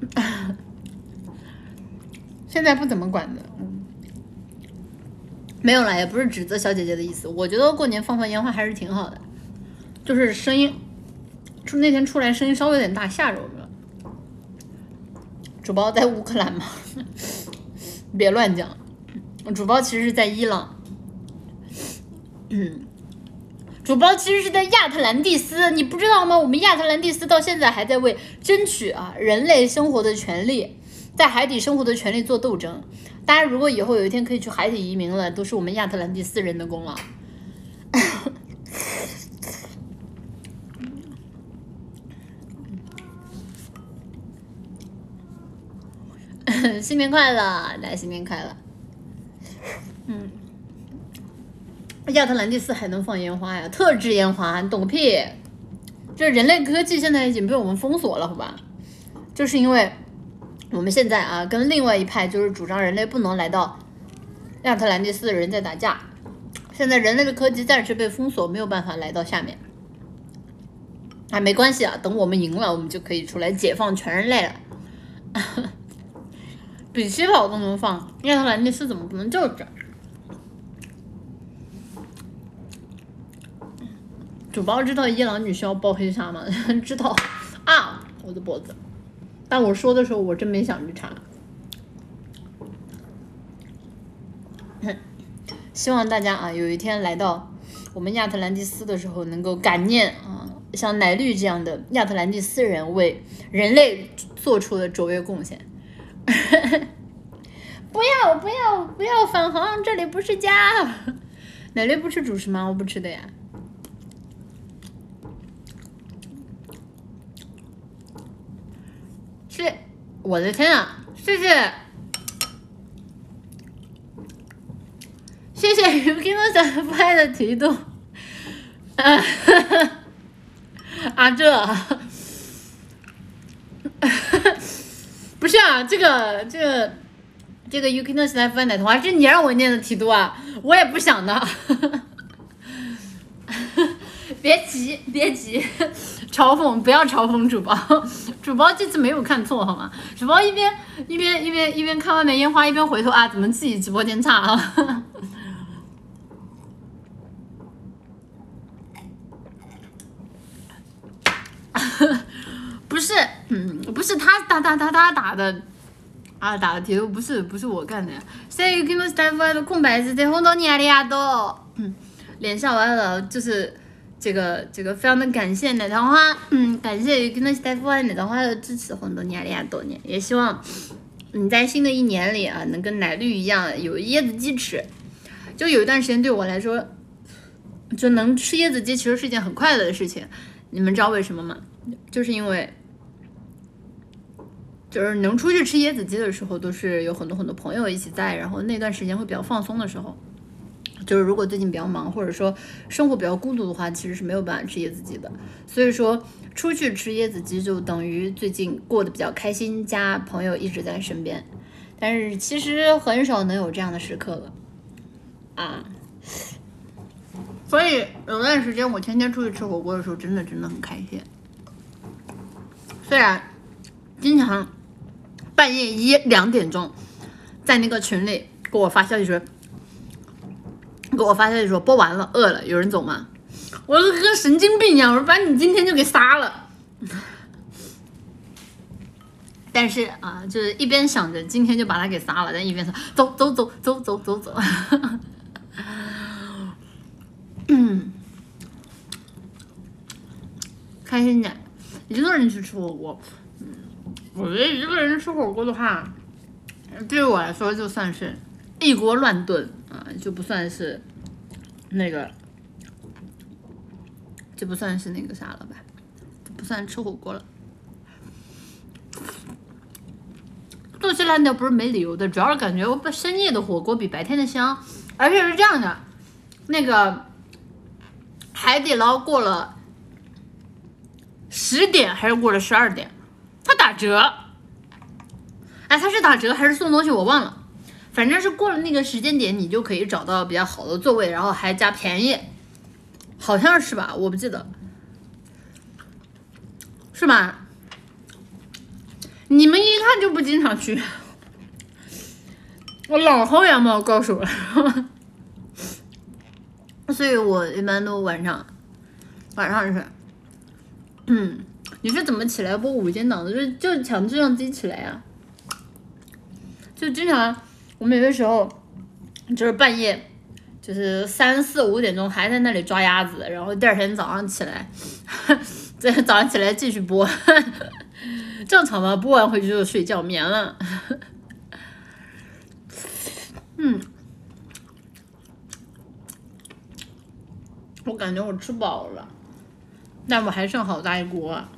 现在不怎么管的，嗯，没有了，也不是指责小姐姐的意思。我觉得过年放放烟花还是挺好的，就是声音。出那天出来声音稍微有点大，吓着我们了。主播在乌克兰吗？别乱讲，主播其实是在伊朗。嗯，主播其实是在亚特兰蒂斯，你不知道吗？我们亚特兰蒂斯到现在还在为争取啊人类生活的权利，在海底生活的权利做斗争。大家如果以后有一天可以去海底移民了，都是我们亚特兰蒂斯人的功劳。新年快乐，大家新年快乐。嗯，亚特兰蒂斯还能放烟花呀？特制烟花，你懂个屁！这人类科技现在已经被我们封锁了，好吧？就是因为我们现在啊，跟另外一派就是主张人类不能来到亚特兰蒂斯的人在打架。现在人类的科技暂时被封锁，没有办法来到下面。啊，没关系啊，等我们赢了，我们就可以出来解放全人类了。比起跑都能放，亚特兰蒂斯怎么不能？就是这。主播知道伊朗女需要包黑纱吗？知道啊，我的脖子。但我说的时候，我真没想去查。希望大家啊，有一天来到我们亚特兰蒂斯的时候，能够感念啊，像奶绿这样的亚特兰蒂斯人为人类做出的卓越贡献。不要不要不要返航，这里不是家。奶绿不吃主食吗？我不吃的呀。 是，我的天啊！谢谢，谢谢 Yukino 小不爱的提度。啊，啊这，不是啊，这个这个这个 Yukino 小不爱奶童话是你让我念的提度啊，我也不想的。别急，别急，嘲讽不要嘲讽主播，主播这次没有看错好吗？主播一边一边一边一边看外面烟花，一边回头啊，怎么自己直播间差啊？不是，嗯，不是他打打打打打的啊，打的题都不是不是我干的呀。谢谢 Yukino Style 的空白字，在红豆你阿里亚多，嗯，连上完了就是。这个这个非常的感谢奶糖花，嗯，感谢跟那些大夫奶糖花的支持，很多年呀多年，也希望你在新的一年里啊，能跟奶绿一样有椰子鸡吃。就有一段时间对我来说，就能吃椰子鸡其实是一件很快乐的事情。你们知道为什么吗？就是因为就是能出去吃椰子鸡的时候，都是有很多很多朋友一起在，然后那段时间会比较放松的时候。就是如果最近比较忙，或者说生活比较孤独的话，其实是没有办法吃椰子鸡的。所以说出去吃椰子鸡就等于最近过得比较开心，加朋友一直在身边。但是其实很少能有这样的时刻了啊。所以有段时间我天天出去吃火锅的时候，真的真的很开心。虽然经常半夜一两点钟在那个群里给我发消息说。给我发消息说播完了，饿了，有人走吗？我就跟神经病一样，我说把你今天就给杀了。但是啊，就是一边想着今天就把他给杀了，但一边说走走走走走走走。嗯，开心点，一个人去吃火锅。嗯，我觉得一个人吃火锅的话，对于我来说就算是一锅乱炖。啊，就不算是那个，就不算是那个啥了吧，就不算吃火锅了。做起烂掉不是没理由的，主要是感觉我深夜的火锅比白天的香，而且是这样的，那个海底捞过了十点还是过了十二点，它打折，哎，它是打折还是送东西我忘了。反正是过了那个时间点，你就可以找到比较好的座位，然后还加便宜，好像是吧？我不记得，是吧？你们一看就不经常去，我老后仰嘛，我告诉我，所以我一般都晚上，晚上是，嗯，你是怎么起来播午间档的？就就强制让自己起来呀、啊，就经常。我们有的时候就是半夜，就是三四五点钟还在那里抓鸭子，然后第二天早上起来，这早上起来继续播，正常嘛，播完回去就睡觉眠了。嗯，我感觉我吃饱了，但我还剩好大一锅、啊。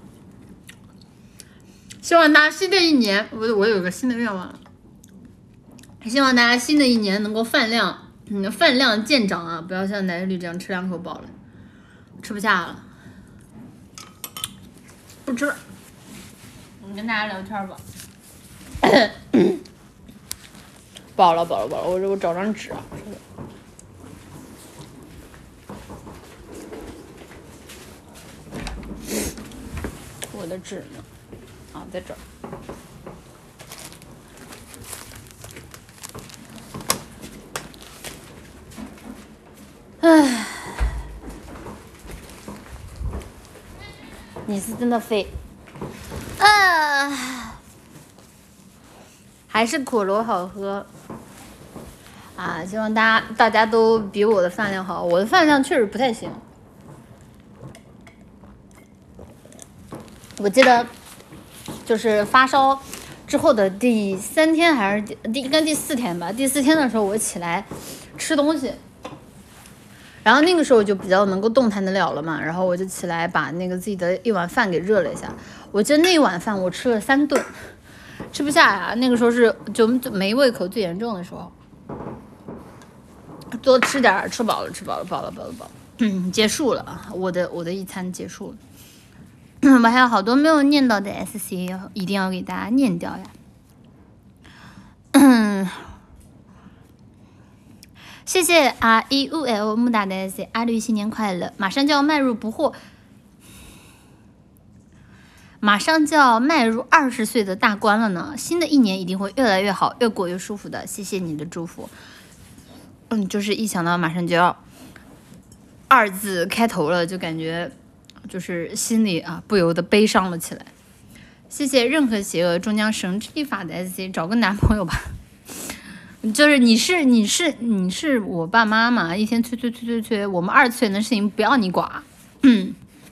希望大家新的一年，我我有个新的愿望。希望大家新的一年能够饭量，嗯，饭量见长啊！不要像奶绿这样吃两口饱了，吃不下了，不吃。我跟大家聊天吧。饱了，饱了，饱了！我我找张纸啊。我的纸呢？啊，在这儿。唉，你是真的废啊！还是可乐好喝啊！希望大家大家都比我的饭量好，我的饭量确实不太行。我记得就是发烧之后的第三天还是第应该第四天吧，第四天的时候我起来吃东西。 然后那个时候我就比较能够动弹得了了嘛，然后我就起来把那个自己的一碗饭给热了一下。我记得那一碗饭我吃了三顿，吃不下呀。那个时候是就没胃口最严重的时候，多吃点，吃饱了，吃饱了，饱了，饱了，饱了。嗯，结束了啊，我的我的一餐结束了。我还有好多没有念到的 S C， 一定要给大家念掉呀。嗯，谢谢 R E U L 木达的 S C， 阿绿新年快乐！马上就要迈入不惑，马上就要迈入二十岁的大关了呢。新的一年一定会越来越好，越过越舒服的。谢谢你的祝福。嗯，就是一想到马上就要二字开头了，就感觉就是心里啊不由得悲伤了起来。谢谢任何邪恶终将绳之以法的 S C， 找个男朋友吧。就是你是你是你是我爸妈嘛，一天催催催催催，我们二次元的事情不要你管。嗯，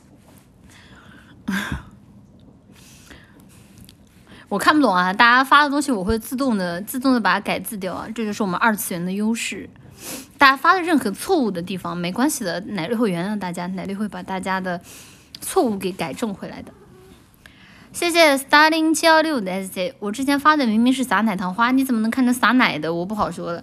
我看不懂啊，大家发的东西我会自动的自动的把它改字掉啊，这就是我们二次元的优势。大家发的任何错误的地方没关系的，奶绿会原谅大家，奶绿会把大家的错误给改正回来的。谢谢 Starling 七幺六的 S J， 我之前发的明明是撒奶糖花，你怎么能看成撒奶的？我不好说了。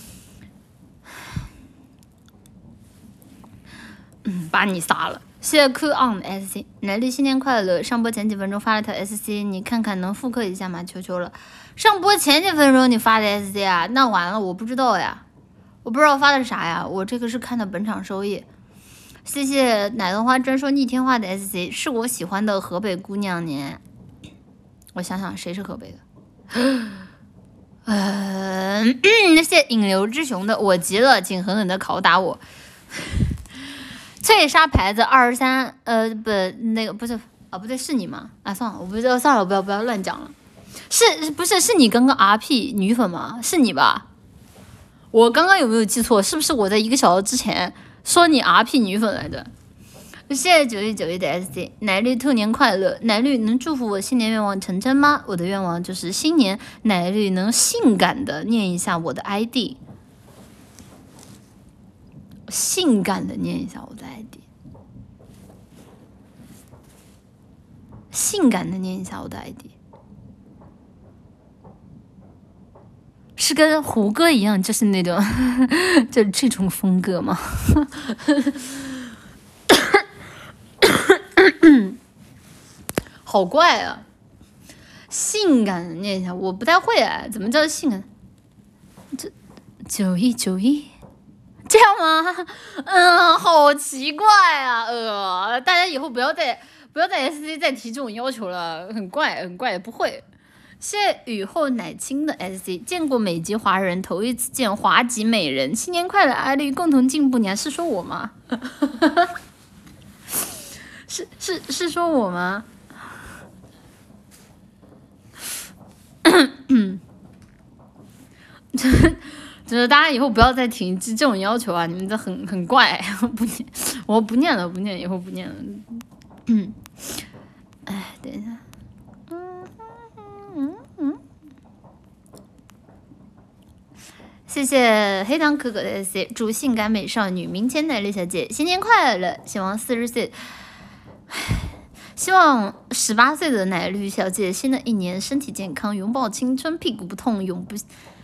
嗯，把你撒了。谢谢 Cool On 的 S C， 奶绿新年快乐！上播前几分钟发了条 S C， 你看看能复刻一下吗？求求了！上播前几分钟你发的 S C 啊？那完了，我不知道呀，我不知道发的啥呀，我这个是看的本场收益。谢谢奶豆花专说逆天话的 S C， 是我喜欢的河北姑娘呢。我想想，谁是河北的？嗯，嗯谢谢引流之雄的，我急了，请狠狠的拷打我。翠纱牌子二十三，呃，不，那个不是啊，不对，是你吗？啊，算了，我不知道，算了，不要不要乱讲了。是不是是你刚刚 R P 女粉吗？是你吧？我刚刚有没有记错？是不是我在一个小时之前？说你 R P 女粉来着，谢谢九一九一的 S C， 奶绿兔年快乐，奶绿能祝福我新年愿望成真吗？我的愿望就是新年奶绿能性感的念一下我的 I D， 性感的念一下我的 I D， 性感的念一下我的 I D， 是跟胡歌一样，就是那种，就是这种风格吗？好怪啊！性感的念一下，我不太会哎，怎么叫性感？这九一九一，这样吗？嗯，好奇怪啊！呃，大家以后不要再不要在 S C 再提这种要求了，很怪很怪，不会。谢谢雨后奶青的 S C， 见过美籍华人，头一次见华籍美人，新年快乐，阿绿共同进步。你还是说我吗？是是是说我吗？就是就是大家以后不要再提这种要求啊！你们这很很怪，不念，我不念了，不念，以后不念了。嗯，哎，等一下。谢谢黑糖可可的 S C， 祝性感美少女明前奶绿小姐新年快乐！希望四十岁，希望十八岁的奶绿小姐新的一年身体健康，拥抱青春，屁股不痛，永不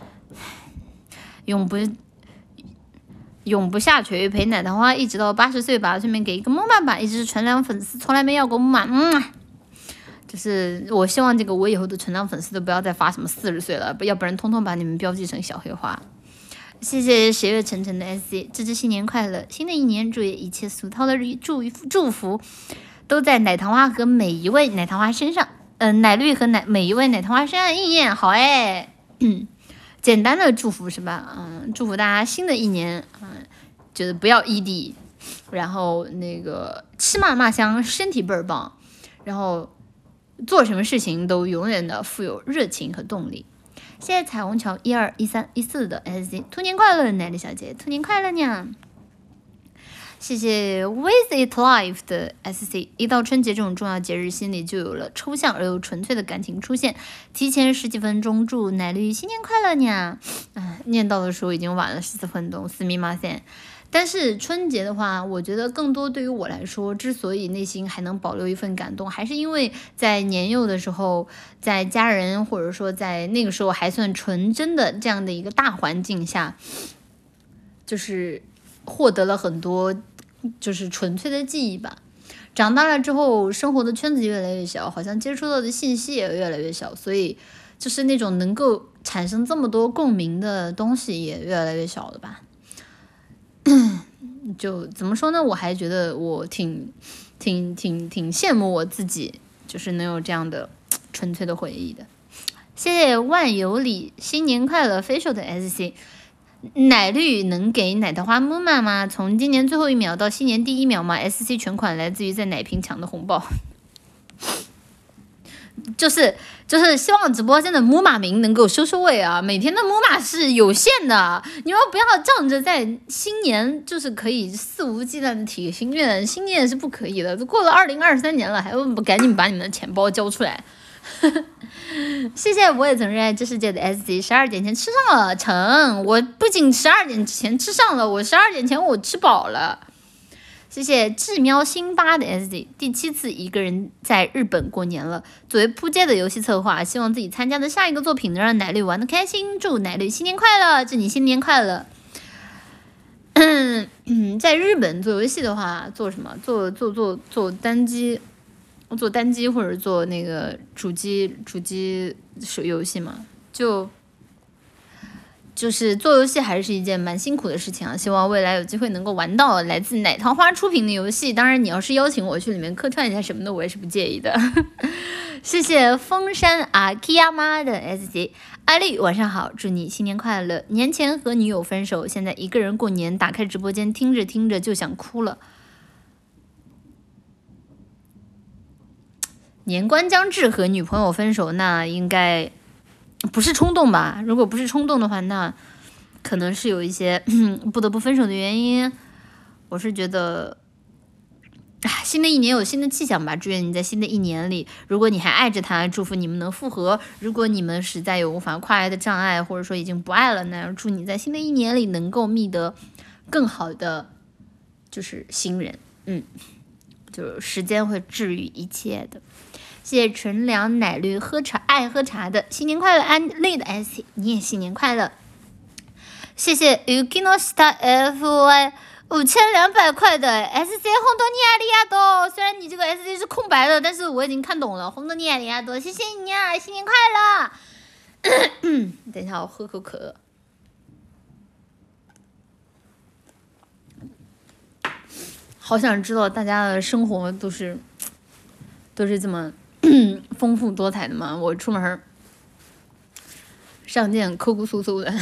永不永不下垂，陪奶糖花一直到八十岁吧。顺便给一个么么吧，一直是纯良粉丝，从来没要过么么。嗯，就是我希望这个我以后的纯良粉丝都不要再发什么四十岁了，要不然通通把你们标记成小黑花。谢谢十月晨晨的 S C， 芝芝新年快乐！新的一年，祝愿一切俗套的祝祝福都在奶糖花和每一位奶糖花身上，嗯、呃，奶绿和奶每一位奶糖花身上应验。好哎，嗯，简单的祝福是吧？嗯，祝福大家新的一年，嗯，就是不要异地，然后那个吃嘛嘛香，身体倍儿棒，然后做什么事情都永远的富有热情和动力。谢谢彩虹桥一二一三一四的 S C， 兔年快乐，奶奶小姐，兔年快乐呢！谢谢 With It Life 的 S C， 一到春节这种重要节日，心里就有了抽象而又纯粹的感情出现。提前十几分钟祝奶绿新年快乐呢！嗯，念到的时候已经晚了十四分钟，斯密马塞。 但是春节的话，我觉得更多对于我来说，之所以内心还能保留一份感动，还是因为在年幼的时候，在家人或者说在那个时候还算纯真的这样的一个大环境下，就是获得了很多就是纯粹的记忆吧。长大了之后，生活的圈子越来越小，好像接触到的信息也越来越小，所以就是那种能够产生这么多共鸣的东西也越来越少了吧。就怎么说呢，我还觉得我挺挺挺挺羡慕我自己，就是能有这样的纯粹的回忆的。谢谢万有里，新年快乐 facial 的 S C。奶绿能给奶桃花木马吗？从今年最后一秒到新年第一秒吗 ？S C 全款来自于在奶瓶抢的红包。就是就是希望直播间的木马名能够收收尾啊！每天的木马是有限的，你们不要仗着在新年就是可以肆无忌惮的体心愿，新年也是不可以的。都过了二零二三年了，还不赶紧把你们的钱包交出来！谢谢我也曾热爱这世界的 S C， 十二点前吃上了成，我不仅十二点前吃上了，我十二点前我吃饱了。谢谢智喵辛巴的 S D， 第七次一个人在日本过年了。作为扑街的游戏策划，希望自己参加的下一个作品能让奶绿玩得开心。祝奶绿新年快乐，祝你新年快乐。嗯，在日本做游戏的话，做什么？做做做做单机，做单机或者做那个主机主机手游戏嘛？就。就是做游戏还是一件蛮辛苦的事情啊，希望未来有机会能够玩到来自奶桃花出品的游戏。当然，你要是邀请我去里面客串一下什么的，我也是不介意的。谢谢风山阿基亚妈的 S C， 艾丽晚上好，祝你新年快乐。年前和女友分手，现在一个人过年，打开直播间听着听着就想哭了。年关将至，和女朋友分手，那应该。不是冲动吧？如果不是冲动的话，那可能是有一些不得不分手的原因。我是觉得，唉，新的一年有新的气象吧。祝愿你在新的一年里，如果你还爱着他，祝福你们能复合；如果你们实在有无法跨越的障碍，或者说已经不爱了，那祝你在新的一年里能够觅得更好的就是新人。嗯，就是时间会治愈一切的。谢谢纯粮奶绿喝茶爱喝茶的新年快乐，安利的 S， 你也新年快乐。谢谢 Ukinoshita F Y 五千两百块的 S C 红豆尼亚利亚多，虽然你这个 S C 是空白的，但是我已经看懂了。红豆尼亚利亚多，谢谢你啊，新年快乐。等一下，我喝口可乐。好想知道大家的生活都是都是这么。丰富多彩的嘛，我出门上见抠抠搜搜的，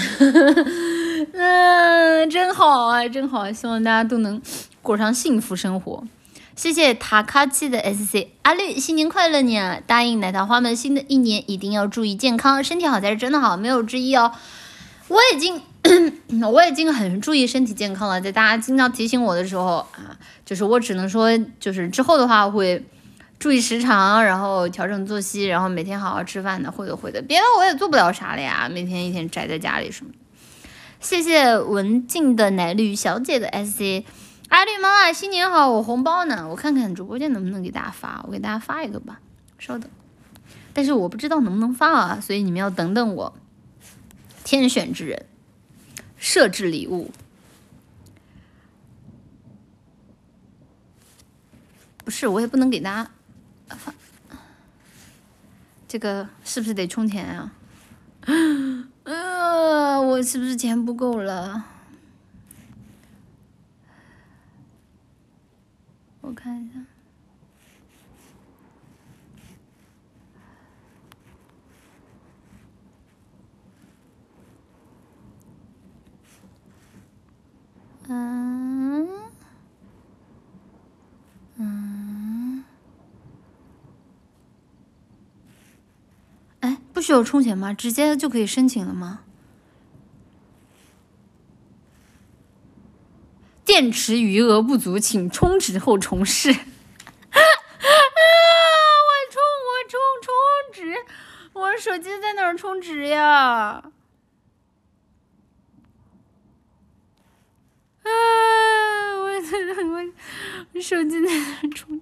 嗯，真好啊，真好！希望大家都能过上幸福生活。谢谢塔卡奇的 S C， 阿绿新年快乐你啊！答应奶桃花们，新的一年一定要注意健康，身体好才是真的好，没有之一哦。我已经我已经很注意身体健康了，在大家经常提醒我的时候啊，就是我只能说，就是之后的话会。注意时长，然后调整作息，然后每天好好吃饭的，会的会的，别的我也做不了啥了呀，每天一天宅在家里什么的。谢谢文静的奶绿小姐的 S C， 阿绿妈妈新年好，我红包呢？我看看直播间能不能给大家发，我给大家发一个吧，稍等。但是我不知道能不能发啊，所以你们要等等我。天选之人，设置礼物。不是，我也不能给大家。这个是不是得充钱啊？呃，我是不是钱不够了？我看一下。嗯嗯。哎，不需要充钱吗？直接就可以申请了吗？电池余额不足，请充值后重试。啊！我充我充充值，我手机在哪儿充值呀？啊！ 我我手机在哪充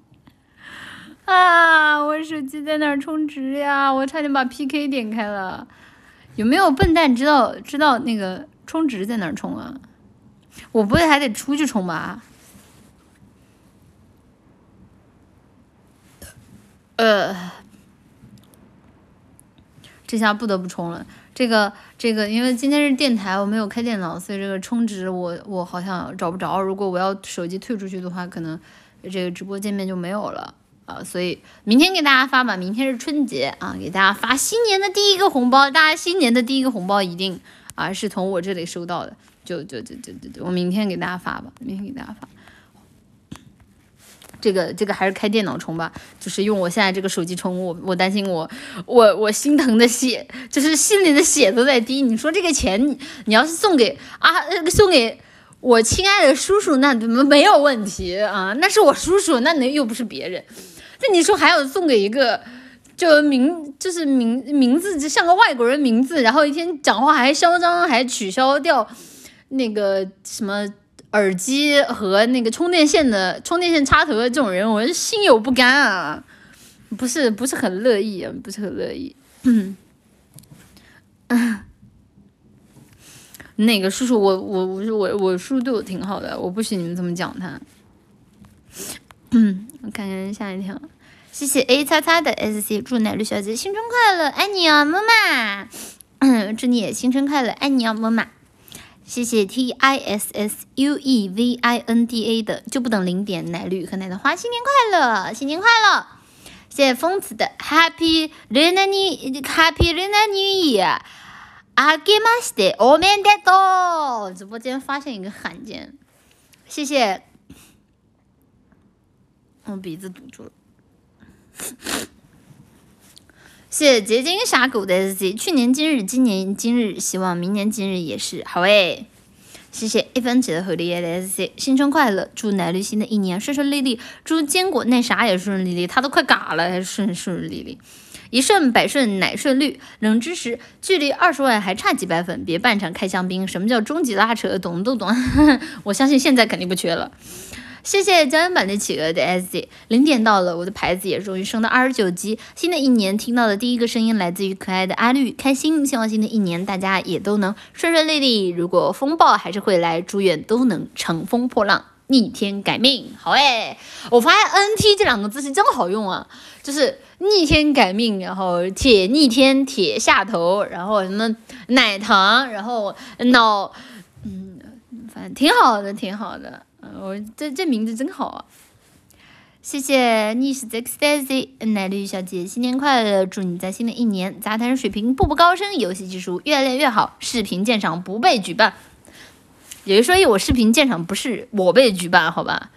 啊？我手机在哪充值呀？我差点把 P K 点开了。有没有笨蛋知道知道那个充值在哪充啊？我不会还得出去充吧？呃，这下不得不充了。这个这个，因为今天是电台，我没有开电脑，所以这个充值我我好像找不着。如果我要手机退出去的话，可能这个直播界面就没有了啊、呃。所以明天给大家发吧，明天是春节啊，给大家发新年的第一个红包。大家新年的第一个红包一定啊是从我这里收到的，就就就就就我明天给大家发吧，明天给大家发。这个这个还是开电脑充吧，就是用我现在这个手机充，我我担心我我我心疼的血，就是心里的血都在滴。你说这个钱你你要是送给啊送给我亲爱的叔叔，那没有问题啊，那是我叔叔，那又不是别人。那你说还有送给一个就名就是名名字就像个外国人名字，然后一天讲话还嚣张，还取消掉那个什么耳机和那个充电线的充电线插头的这种人，我是心有不甘啊，不是不是很乐意啊，不是很乐意。嗯，那个叔叔，我我我我我叔叔对我挺好的，我不许你们这么讲他。嗯，我看看下一条，谢谢 A 叉叉的 S C， 祝奶绿小姐新春快乐，爱你啊，么么。嗯，祝你也新春快乐，爱你啊，么么。谢谢 T I S S U E V I N D A 的就不等零点奶绿和奶的花，新年快乐，新年快乐！谢谢疯子的 Happy Lunar New Happy Lunar New Year， あけましておめでとう！直播间发现一个罕见，谢谢，我鼻子堵住了。谢谢结晶傻狗的 S C， 去年今日，今年今日，希望明年今日也是好诶。谢谢一分钱的和力的 S C， 新春快乐，祝奶绿新的一年顺顺利利，祝坚果那啥也顺顺利利，他都快嘎了还顺顺利利，一顺百顺乃顺利。冷知识，距离二十万还差几百粉，别半场开香槟。什么叫终极拉扯？懂都懂。我相信现在肯定不缺了。谢谢胶原版的企鹅的 S Z， 零点到了，我的牌子也终于升到二十九级。新的一年听到的第一个声音来自于可爱的阿绿，开心。希望新的一年大家也都能顺顺利利。如果风暴还是会来，祝愿都能乘风破浪，逆天改命。好诶，我发现 N T 这两个字是真好用啊，就是逆天改命，然后铁逆天，铁下头，然后什么奶糖，然后脑，嗯，反正挺好的，挺好的。我、哦、这这名字真好啊！谢谢逆是 Zextazy 奶绿小姐，新年快乐！祝你在新的一年杂谈水平步步高升，游戏技术越练越好，视频鉴赏不被举办。有人说我视频鉴赏不是我被举办，好吧？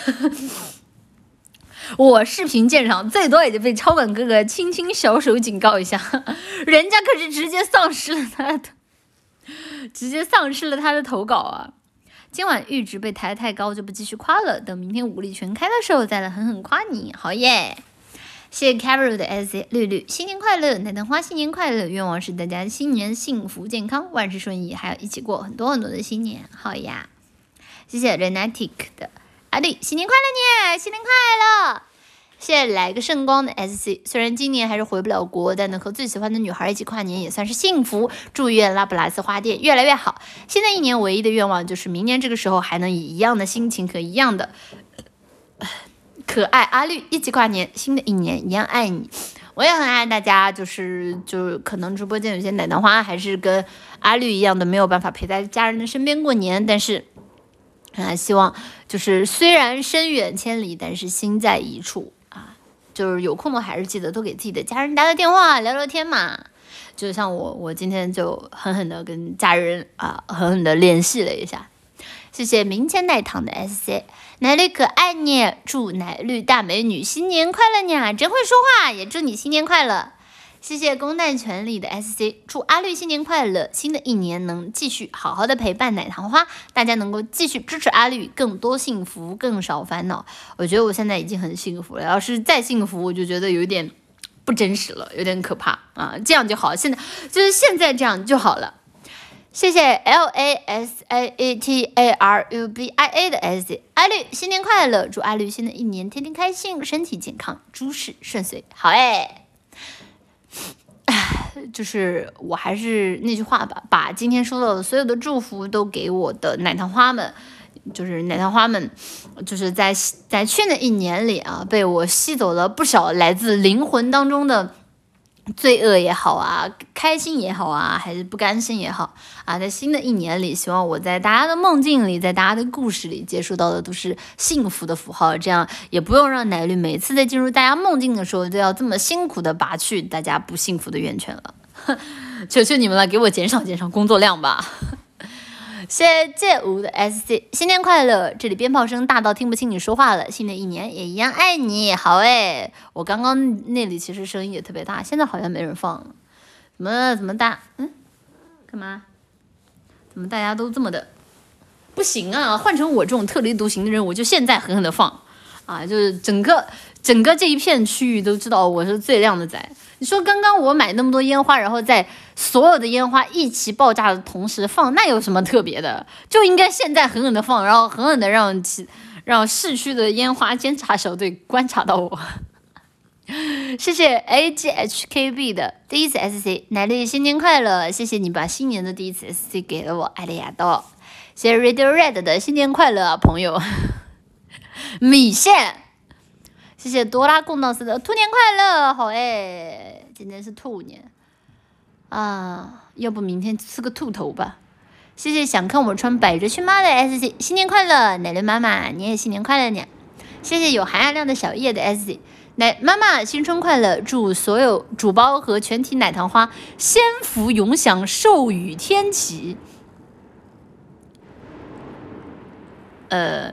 我视频鉴赏最多也就被超管哥哥轻轻小手警告一下，人家可是直接丧失了他的，直接丧失了他的投稿啊！今晚阈值被抬得太高，就不继续夸了。等明天武力全开的时候，再来狠狠夸你。好耶！谢谢 Carol 的 S 绿绿，新年快乐！奶糖花新年快乐！愿望是大家新年幸福健康，万事顺意，还要一起过很多很多的新年。好呀！谢谢 Renatic 的阿丽，新年快乐你，新年快乐！谢谢来个圣光的 S C， 虽然今年还是回不了国，但能和最喜欢的女孩一起跨年也算是幸福。祝愿拉布拉斯花店越来越好。新的一年唯一的愿望就是明年这个时候还能以一样的心情和一样的可爱阿绿一起跨年。新的一年一样爱你，我也很爱大家。就是就是可能直播间有些奶糖花还是跟阿绿一样的没有办法陪在家人的身边过年，但是啊，希望就是虽然身远千里，但是心在一处。就是有空的还是记得多给自己的家人打个电话聊聊天嘛。就像我，我今天就狠狠的跟家人啊狠狠的联系了一下。谢谢明前奶糖的 S C， 奶绿可爱你，祝奶绿大美女新年快乐呀！真会说话，也祝你新年快乐。谢谢公带权利的 S C， 祝阿绿新年快乐，新的一年能继续好好的陪伴奶糖花，大家能够继续支持阿绿，更多幸福，更少烦恼。我觉得我现在已经很幸福了，要是再幸福，我就觉得有点不真实了，有点可怕啊！这样就好，现在就是现在这样就好了。 谢谢 L A S A E T A R U B I A 的 S， 阿绿新年快乐，祝阿绿新的一年天天开心，身体健康，诸事顺遂。好哎，就是我还是那句话吧，把今天收到的所有的祝福都给我的奶糖花们，就是奶糖花们，就是在在去年一年里啊，被我吸走了不少来自灵魂当中的罪恶也好啊，开心也好啊，还是不甘心也好啊，在新的一年里，希望我在大家的梦境里，在大家的故事里接触到的都是幸福的符号，这样也不用让奶绿每次在进入大家梦境的时候都要这么辛苦的拔去大家不幸福的源泉了。求求你们了，给我减少减少工作量吧。谢谢借五的 S C， 新年快乐！这里鞭炮声大到听不清你说话了。新的一年也一样爱你，好诶，我刚刚那里其实声音也特别大，现在好像没人放了。怎么怎么大？嗯，干嘛？怎么大家都这么的？不行啊！换成我这种特立独行的人，我就现在狠狠的放啊！就是整个整个这一片区域都知道我是最靓的仔。你说刚刚我买那么多烟花，然后在所有的烟花一起爆炸的同时放，那有什么特别的？就应该现在狠狠的放，然后狠狠的让其让市区的烟花监察小队观察到我。谢谢 A G H K B 的第一次 S C， 奶绿新年快乐！谢谢你把新年的第一次 S C 给了我，爱的牙刀。谢谢 Radio Red 的新年快乐啊，朋友。米线。谢谢多拉贡道斯的兔年快乐，好哎，今天是兔年啊，要不明天吃个兔头吧。谢谢想看我穿百褶裙吗的 S C， 新年快乐，奶奶妈妈你也新年快乐呢。谢谢有含氧量的小叶的 S C， 奶妈妈新春快乐，祝所有主包和全体奶糖花仙福永享，寿与天齐。呃。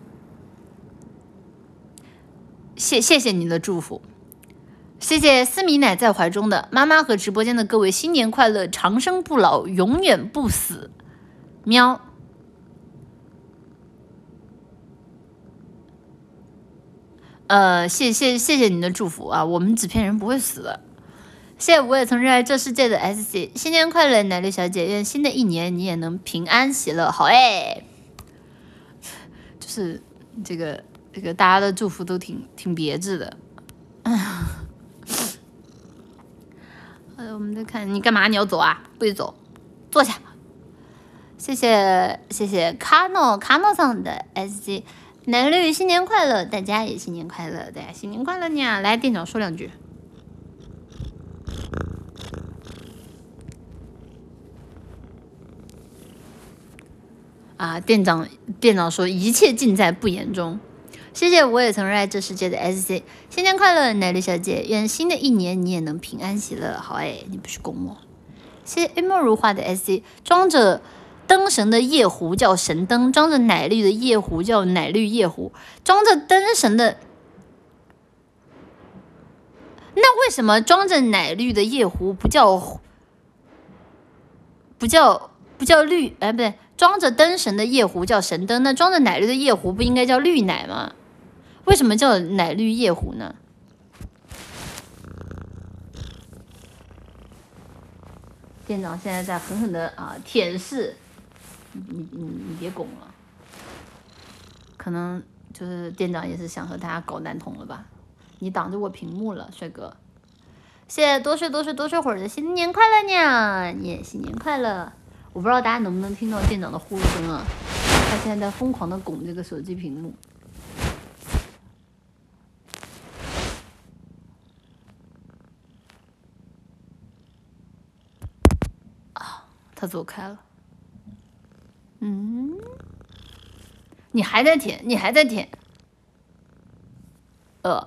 谢谢谢你的祝福，谢谢思米奶在怀中的妈妈和直播间的各位新年快乐，长生不老，永远不死。喵。呃，谢谢谢谢你的祝福啊，我们纸片人不会死的。谢谢我也曾热爱这世界的 S C， 新年快乐，奶绿小姐，愿新的一年你也能平安喜乐。好哎，就是这个。这个大家的祝福都挺挺别致的，呃，我们再看你干嘛？你要走啊？不许走，坐下。谢谢谢谢卡诺卡诺上的 S G， 奶绿新年快乐，大家也新年快乐，大家新年快乐呢！来，店长说两句。啊，店长店长说一切尽在不言中。谢谢我也曾热爱这世界的 S C， 新年快乐，奶绿小姐，愿新的一年你也能平安喜乐。好哎，你不是拱我。谢谢一墨如画的 S C， 装着灯神的夜壶叫神灯，装着奶绿的夜壶叫奶绿夜壶，装着灯神的，那为什么装着奶绿的夜壶不叫不叫不叫绿？哎，不对，装着灯神的夜壶叫神灯，那装着奶绿的夜壶不应该叫绿奶吗？为什么叫奶绿夜壶呢？店长现在在狠狠的啊舔舐，你你你你别拱了，可能就是店长也是想和大家搞男同了吧？你挡着我屏幕了，帅哥。谢谢多睡多睡多睡会儿的新年快乐呢，你也新年快乐。我不知道大家能不能听到店长的呼噜声啊？他现在在疯狂的拱这个手机屏幕。他走开了，嗯，你还在舔，你还在舔，呃，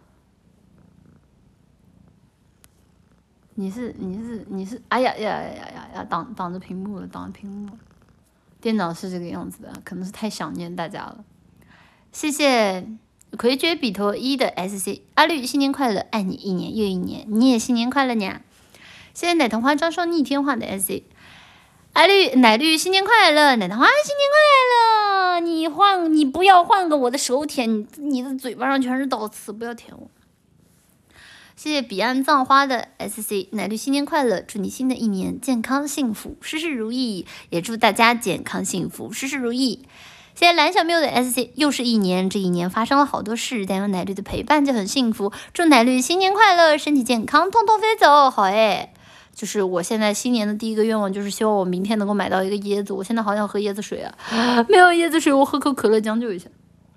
你是你是你是，哎呀呀呀呀呀，挡挡着屏幕了，挡着屏幕了。店长是这个样子的，可能是太想念大家了。谢谢魁爵笔头一的 S C， 阿绿新年快乐，爱你一年又一年，你也新年快乐呢。谢谢奶糖花招收逆天花的 S C。阿绿奶绿新年快乐，奶糖花新年快乐！你换你不要换个我的手舔，你你的嘴巴上全是倒刺，不要舔我。 谢谢彼岸葬花的 S C， 奶绿新年快乐，祝你新的一年健康幸福，事事如意，也祝大家健康幸福，事事如意。谢谢蓝小缪的 S C， 又是一年，这一年发生了好多事，但有奶绿的陪伴就很幸福，祝奶绿新年快乐，身体健康，痛痛飞走，好诶。就是我现在新年的第一个愿望就是希望我明天能够买到一个椰子，我现在好想喝椰子水啊，没有椰子水我喝口可乐将就一下。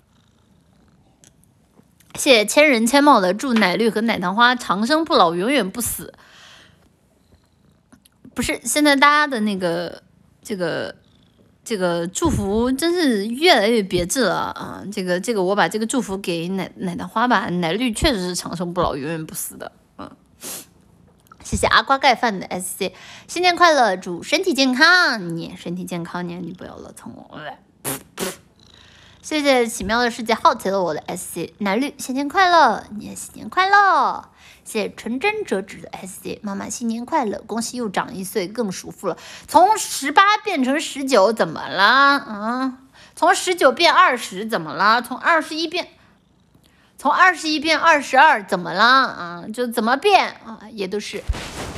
谢谢千人千貌的祝奶绿和奶糖花长生不老，永远不死。不是，现在大家的那个这个这个祝福真是越来越别致了啊！这个这个，我把这个祝福给奶奶糖花吧，奶绿确实是长生不老，永远不死的。嗯，谢谢阿瓜盖饭的 S C， 新年快乐，祝身体健康，你身体健康，你你不要老从我来。谢谢奇妙的世界好奇了我的 S C 奶绿新年快乐，你也新年快乐。谢谢纯真折纸的 S C 妈妈新年快乐，恭喜又长一岁更舒服了，从十八变成十九怎么了啊？从十九变二十怎么了？从二十一变从二十一变二十二怎么了啊？就怎么变啊也都是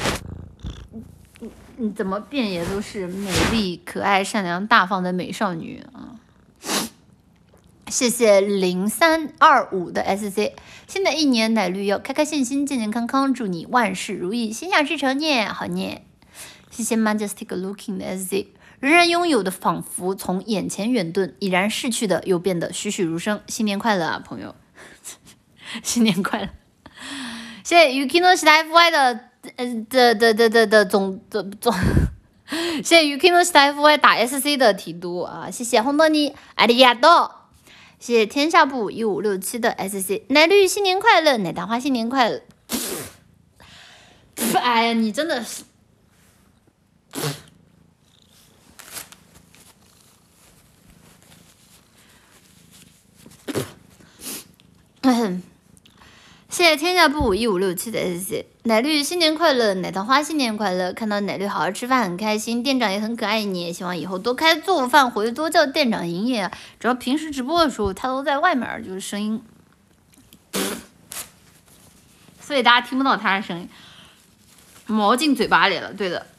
你怎么变也都是美丽可爱善良大方的美少女啊。谢谢零三二五的 S C， 新的一年奶绿要开开心心健健康康，祝你万事如意，心想事成念好念。谢谢 Majestic Looking 的 S C， 仍然拥有的仿佛从眼前远遁，已然逝去的又变得栩栩如生，新年快乐啊朋友新年快乐。谢谢 Yukino 时代 F Y 的呃的的的的的总的总谢谢 Yukino 时代 F Y 打 S C 的提督啊，谢谢红豆泥阿里亚多。谢谢天下部一五六七的 S C， 奶绿新年快乐，奶糖花新年快乐。哎呀，你真的是，谢谢天下部一五六七的 S C， 奶绿新年快乐，奶糖花新年快乐。看到奶绿好好吃饭很开心，店长也很可爱你，也希望以后多开做饭回多叫店长营业。主要平时直播的时候他都在外面，就是声音，所以大家听不到他的声音。毛进嘴巴里了，对的，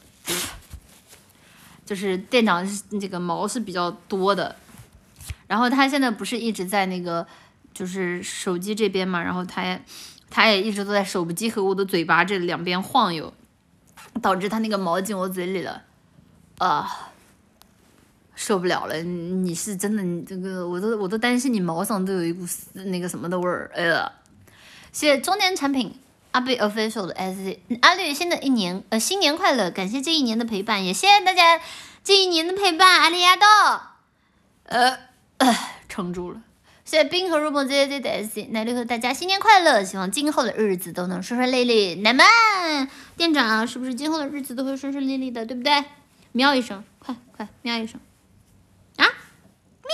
就是店长这个毛是比较多的，然后他现在不是一直在那个就是手机这边嘛，然后他也他也一直都在手机和我的嘴巴这两边晃悠，导致他那个毛进我嘴里了，啊，受不了了！你是真的，你这个我都我都担心你毛上都有一股那个什么的味儿，哎呀！谢谢中年产品阿贝 official 的 S C 阿绿，新的一年呃新年快乐，感谢这一年的陪伴，也谢谢大家这一年的陪伴，阿里亚豆，呃，呃撑住了。谢谢冰和入梦 J J 的 S C 奶绿和大家新年快乐，希望今后的日子都能顺顺利利。奶们，店长是不是今后的日子都会顺顺利利的，对不对？喵一声，快快喵一声啊！喵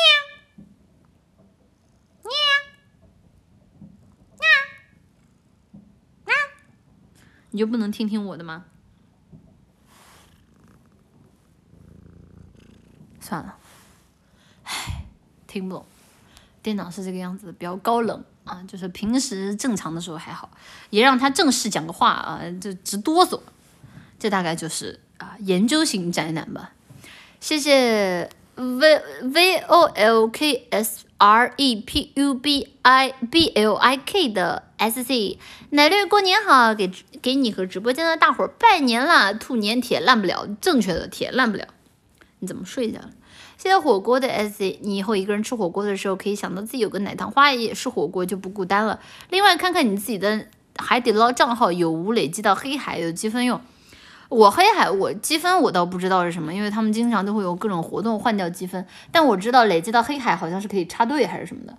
喵喵喵，你就不能听听我的吗？算了，唉，听不懂。店长是这个样子，比较高冷啊，就是平时正常的时候还好，也让他正式讲个话啊，就直哆嗦。这大概就是啊研究型宅男吧。谢谢 V V O L K S R E P U B I B L I K 的 S C 奶绿过年好，给给你和直播间的大伙儿拜年啦！兔年铁烂不了，正确的铁烂不了。你怎么睡下了？谢谢火锅的 S C， 你以后一个人吃火锅的时候，可以想到自己有个奶糖花也是火锅，就不孤单了。另外，看看你自己的海底捞账号有无累积到黑海有积分用。我黑海我积分我倒不知道是什么，因为他们经常都会有各种活动换掉积分，但我知道累积到黑海好像是可以插队还是什么的。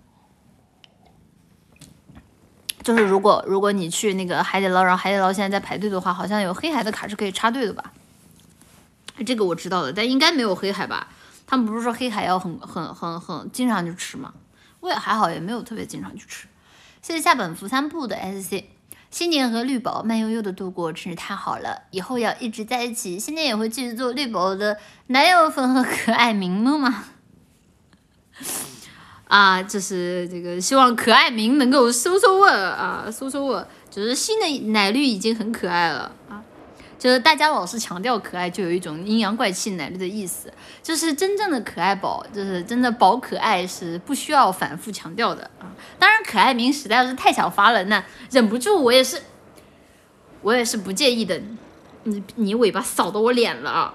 就是如果如果你去那个海底捞，然后海底捞现在在排队的话，好像有黑海的卡是可以插队的吧？这个我知道的，但应该没有黑海吧？他们不是说黑海要很很很很经常去吃吗？我也还好，也没有特别经常去吃。谢谢下本福三部的 S C， 新年和绿宝慢悠悠的度过，真是太好了！以后要一直在一起，新年也会继续做绿宝的男友粉和可爱明目吗？ 啊，就是这个希望可爱明能够收收我啊，收收我，就是新的奶绿已经很可爱了啊。就是大家老是强调可爱，就有一种阴阳怪气奶绿的意思。就是真正的可爱宝，就是真的宝可爱是不需要反复强调的啊。当然，可爱明实在是太想发了，那忍不住我也是，我也是不介意的。你你尾巴扫到我脸了啊！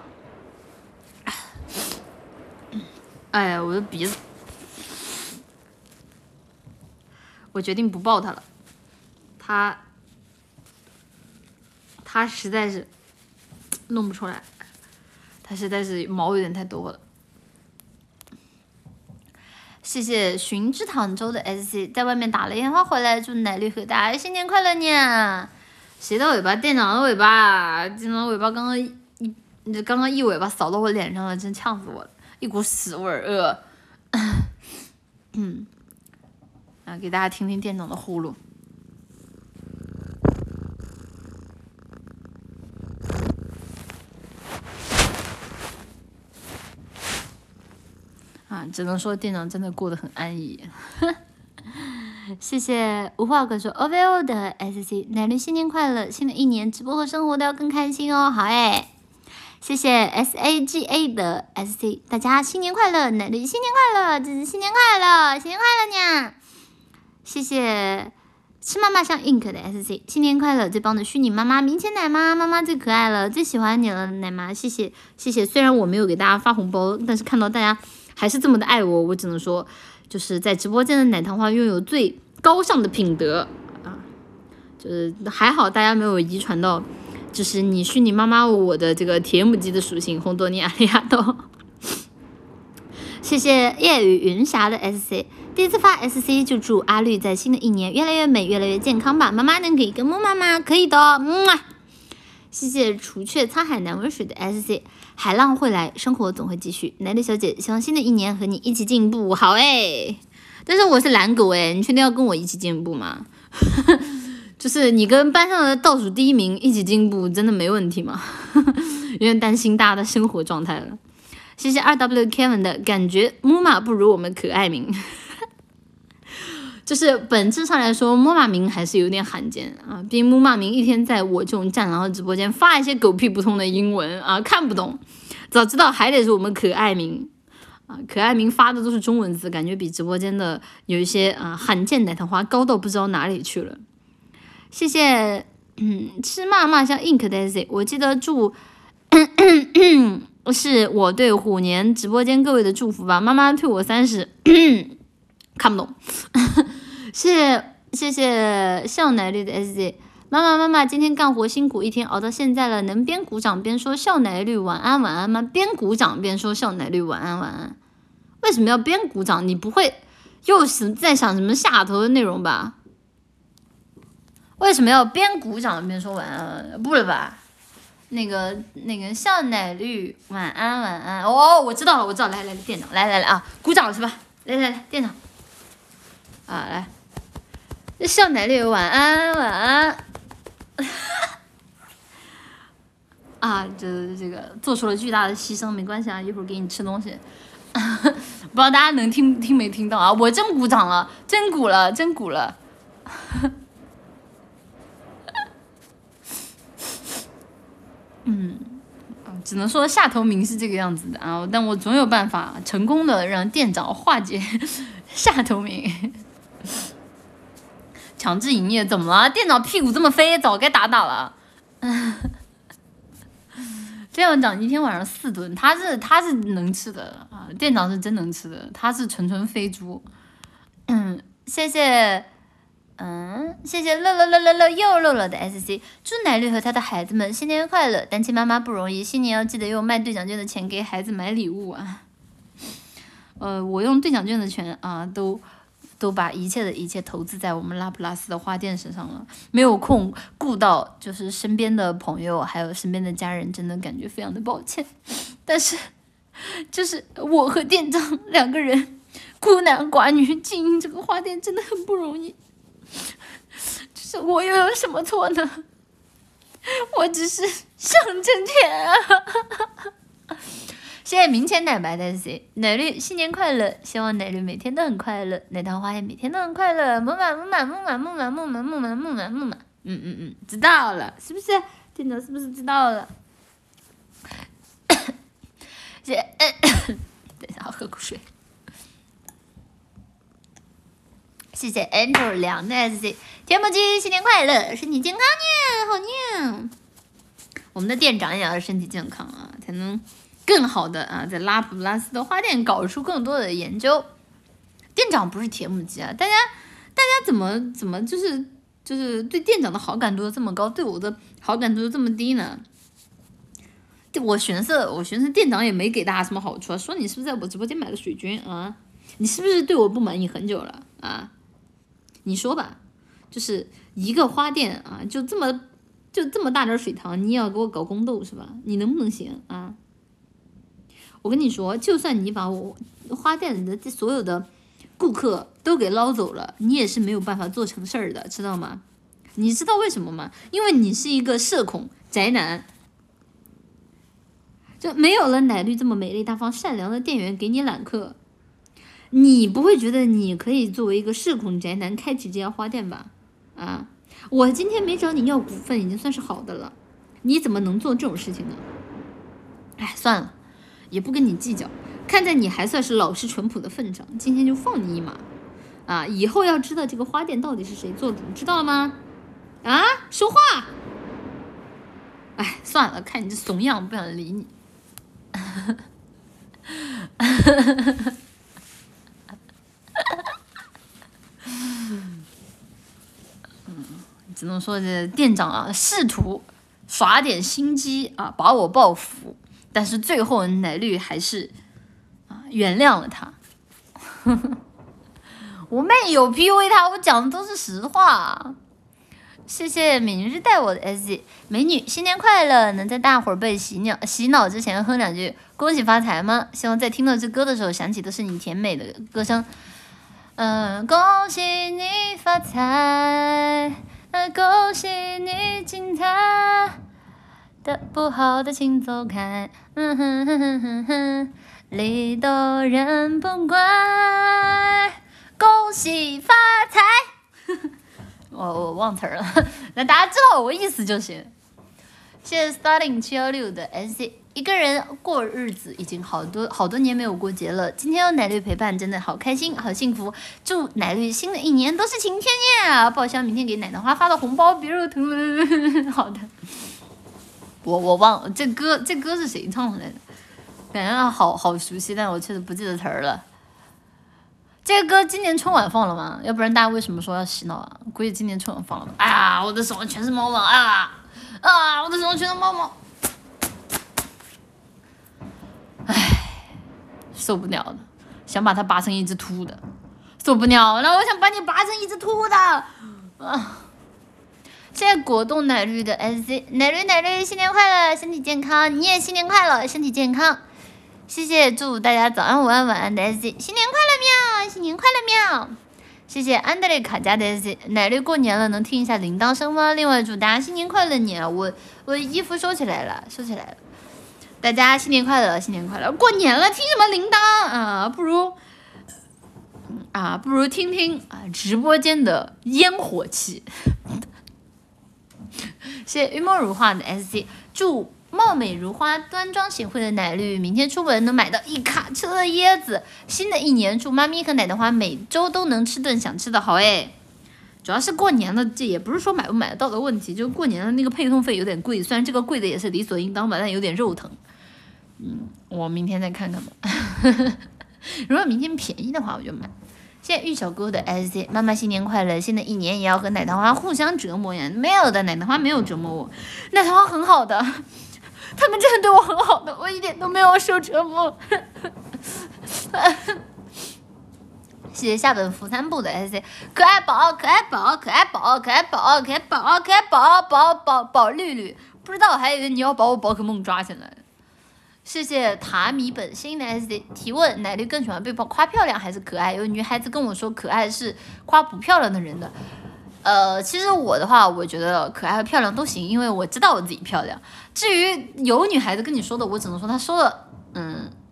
哎呀，我的鼻子，我决定不抱它了，它。它实在是弄不出来，它实在是毛有点太多了。谢谢寻之唐州的 S C 在外面打了烟花回来，祝奶绿和大家新年快乐呢！谁的尾巴？店长的尾巴，店长的尾巴刚刚一刚刚一尾巴扫到我脸上了，真呛死我了，一股屎味儿，呃，嗯，啊，给大家听听店长的呼噜。啊，只能说店长真的过得很安逸。谢谢无话可说 O V O 的 S C 奶绿新年快乐，新的一年直播和生活都要更开心哦。好哎，谢谢 S A G A 的 S C， 大家新年快乐，奶绿新年快乐，这是新年快乐，新年快乐呢。谢谢吃妈妈像 ink 的 S C， 新年快乐，最棒的虚拟妈妈，明天奶妈，妈妈最可爱了，最喜欢你了，奶妈，谢谢谢谢。虽然我没有给大家发红包，但是看到大家还是这么的爱我，我只能说，就是在直播间的奶糖花拥有最高尚的品德啊，就是还好大家没有遗传到，就是你虚拟妈妈我的这个铁母鸡的属性，红多尼亚利亚豆。谢谢夜雨云霞的 S C， 第一次发 S C 就祝阿绿在新的一年越来越美，越来越健康吧。妈妈能给一个木妈妈，可以的，嗯啊。谢谢除却沧海难为水的 S C， 海浪会来，生活总会继续。奶绿小姐，希望新的一年和你一起进步。好哎，但是我是蓝狗哎，你确定要跟我一起进步吗？就是你跟班上的倒数第一名一起进步，真的没问题吗？有点担心大家的生活状态了。谢谢 R W Kevin 的感觉，木马不如我们可爱名。就是本质上来说，木马名还是有点罕见啊。毕竟木马名一天在我这种战狼的直播间发一些狗屁不通的英文啊，看不懂。早知道还得是我们可爱名啊，可爱名发的都是中文字，感觉比直播间的有一些啊罕见奶糖花高到不知道哪里去了。谢谢，嗯，吃嘛嘛像 ink daisy， 我记得祝。是我对虎年直播间各位的祝福吧。妈妈退我三十，看不懂。谢谢谢谢笑奶绿的 S J， 妈妈妈妈今天干活辛苦一天，熬到现在了，能边鼓掌边说笑奶绿晚安晚安吗？边鼓掌边说笑奶绿晚安晚安。为什么要边鼓掌？你不会又是在想什么下头的内容吧？为什么要边鼓掌边说晚安？不了吧？那个那个笑奶绿晚安晚安哦，我知道了我知道，来来来店长来来来啊，鼓掌是吧？来来来店长啊来，笑奶绿晚安晚安啊，这这个做出了巨大的牺牲，没关系啊，一会儿给你吃东西。不知道大家能听听没听到啊？我真鼓掌了，真鼓了，真鼓了。嗯，只能说下头名是这个样子的啊，但我总有办法成功的让店长化解下头名。强制营业怎么了？店长屁股这么飞，早该打打了。店长一天晚上四顿，他是他是能吃的啊，店长是真能吃的，他是纯纯飞猪。嗯，谢谢。嗯，谢谢乐乐乐乐乐又乐乐的 S C， 祝奶绿和他的孩子们新年快乐。单亲妈妈不容易，新年要记得用卖兑奖券的钱给孩子买礼物啊。呃，我用兑奖券的钱啊，都都把一切的一切投资在我们拉普拉斯的花店身上了，没有空顾到就是身边的朋友还有身边的家人，真的感觉非常的抱歉。但是，就是我和店长两个人孤男寡女经营这个花店，真的很不容易。就是我又有什么错呢？我只是想挣钱啊！ 谢谢明前奶白的 C 奶绿新年快乐，希望奶绿每天都很快乐，奶糖花也每天都很快乐，木马木马木马木马木马木马木马木马，嗯嗯嗯，知道了，是不是？店长是不是知道了？谢谢，等一下我喝口水。谢谢 Angel 凉的 S C， 田母鸡新年快乐，身体健康呢，好呢。我们的店长也要身体健康啊，才能更好的啊，在拉普拉斯的花店搞出更多的研究。店长不是铁母鸡啊，大家大家怎么怎么就是就是对店长的好感度这么高，对我的好感度这么低呢？我寻思我寻思店长也没给大家什么好处啊，说你是不是在我直播间买了水军啊？你是不是对我不满意很久了啊？你说吧，就是一个花店啊，就这么就这么大点水塘，你也要给我搞宫斗是吧？你能不能行啊？我跟你说，就算你把我花店里的这所有的顾客都给捞走了，你也是没有办法做成事儿的，知道吗？你知道为什么吗？因为你是一个社恐宅男，就没有了奶绿这么美丽大方善良的店员给你揽客，你不会觉得你可以作为一个社恐宅男开启这家花店吧？啊，我今天没找你要股份已经算是好的了，你怎么能做这种事情呢？哎，算了，也不跟你计较，看在你还算是老实淳朴的份上，今天就放你一马。啊，以后要知道这个花店到底是谁做主，知道了吗？啊，说话！哎，算了，看你这怂样，不想理你。嗯，只能说这店长啊，试图耍点心机啊，把我报复，但是最后奶绿还是啊原谅了他。我没有 P U A 他，我讲的都是实话。谢谢明日带我的 S G 美女，新年快乐！能在大伙儿被洗脑洗脑之前哼两句恭喜发财吗？希望在听到这歌的时候想起的是你甜美的歌声。嗯、呃，恭喜你发财，呃，恭喜你精彩，的不好的请走开。嗯哼哼哼哼哼，理都人不怪，恭喜发财。我我忘词儿了，那大家知道我意思就行。谢谢 Starting 七一六的 S C， 一个人过日子已经好多好多年没有过节了，今天有奶绿陪伴，真的好开心，好幸福。祝奶绿新的一年都是晴天耶！报销明天给奶奶花发的红包，别肉疼。好的，我我忘了这歌这歌是谁唱的来着？感觉好好熟悉，但我确实不记得词儿了。这个歌今年春晚放了吗？要不然大家为什么说要洗脑啊？估计今年春晚放了吧。啊，我的手上全是猫毛啊啊！我的手上全是猫毛，唉，受不了了，想把它拔成一只秃的，受不了了，我想把你拔成一只秃的啊！谢谢果冻奶绿的 S C， 奶绿奶绿，新年快乐，身体健康，你也新年快乐，身体健康。谢谢，祝大家早安、午安、晚安的 S C， 新年快乐喵，新年快乐喵！谢谢安德烈卡加的 S C， 奶绿过年了，能听一下铃铛声吗？另外祝大家新年快乐年，我我衣服收起来了，收起来了，大家新年快乐，新年快乐！过年了，听什么铃铛啊？不如啊，不如听听啊直播间的烟火气。谢谢玉梦如画的 S C， 祝貌美如花、端庄贤惠的奶绿明天出门能买到一卡车的椰子。新的一年，祝妈咪和奶的花每周都能吃顿想吃的好哎。主要是过年了，这也不是说买不买得到的问题，就过年的那个配送费有点贵，虽然这个贵的也是理所应当吧，但有点肉疼。嗯，我明天再看看吧。如果明天便宜的话，我就买。谢谢玉小哥的 S C， 妈妈新年快乐！新的一年也要和奶糖花互相折磨呀。没有的，奶糖花没有折磨我，奶糖花很好的，他们真的对我很好的，我一点都没有受折磨。谢谢下本扶三部的 S C， 可爱宝，可爱宝，可爱宝，可爱宝，可爱宝，可爱宝，宝宝宝绿绿，不知道还以为你要把我宝可梦抓起来。谢谢塔米本心的 S D 提问：奶绿更喜欢被夸漂亮还是可爱？有女孩子跟我说可爱是夸不漂亮的人的。呃，其实我的话，我觉得可爱和漂亮都行，因为我知道我自己漂亮。至于有女孩子跟你说的，我只能说她说的，嗯，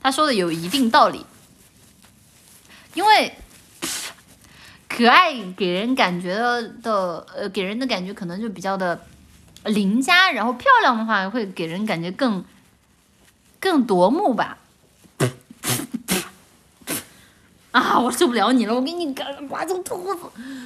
他说的有一定道理，因为可爱给人感觉的呃，给人的感觉可能就比较的邻家，然后漂亮的话会给人感觉更更夺目吧。啊，我受不了你了，我给你刮成秃子。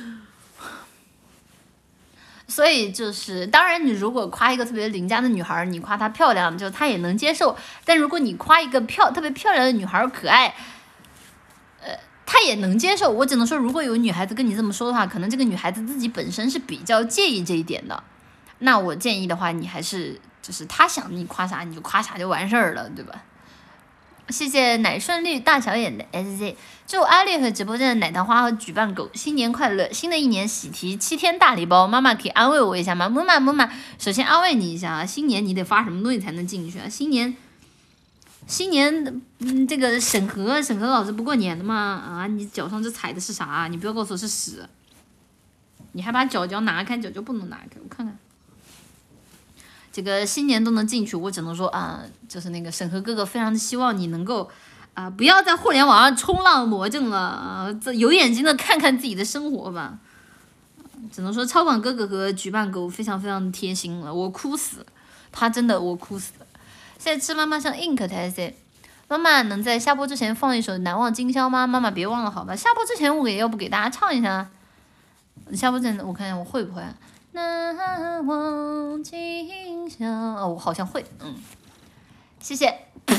所以就是，当然你如果夸一个特别邻家的女孩，你夸她漂亮，就她也能接受。但如果你夸一个漂特别漂亮的女孩可爱，呃，她也能接受。我只能说，如果有女孩子跟你这么说的话，可能这个女孩子自己本身是比较介意这一点的。那我建议的话，你还是就是她想你夸啥你就夸啥就完事儿了，对吧？谢谢奶顺利大小眼的 S Z， 祝阿丽和直播间的奶糖花和举办狗新年快乐！新的一年喜提七天大礼包，妈妈可以安慰我一下吗？木马木马，首先安慰你一下啊，新年你得发什么东西才能进去啊？新年，新年，嗯，这个审核审核老师不过年的吗？啊，你脚上这踩的是啥啊？你不要告诉我是屎，你还把脚脚拿开，脚脚不能拿开，我看看。这个新年都能进去，我只能说啊，就是那个审核哥哥非常的希望你能够啊，不要在互联网上冲浪魔怔了啊，这有眼睛的看看自己的生活吧。只能说超管哥哥和举办狗非常非常的贴心了，我哭死，他真的我哭死了。现在吃妈妈像 ink 台 C， 妈妈能在下播之前放一首难忘今宵吗？妈妈别忘了好吧，下播之前我给要不给大家唱一下，下播之前我看一下我会不会。难忘今宵，哦，我好像会，嗯，谢谢。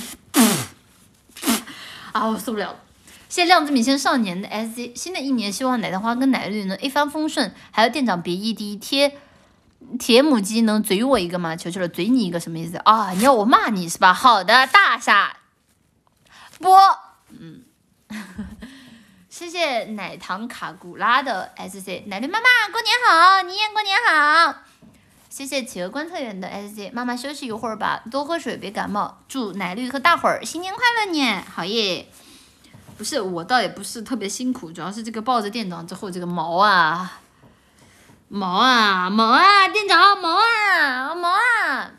啊，我受不了了。谢谢亮子米线少年的 S C， 新的一年希望奶糖花跟奶绿能一帆风顺，还有店长别异地贴铁母鸡能嘴我一个吗？求求了，嘴你一个什么意思啊？你要我骂你是吧？好的，大傻波，嗯。谢谢奶糖卡古拉的 S C， 奶绿妈妈过年好，你也过年好。谢谢企鹅观测员的 S C， 妈妈休息一会儿吧，多喝水别感冒。祝奶绿和大伙儿新年快乐呢，好耶！不是我倒也不是特别辛苦，主要是这个抱着店长之后这个毛啊毛啊毛啊，店长毛啊毛啊。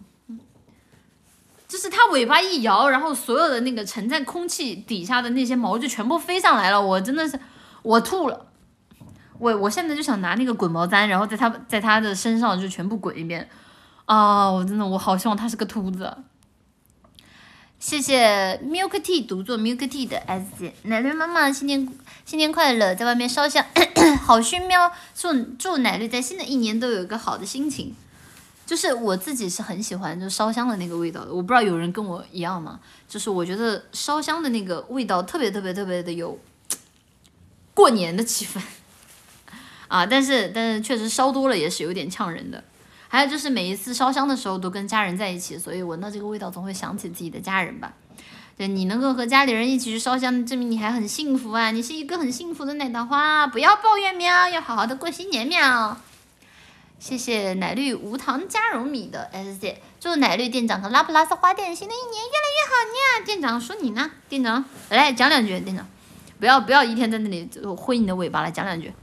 就是它尾巴一摇，然后所有的那个沉在空气底下的那些毛就全部飞上来了，我真的是我吐了，我我现在就想拿那个滚毛毡，然后在它在它的身上就全部滚一遍啊！我真的我好希望它是个秃子。谢谢 Milk Tea 读作 Milk Tea 的 S 姐，奶绿妈妈新年新年快乐，在外面烧香好熏喵，祝祝奶绿在新的一年都有一个好的心情。就是我自己是很喜欢就烧香的那个味道的，我不知道有人跟我一样吗？就是我觉得烧香的那个味道特别特别特别的有过年的气氛啊，但是但是确实烧多了也是有点呛人的。还有就是每一次烧香的时候都跟家人在一起，所以闻到这个味道总会想起自己的家人吧。对，你能够和家里人一起去烧香，证明你还很幸福啊！你是一个很幸福的奶糖花，不要抱怨喵，要好好的过新年喵。谢谢奶绿无糖加绒米的 S C， 祝奶绿店长和拉普拉斯花店新的一年越来越好呢。店长说你呢，店长来讲两句，店长不要不要一天在那里挥你的尾巴，来讲两句。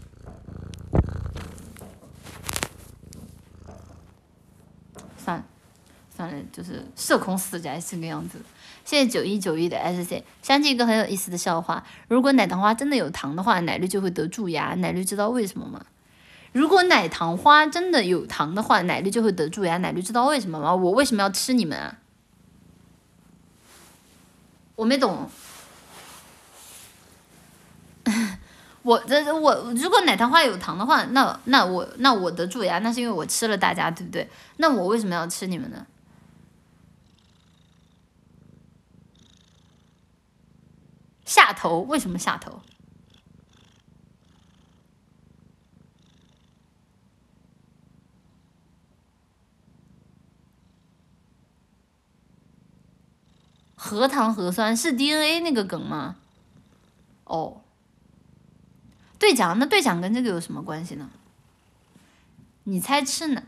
算了算了，就是社恐死宅是个样子。谢谢九一九一的 S C， 想起一个很有意思的笑话，如果奶糖花真的有糖的话，奶绿就会得蛀牙，奶绿知道为什么吗？如果奶糖花真的有糖的话，奶绿就会得蛀牙。奶绿知道为什么吗？我为什么要吃你们啊？我没懂。我这我如果奶糖花有糖的话，那那我那我得蛀牙，那是因为我吃了大家，对不对？那我为什么要吃你们呢？下头？为什么下头？核糖核酸是 D N A 那个梗吗？哦，对讲，那对讲跟这个有什么关系呢？你猜吃呢？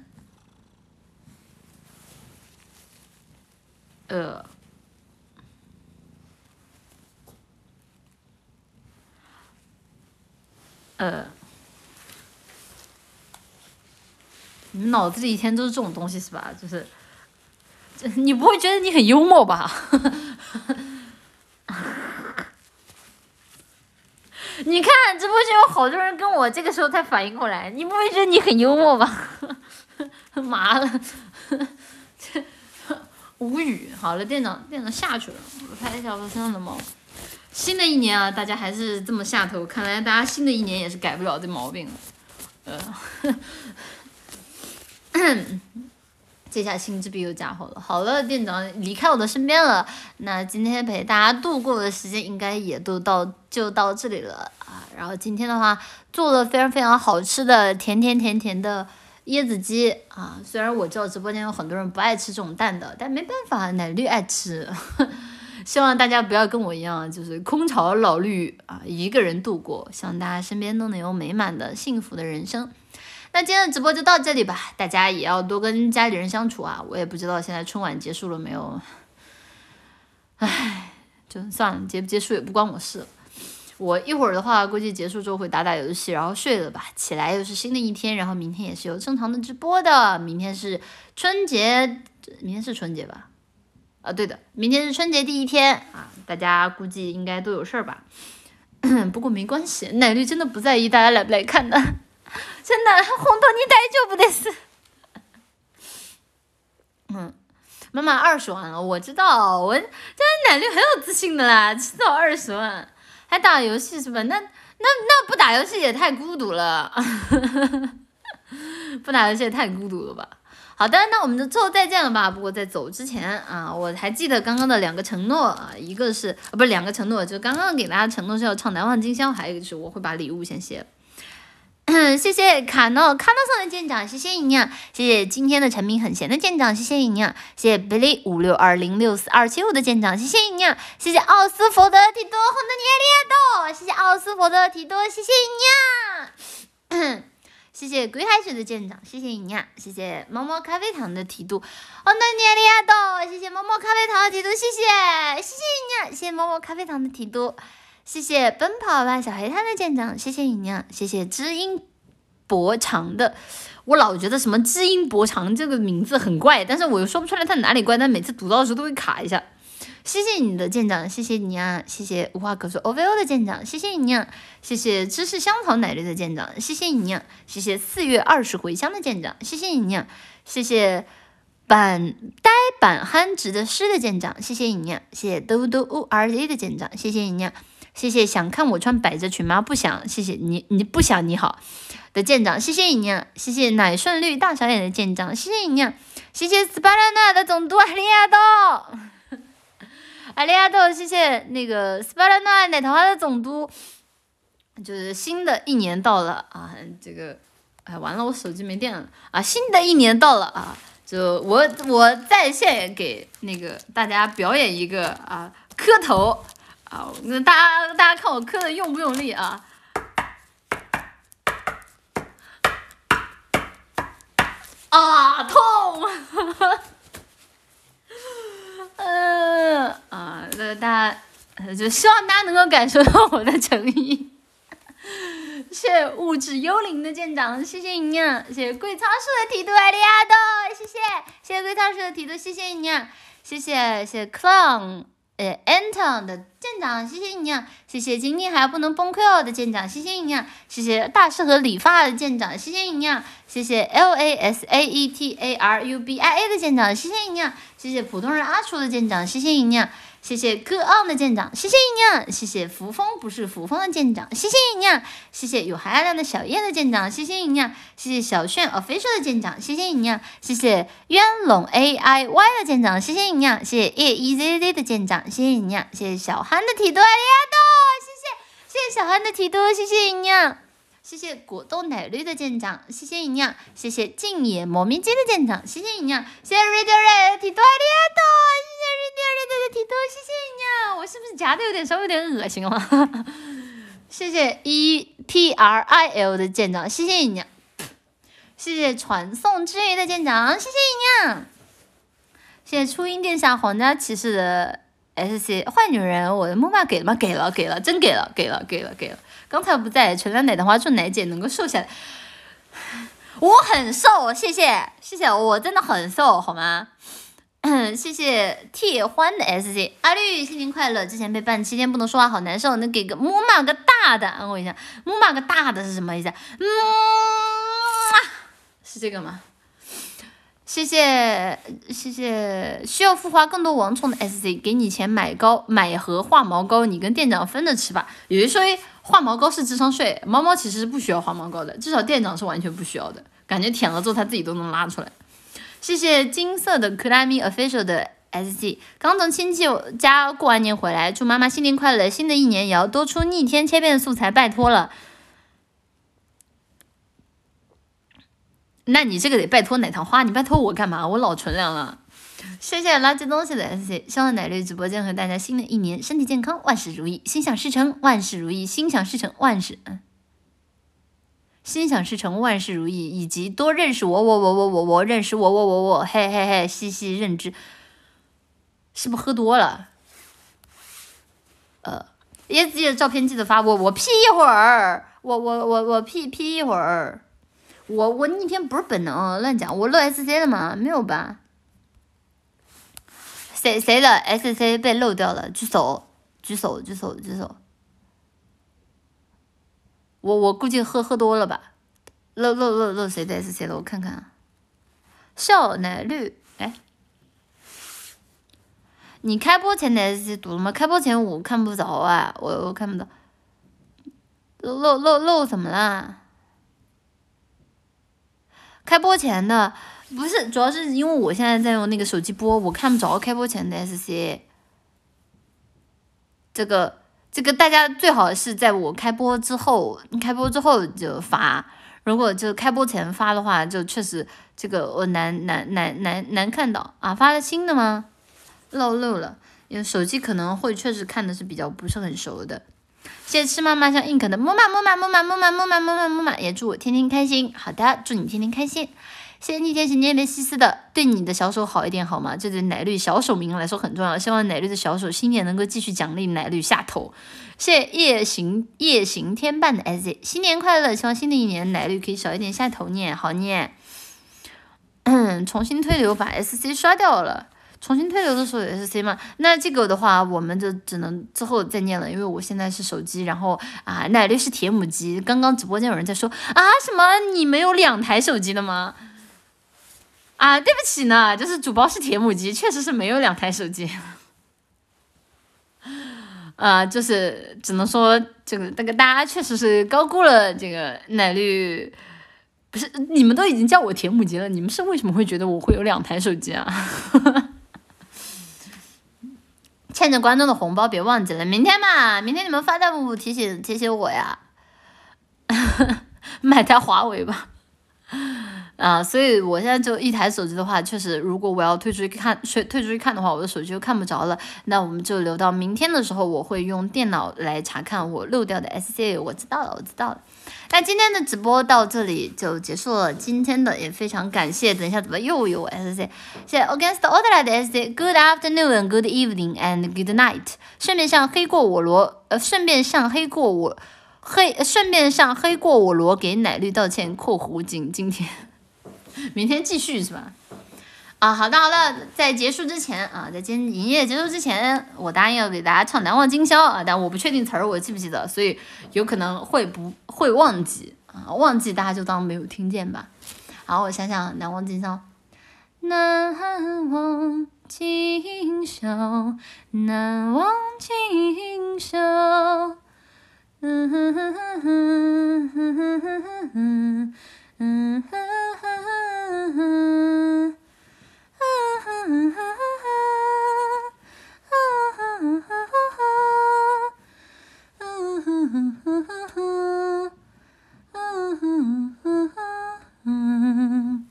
呃，呃，你们脑子里一天都是这种东西是吧？就是，你不会觉得你很幽默吧？ 你看直播间有好多人跟我这个时候才反应过来，你不会觉得你很幽默吧？麻了，无语。好了，店长，店长下去了，我拍一下我身上的毛。新的一年啊，大家还是这么下头，看来大家新的一年也是改不了这毛病了。呃，这下心智币又加厚了。好了，店长离开我的身边了，那今天陪大家度过的时间应该也都到就到这里了啊。然后今天的话做了非常非常好吃的甜甜甜甜的椰子鸡啊，虽然我知道直播间有很多人不爱吃这种淡的，但没办法，奶绿爱吃。希望大家不要跟我一样，就是空巢老绿啊，一个人度过。希望大家身边都能有美满的幸福的人生。那今天的直播就到这里吧，大家也要多跟家里人相处啊。我也不知道现在春晚结束了没有，唉，就算了，结不结束也不关我事。我一会儿的话，估计结束之后会打打游戏，然后睡了吧。起来又是新的一天，然后明天也是有正常的直播的。明天是春节，明天是春节吧？啊，对的，明天是春节第一天啊，大家估计应该都有事儿吧。不过没关系，奶绿真的不在意大家来不来看的。真的，本当に大丈夫です。嗯，妈妈二十万了，我知道，我这奶绿很有自信的啦，知道二十万，还打游戏是吧？那那那不打游戏也太孤独了，不打游戏也太孤独了吧？好的，那我们就最后再见了吧。不过在走之前啊，我还记得刚刚的两个承诺啊，一个是啊不是两个承诺，就刚刚给大家承诺是要唱《难忘今宵》，还有一个就是我会把礼物先写。谢谢卡诺卡诺送的舰长，谢谢营养，谢谢今天的陈明很闲的舰长，谢谢营养，谢谢 Billy 五六二零六四二七五的舰长，谢谢营养，谢谢奥斯佛德提多红的尼亚多，谢谢奥斯佛德提多，谢谢营养，谢谢归海水的舰长，谢谢营养，谢谢猫猫咖啡糖的提督红的尼亚多，谢谢猫猫咖啡糖的提督，谢谢谢谢营养，谢谢猫猫咖啡糖的提督。谢谢奔跑吧小黑炭的舰长，谢谢营养，谢谢知音博长的，我老觉得什么知音博长这个名字很怪，但是我又说不出来它哪里怪，但每次读到的时候都会卡一下。谢谢你的舰长，谢谢你啊，谢谢无话可说 O V O 的舰长，谢谢你啊，谢谢芝士香草奶绿的舰长，谢谢你啊，谢谢四月二十茴香的舰长，谢谢你啊，谢谢板呆板憨直的诗的舰长，谢谢你啊，谢谢嘟嘟 U R A 的舰长，谢谢你啊。谢谢想看我穿百褶裙吗？不想，谢谢你，你不想你好的舰长，谢谢你啊，谢谢奶顺绿大小眼的舰长，谢谢你啊，谢谢斯巴拉纳的总督阿里亚多，阿里亚多，谢谢那个斯巴拉纳奶桃花的总督，就是新的一年到了啊，这个哎完了，我手机没电了啊，新的一年到了啊，就我我在线给那个大家表演一个啊磕头。好，那大家大家看我磕的用不用力啊？啊，痛！嗯啊，那大家就希望大家能够感受到我的诚意。谢谢物质幽灵的舰长，谢谢你啊！谢谢贵仓鼠的提督艾利亚多，谢谢谢谢贵仓鼠的提督，谢谢你啊！谢谢谢谢 clown。呃 ，Anton 的舰长，谢谢你啊！谢谢今天还不能崩溃哦的舰长，谢谢你啊！谢谢大适合理发的舰长，谢谢你啊！谢谢 L A S A E T A R U B I A 的舰长，谢谢你啊！谢谢普通人阿楚的舰长，谢谢你啊！谢谢戈昂的舰长，谢谢你啊！谢谢扶风不是扶风的舰长，谢谢你啊！谢谢有含量的小叶的舰长，谢谢你啊！谢谢小炫 official 的舰长，谢谢你啊！谢谢渊龙 A I Y 的舰长，谢谢你啊！谢谢 E E Z Z 的舰长，谢谢你啊！谢谢小憨的提督阿里亚多，谢谢谢谢小憨的提督，谢谢你啊！谢谢果冻奶绿的舰长，谢谢你啊！谢谢静野磨咪鸡的舰长，谢谢你啊！谢谢 Radio Red 提督阿里亚多，谢谢 Radio Red 的提督，谢谢你啊！我是不是夹的有点稍微有点恶心了？谢谢 E P R I L 的舰长，谢谢你啊！谢谢传送之鱼的舰长，谢谢你啊！谢谢初音殿下皇家骑士的 S C 坏女人，我的木马给了吗？给了，给了，真给了，给了，给了，给了。刚才不在，纯蓝奶的话，祝奶姐能够瘦下来。我很瘦，谢谢，谢谢，我真的很瘦，好吗？ 谢谢铁欢的 S C 阿绿，新年快乐！之前被ban七天不能说话，好难受。能给个木马个大的安慰一下？木马个大的是什么意思？嗯，是这个吗？谢谢谢谢，需要孵化更多王宠的 S C， 给你钱买膏买盒化毛膏，你跟店长分着吃吧。有人说化毛膏是智商税，猫猫其实是不需要化毛膏的，至少店长是完全不需要的，感觉舔了之后他自己都能拉出来。谢谢金色的 Climbing Official 的 S C， 刚从亲戚家过完年回来，祝妈妈新年快乐，新的一年也要多出逆天切变素材，拜托了。那你这个得拜托奶糖花，你拜托我干嘛？我老纯良了。谢谢垃圾东西的 S C， 希望奶绿直播间和大家新的一年身体健康，万事如意，心想事成，万事如意，心想事成，万事嗯。心想事成，万事如意，以及多认识我，我我我我我认识我，我我我，嘿嘿嘿，细细认知，是不是喝多了？呃，椰子的照片记得发我，我 P 一会儿，我我我我 P P 一会儿，我我逆天不是本能，乱讲，我漏 S C 了吗？没有吧？谁谁的 S C 被漏掉了？举手，举手，举手，举手。我我估计喝喝多了吧，漏漏漏漏谁的 S C 了？我看看啊，少奶绿，哎，你开播前的 S C 读了吗？开播前我看不着啊，我我看不到，漏漏漏怎么啦？开播前的不是，主要是因为我现在在用那个手机播，我看不着开播前的 S C， 这个。这个大家最好是在我开播之后，开播之后就发。如果就开播前发的话，就确实这个我难难难难难看到啊！发了新的吗？漏漏了，因为手机可能会确实看的是比较不是很熟的。谢谢吃妈妈像 ink 的木马木马木马木马木马木马木马，也祝我天天开心。好的，祝你天天开心。谢谢逆天行念被西施的，对你的小手好一点好吗？这对奶绿小手名来说很重要，希望奶绿的小手新年能够继续奖励奶绿下头。谢谢夜行夜行天伴的 S Z， 新年快乐！希望新的一年奶绿可以少一点下头念，好念。嗯，重新推流把 S C 刷掉了，重新推流的时候有 S C 吗？那这个的话，我们就只能之后再念了，因为我现在是手机，然后啊，奶绿是铁母机。刚刚直播间有人在说啊，什么你没有两台手机的吗？啊，对不起呢，就是主播是铁母机，确实是没有两台手机。啊，就是只能说这个这个大家确实是高估了这个奶绿，不是你们都已经叫我铁母机了，你们是为什么会觉得我会有两台手机啊？欠着观众的红包别忘记了，明天嘛，明天你们发弹幕提醒提醒我呀，买台华为吧。啊，所以我现在就一台手机的话，确实，如果我要退出去看，退退出去看的话，我的手机就看不着了。那我们就留到明天的时候，我会用电脑来查看我漏掉的 S C。我知道了，我知道了。那今天的直播到这里就结束了，今天的也非常感谢。等一下怎么又有 S C？ 谢谢 Against Order 的 S C。Good afternoon, good evening, and good night。顺便上黑过我罗，呃，顺便上黑过我黑，顺便上黑过我罗给奶绿道歉。括弧仅今天。明天继续是吧？啊，好的好的，在结束之前啊，在今天营业结束之前，我答应要给大家唱《难忘今宵》啊，但我不确定词儿我记不记得，所以有可能会不会忘记啊？忘记大家就当没有听见吧。好，我想想，《难忘今宵》，难忘今宵，难忘今宵，嗯哼哼哼哼哼哼哼哼。嗯哼哼哼哼，嗯哼哼哼哼，嗯哼哼哼哼，嗯哼哼哼哼，嗯哼哼哼哼，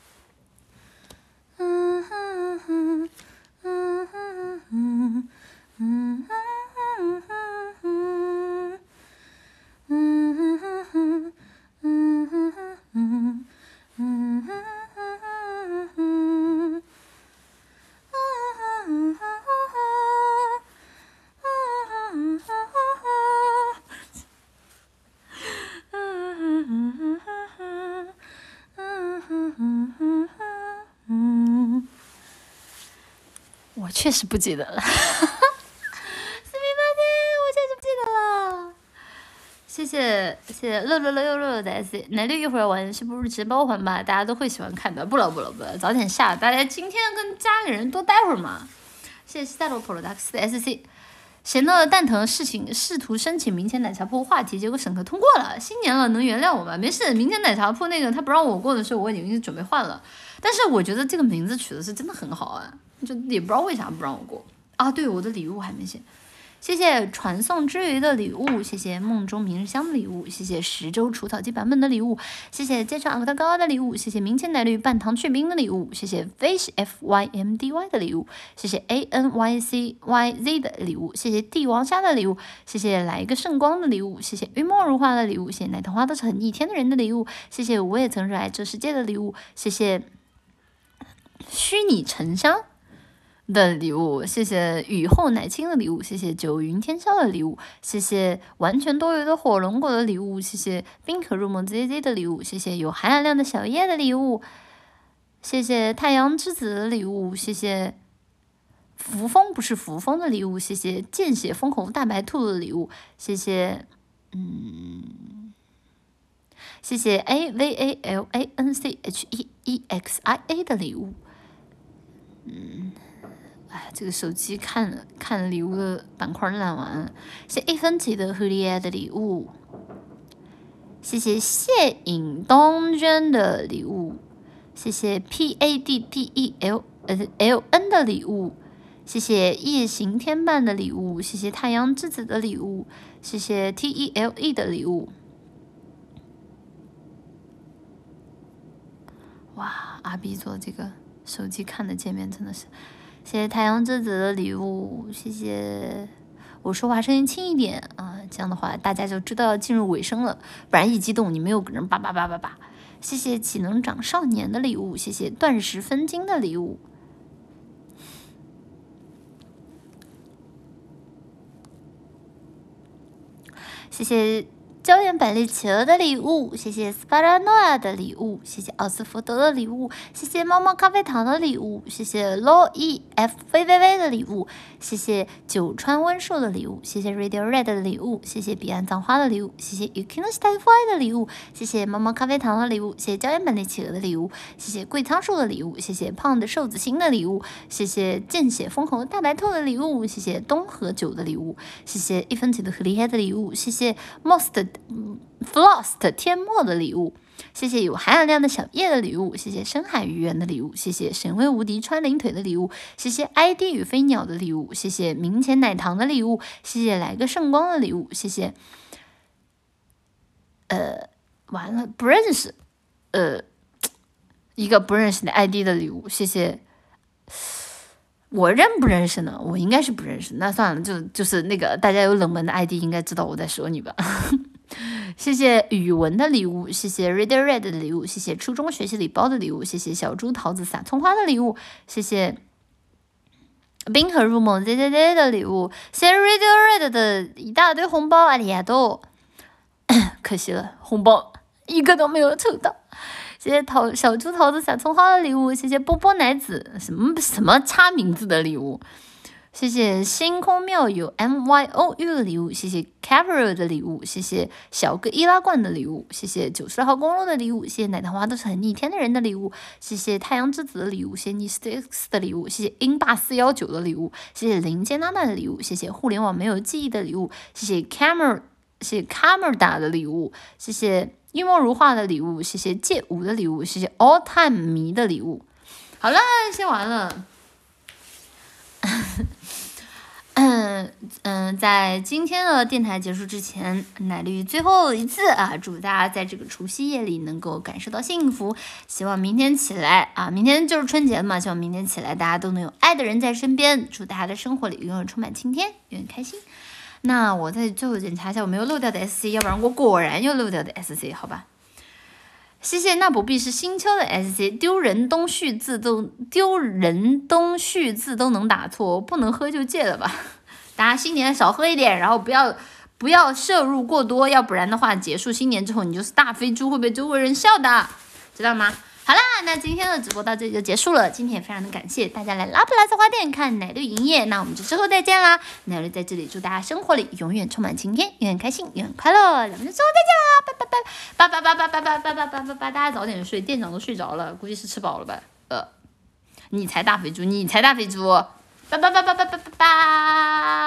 嗯哼哼，嗯哼哼，嗯哼哼哼，嗯哼哼。嗯哼哼哼我确实不记得了。四米八天，我确实不记得了。谢谢谢谢乐乐乐又乐乐的 S， 奶绿一会儿玩游戏不如直播玩吧，大家都会喜欢看的。不了不了不了，早点下，大家今天跟家里人多待会儿嘛。谢谢西大罗 Products 的 S C。闲的蛋疼事情试图申请明前奶茶铺话题，结果审核通过了。新年了，能原谅我吗？没事，明前奶茶铺那个他不让我过的时候，我已经准备换了。但是我觉得这个名字取的是真的很好啊，就也不知道为啥不让我过啊。对，我的礼物还没写。谢谢传送之余的礼物，谢谢梦中明日香的礼物，谢谢十周除草机版本的礼物，谢谢街上阿克高的礼物，谢谢明前奶绿半糖去冰的礼物，谢谢 fish f y m d y 的礼物，谢谢 a n y c y z 的礼物，谢谢帝王虾的礼物，谢谢来一个圣光的礼物，谢谢云梦如花的礼物，谢谢奶糖花都是很逆天的人的礼物，谢谢我也曾热爱这世界的礼物，谢谢虚拟沉香的礼物，谢谢雨后奶青的礼物，谢谢九云天霄的礼物，谢谢完全多余的火龙果的礼物，谢谢冰可入梦 Z Z 的礼物，谢谢有含氧量的小叶的礼物，谢谢太阳之子的礼物，谢谢扶风不是扶风的礼物，谢谢见血封喉大白兔的礼物，谢谢嗯，谢谢 A V A L A N C H E E X I A 的礼物，嗯。哎，这个手机看看礼物的板块烂完了。谢谢一分级的狐狸的礼物，谢谢谢颖东娟的礼物，谢谢 P A D D E L 呃 L N 的礼物，谢谢夜行天伴的礼物，谢谢太阳之子的礼物，谢谢 T E L E 的礼物。哇，阿 B 做这个手机看的界面真的是。谢谢太阳之子的礼物，谢谢我说话声音轻一点啊，这样的话大家就知道要进入尾声了，不然一激动你没有个人叭叭叭叭叭。谢谢岂能长少年的礼物，谢谢断石分金的礼物，谢谢椒盐百利企鹅的礼物，谢谢斯巴拉诺亚的礼物，谢谢奥斯福德的礼物，谢谢猫猫咖啡糖的礼物，谢谢 low e f 飞微微的礼物，谢谢九川温树的礼物，谢谢 radio red 的礼物，谢谢彼岸葬花的礼物，谢谢 Yukino Style 的礼物，谢谢猫猫咖啡糖的礼物，谢谢椒盐百利企鹅的礼物，谢谢桂仓树的礼物，谢谢胖的瘦子星的礼物，谢谢见血封喉大白兔的礼物，谢谢东河酒的礼物，谢谢一分钱的和厉害的礼物，谢谢 most 的Floss 天墨的礼物，谢谢有含氧量的小叶的礼物，谢谢深海鱼圆的礼物，谢谢神威无敌穿领腿的礼物，谢谢 I D 与飞鸟的礼物，谢谢明前奶糖的礼物，谢谢来个圣光的礼物，谢谢呃完了不认识呃一个不认识的 I D 的礼物，谢谢我认不认识呢？我应该是不认识，那算了，就就是那个大家有冷门的 I D 应该知道我在说你吧。谢谢语文的礼物，谢谢 Reader Red 的礼物，谢谢初中学习礼包的礼物，谢谢小猪桃子撒葱花的礼物，谢谢冰河入梦 Z Z Z 的礼物，谢谢 Reader Red 的一大堆红包，阿里亚多，可惜了，红包一个都没有抽到。谢谢桃小猪桃子撒葱花的礼物，谢谢波波奶子什么什么差名字的礼物。谢谢星空妙友 M Y O U 的礼物，谢谢 Caviar 的礼物，谢谢小哥易拉罐的礼物，谢谢九十号公路的礼物，谢谢奶糖花都是很逆天的人的礼物，谢谢太阳之子的礼物，谢谢 Nistix 的礼物，谢谢英霸四一九的礼物，谢谢林间娜娜的礼物，谢谢互联网没有记忆的礼物，谢谢 Camera 谢谢 Camera 的礼物，谢谢一梦如画的礼物，谢谢借舞的礼物，谢谢 All Time 迷的礼物。好了，先完了。嗯嗯，在今天的电台结束之前，奶绿最后一次啊，祝大家在这个除夕夜里能够感受到幸福。希望明天起来啊，明天就是春节了嘛，希望明天起来大家都能有爱的人在身边，祝大家的生活里永远充满晴天，永远开心。那我再最后检查一下我没有漏掉的 S C， 要不然我果然又漏掉的 S C， 好吧。谢谢那不必是星丘的 S C， 丢人东旭字都丢人东旭字都能打错，不能喝就戒了吧。大家新年少喝一点，然后不要不要摄入过多，要不然的话结束新年之后你就是大飞猪，会被周围人笑的，知道吗？ 好啦，那今天的直播到这里就结束了。今天也非常的感谢大家来拉普拉斯花店看奶绿营业，那我们就之后再见啦。奶绿在这里祝大家生活里永远充满晴天，永远开心，永远快乐。咱们就之后再见啦，拜拜拜拜拜拜拜拜拜拜拜拜拜拜！大家早点睡，店长都睡着了，估计是吃饱了吧？呃，你才大肥猪，你才大肥猪！拜拜拜拜拜拜拜拜。